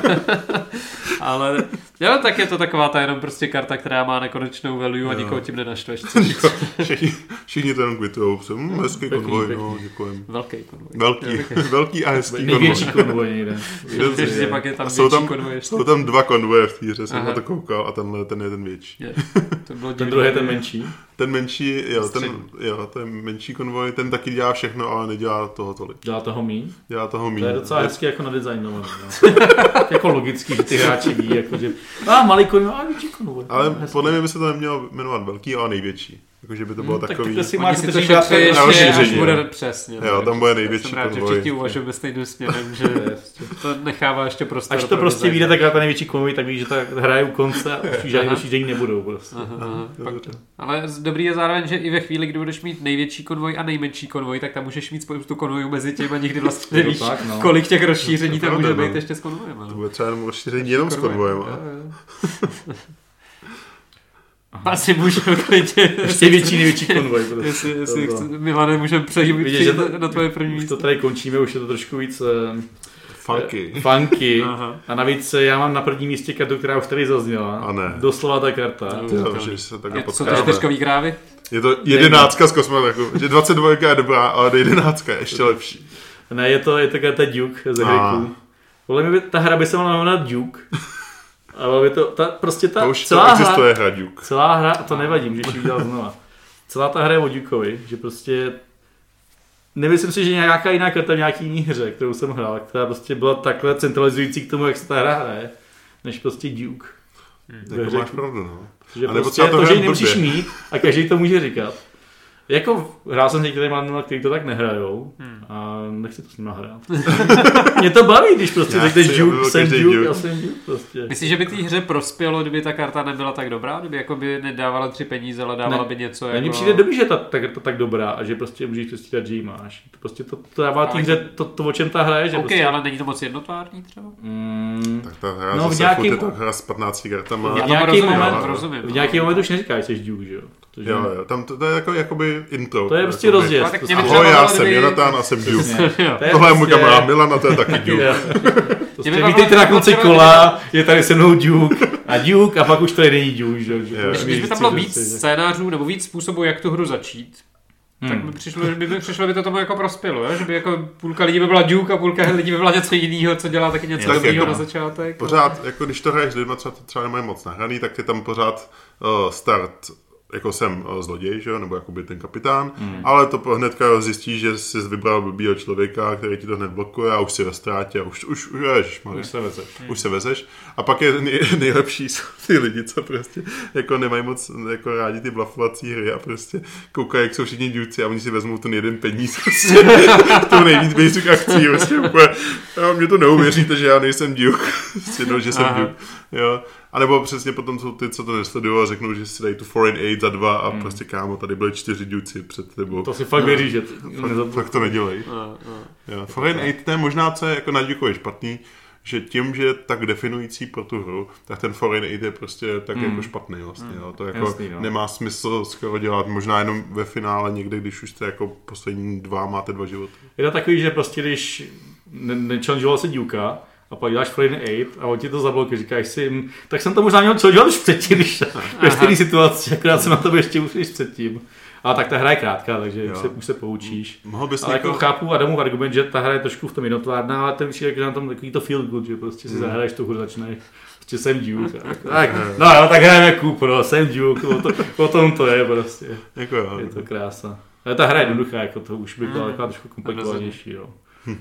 ale jo, tak je to taková ta jenom prostě karta, která má nekonečnou value a nikoho tím nenaštveš.
všichni, všichni to jenom kvitujou. Hm, hezký konvoj, no, děkujem.
Velký konvoj.
Velký, velký a hezký konvoj.
Největší konvoj někde.
Pak je tam
jsou, tam,
konvoj
jsou tam dva konvoje v té hře, jsem na to koukal a tenhle ten je ten větší.
Je, To bylo
ten druhý je ten menší.
Ten menší, jo, ten, jo, ten menší konvoj, ten taky dělá všechno, ale nedělá toho tolik.
Dělá toho míň?
Dělá toho míň.
To je docela je... hezky jako nadizajnovaný. No. Jako logický, že ty hráči ví, jako že a malý konvoj, a větší konvoj.
Ale podle mě by se to nemělo jmenovat velký, ale největší. Jakože by to bylo
hmm,
takový...
Tak si
máš
si
to šetří ještě, až bude přesně.
Jo, tam bude největší
konvoj. Jsem rád, že všichni uvažují stejným směrem, že to nechává ještě prostor.
Až to prostě vyjde takhle ta největší konvoj, tak víš, že ta hra je u konce a už žádný rozšíření nebudou prostě. Aha, aha,
ale dobrý je zároveň, že i ve chvíli, kdy budeš mít největší konvoj a nejmenší konvoj, tak tam můžeš mít spoustu konvojů mezi těmi a nikdy vlastně nevíš, tak, no. kolik těch rozšíření tam může být ještě s konvojem.
To bude třeba jenom rozšíření jenom s konvojem.
Asi můžeme klidně.
Ještě větší, největší konvoj. Prostě.
Jestli, jestli chci, Milane, můžeme přejít
Vidět,
na, na tvoje první místo.
To tady končíme, už je to trošku víc... Uh,
funky.
Funky. A navíc já mám na prvním místě kartu, která už tady zazněla.
A ne.
Doslova ta karta.
Jo, že se takhle
potkáme. Jsou to čtyřkový krávy?
Je to jedenáctka z kosmoleku. Že dvacet dva je dobrá, ale jedenáctka je ještě lepší.
Ne, je to, je to karta Duke ze hryku. Podle mě ta hra by se mohla jmenovat Duke. Ale to, ta, prostě ta
to už
celá
to existuje hra, hra Duke.
Celá hra, a to nevadí, můžeš ji udělat znova. Celá ta hra je o Dukeovi, že prostě nemyslím si, že nějaká jiná karta v nějaký jiný hře, kterou jsem hrál, která prostě byla takhle centralizující k tomu, jak se ta hra hraje, než prostě Duke.
Hmm. Jako máš pravdu, no.
Že a prostě to, že ji nemusíš mít a každý to může říkat. Jako hrál jsem s některými lidmi, kteří to tak nehrajou hmm. a nechci to s nimi hrát. Mě to baví, když prostě řekneš Duke, jsem Duke a jsem Duke prostě.
Myslíš, že by té hře prospělo, kdyby ta karta nebyla tak dobrá? Kdyby jako by nedávala tři peníze, ale dávala ne, by něco jako...
Mně přijde dobrý, že ta, ta karta tak dobrá a že prostě můžeš přestírat, že ji máš. To prostě to, to dává té hře to, to, o čem ta hra je. Že
OK,
prostě...
ale není to moc jednotvárný třeba?
Mm,
tak ta hra
no,
zase
nějaký...
je ta hra s patnácti kartama.
V nějaký moment,
rozumím,
v nějaký moment už neříkáš, jsi Duke, že jo?
Protože... Jo, jo, tam to, to je jako jakoby intro.
To je prostě rozjezd.
Ahoj, já jsem Jonathan a jsem Duke. Tohle je můj kamarád Milan a to je taky Duke.
Vítejte na konci kola, je tady se mnou Duke a Duke a pak už tady není Duke. Že?
Když by tam bylo víc scénářů nebo víc způsobů, jak tu hru začít, tak by přišlo, by, by přišlo, by to tomu jako prospělo, že by jako půlka lidí by byla Duke a půlka lidí by byla něco jiného, co dělá taky něco dobrýho jako na začátek.
Pořád, jako když to hraješ s lidma, třeba, třeba nemají moc nahraný, tak je tam pořád uh, start, jako jsem uh, zloděj, že? Nebo jakoby ten kapitán, mm. ale to hnedka zjistíš, že jsi vybral blbýho člověka, který ti to hned blokuje a už si ve ztrátě a už, už, už, ježišmarja,
už se vezeš.
Už se vezeš. A pak je nej, nejlepší jsou ty lidi, co prostě jako nemají moc jako rádi ty blufovací hry a prostě koukají, jak jsou všichni Duci a oni si vezmou ten jeden peníz. To nejvíc basic akcí. Prostě úplně, jo, mě to neuvěříte, že já nejsem Duke. Jednou, že jsem Duke. Jo. A nebo přesně potom jsou ty, co to nesledují a řeknou, že si dají tu foreign aid za dva a hmm. prostě kámo, tady byly čtyři Duci před tebou.
To si fakt věří, že
fakt, fakt to nedělej. Foreign aid to je možná, co je jako na Dukeovi špatný, že tím, že je tak definující pro tu hru, tak ten foreign aid je prostě tak hmm. jako špatný vlastně. Jo. To jako Jasný, no. nemá smysl skoro dělat, možná jenom ve finále někde, když už jste jako poslední dva, máte dva životy.
Je to takový, že prostě když nechallengeoval se Dukea, a pak děláš foreign aid a on ti to zablokuje, říkáš si jim, tak jsem to možná měl co dělat už předtím, když ve stejné situaci, akorát se na to ještě už předtím. Ale tak ta hra je krátká, takže už se, už se poučíš.
Mohl bys
ale
někoho...
jako chápu Adamův argument, že ta hra je trošku v tom jednotvárná, ale ten výsledek je na tom takový to feel good, že prostě si hmm. zahraješ tu hru, začneš, prostě jsem Duke. Tak, no jo, tak hrajeme kup, no, jsem Duke, o, to, o tom to je prostě.
Jako jo.
Je to krása. Ale ta hra je jednoduchá, jako to už by byla taková trošku komplikovanější, jo.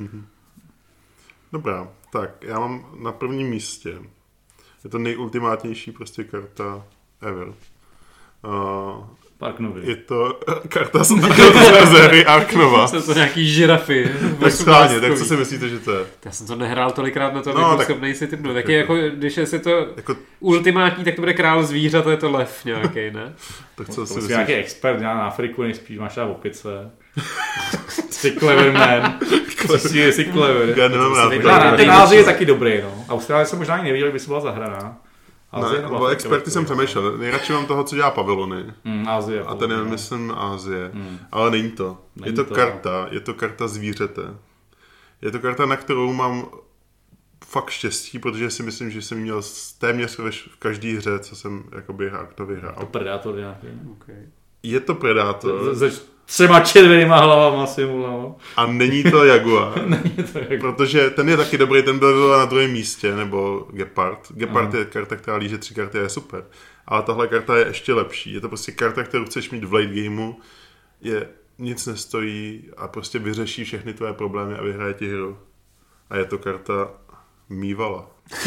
Dobrá, tak já mám na prvním místě. Je to nejultimátnější prostě karta ever. Uh,
Park Novy.
Je to karta z hry Ark Nova.
Jsou to nějaký žirafy.
Tak schválně, tak co si myslíte, že to je?
Já jsem to nehrál tolikrát na to,
no,
abych schopnej si typnout. Tak je jako, když je si to jako... ultimátní, tak to bude král zvířat, to je to lev nějaký, ne?
Tak co si myslíš?
Nějaký expert, já na Afriku nejspíš, máš na opice. Jsi clever man. Jsi, jsi clever.
Já nemám rád.
Ten Ázie je taky dobrý, no. Austrálie jsem možná ani neviděl, kdyby se byla zahraná.
Ázie, no, o experty jsem přemýšlel. Nejradši mám toho, co dělá pavilony.
Mm, Ázie.
A ten je, myslím, Ázie. Mm. Ale není to. Není je to, to karta, je to karta zvířete. Je to karta, na kterou mám fakt štěstí, protože si myslím, že jsem měl téměř v každé hře, co jsem jakoby hrál, kdo vyhrál.
To Predátor nějaký.
Okay.
Je to Predátor.
Ze třema červenýma hlavama simulama.
A není to Jaguar.
Není to Jaguar.
Protože ten je taky dobrý, ten byl na druhém místě, nebo Gepard. Gepard Aha. je karta, která líže tři karty a je super. Ale tahle karta je ještě lepší. Je to prostě karta, kterou chceš mít v late gameu. Je, nic nestojí a prostě vyřeší všechny tvoje problémy a vyhraje ti hru. A je to karta Mývala.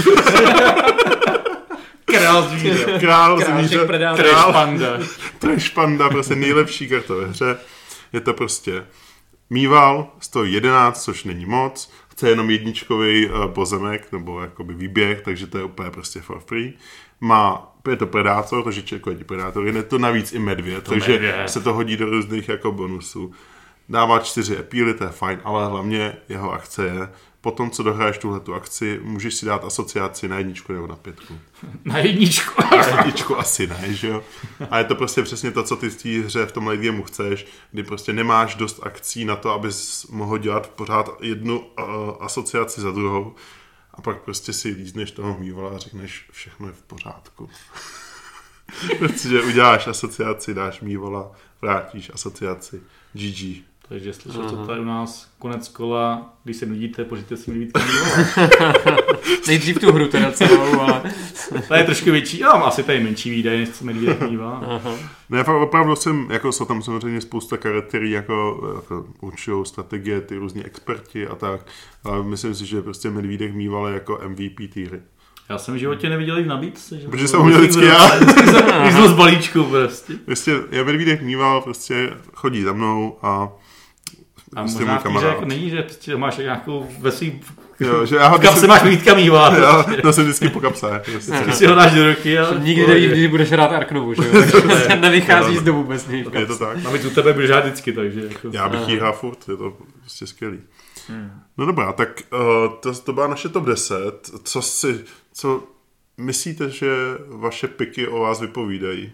Král zvíře.
Král zvíře.
Trash panda.
Trash panda, prostě nejlepší karta ve hře. Je to prostě Mýval, stojí jedenáct, což není moc. Chce jenom jedničkový uh, pozemek, nebo jakoby výběh, takže to je úplně prostě for free. Má, je to predátor, takže čekuje ti predátor. Je to navíc i medvěd, to takže medvěd. Se to hodí do různých jako bonusů. Dává čtyři epíly, to je fajn, ale hlavně jeho akce je, potom, co dohraješ tuhletu akci, můžeš si dát asociaci na jedničku nebo na pětku.
Na jedničku?
Na jedničku asi ne, že jo? A je to prostě přesně to, co ty v té hře v tom late gameu chceš, kdy prostě nemáš dost akcí na to, abys mohl dělat pořád jednu uh, asociaci za druhou a pak prostě si lízneš toho Mývala a řekneš, všechno je v pořádku. Protože uděláš asociaci, dáš Mývala, vrátíš asociaci, G G.
Takže slyšel to tady u nás konec kola, když se nudíte, pořiďte si medvídka Mývala.
Nejdřív tu hru teda celou, ale...
To je trošku větší, já mám asi tady menší výdaj, než se medvídek Mývala. Ne, opravdu jsem, jako jsou tam samozřejmě spousta karet, který jako, jako určují strategie, ty různí experti a tak, ale myslím si, že prostě medvídek Mývala jako M V P té hry.
Já jsem v životě neviděl v nabídce. Že
protože jsem ho měl vždycky já.
Když jsem z balíčku prostě.
Prostě já medvídek Mýval prostě chodí za mnou a
a možná v týře jako není, že prostě máš nějakou ve svým...
Jo, že já
v kapse jsem... máš medvídka Mývala.
Já to jsem vždycky po kapse.
Prostě. Si ho dáš do ruky. Ale...
Nikdy neví, když budeš hrát Arknovu, že jo? Takže nevychází z domu bez něj.
Je to tak.
A my tu tebe budeš hrát vždycky, takže... Jako...
Já bych jí hrál furt, je to prostě skvělý. Hmm. No dobrá, tak uh, to, to byla naše top deset. Co si... Co myslíte, že vaše piky o vás vypovídají?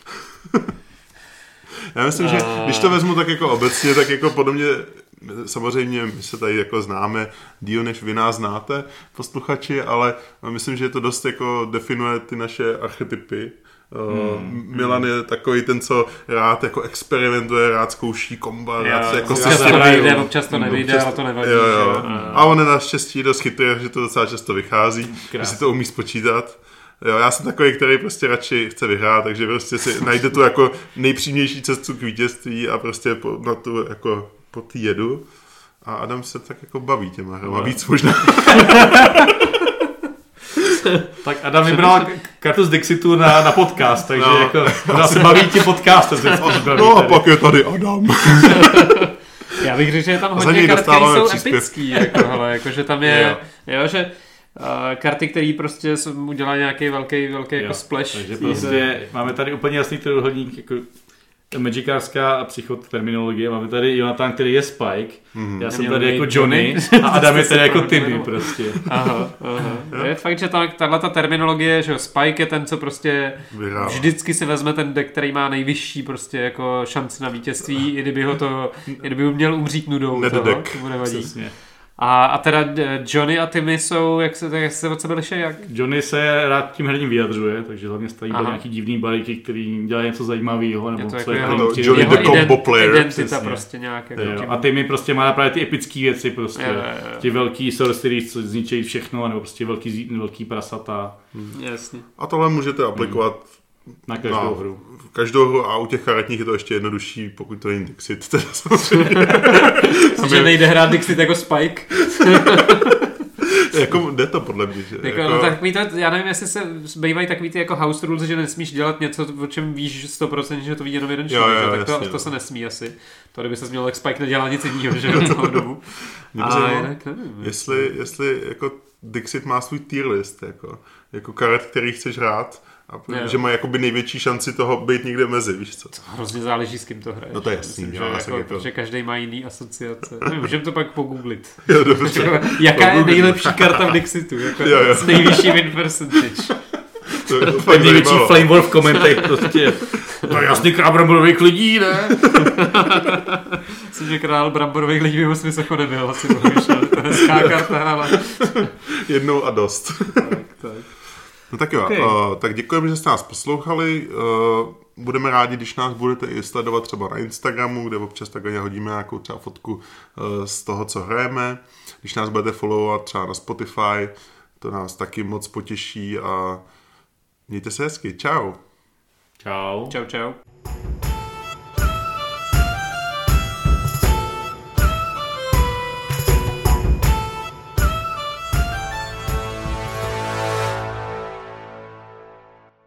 Já myslím, že když to vezmu tak jako obecně, tak jako podobně, samozřejmě my se tady jako známe díl, než vy nás znáte, posluchači, ale myslím, že je to dost jako definuje ty naše archetypy. Hmm. Milan je takový ten, co rád jako experimentuje, rád zkouší komba, rád se jako
občas to nejde, občas to nevyjde, ale to nevadí.
Jo, jo. A on je naštěstí dost chytrý, že to docela často vychází, že si to umí spočítat. Jo, já jsem takový, který prostě radši chce vyhrát, takže prostě si najde tu jako nejpřímější cestu k vítězství a prostě po, na tu jako po tý jedu. A Adam se tak jako baví těma hrama, víc možná.
Tak Adam vybral kartu z Dixitu na, na podcast, takže no, jako ona se baví ti podcast.
No a pak je tady Adam.
Já bych řekl, že je tam hodně kart, které jsou epický, jako, hele, jako, že tam je, jo, jo že uh, karty, které prostě udělá nějaký velký, velký jo, jako splash.
Takže prostě máme tady úplně jasný trojúhelník, jako magikářská a psychoterminologie. Máme tady Jonathan, který je Spike. Mm-hmm. Já jsem tady jako Johnny a Adam je tady jako Timmy prostě.
Aha, aha. Je fakt, že tahle ta terminologie, že Spike je ten, co prostě vyhrává. Vždycky si vezme ten deck, který má nejvyšší prostě jako šanci na vítězství, i kdyby ho to, i kdyby měl umřít nudou. Toho, to nevadí. A, a teda Johnny a Timmy jsou, jak se, jak se od sebe liší, jak?
Johnny se rád tím herním vyjadřuje, takže hlavně staví nějaký divný balíky, který dělají něco zajímavého, nebo
je
co
je
jeho,
Johnny the combo player.
Identita prostě nějak. Jako
jo, a Timmy prostě má právě ty epické věci, prostě je, je, je. Ty velký sorceries, co zničejí všechno, nebo prostě velký, velký prasata.
Hmm. Jasně.
A tohle můžete aplikovat hmm.
na každou no, hru.
Každou hru a u těch karetních je to ještě jednodušší, pokud to není Dixit. Teda samozřejmě.
Že nejde hrát Dixit jako Spike.
Jako jde to podle mě. Že?
Jako, jako... No, takový to, já nevím, jestli se bývají takový ty jako house rules, že nesmíš dělat něco, o čem víš sto procent, že to ví jenom jeden člověk, tak to, jasně, to se nesmí asi. To kdyby se měl, jak Spike nedělá nic jiného, že do toho dobu.
A jinak nevím. Jestli, jestli jako Dixit má svůj tier list, jako, jako karet, který chceš hrát, a je, že má jakoby největší šanci toho být někde mezi, víš co?
To hrozně záleží, s kým to hraješ.
No to je jasný.
Myslím, jo, že, jako, že každý má jiný asociace. Můžeme to pak pogooglit.
Jo, dobře.
Jaká je nejlepší karta v Dixitu? Jako jo, jo. S nejvyšší win percentage.
To je to největší Flame Wolf komentek prostě. To je jasný král bramborových lidí, ne?
Myslím, že král bramborových lidí by moc vysoko nebyl. Asi to je hezká karta, ale...
Jednou a dost.
Tak, tak.
No tak jo, okay. uh, tak děkujeme, že jste nás poslouchali. Uh, budeme rádi, když nás budete i sledovat třeba na Instagramu, kde občas takhle hodíme nějakou třeba fotku uh, z toho, co hrajeme. Když nás budete followovat třeba na Spotify, to nás taky moc potěší a mějte se hezky. Čau.
Čau.
Čau, čau.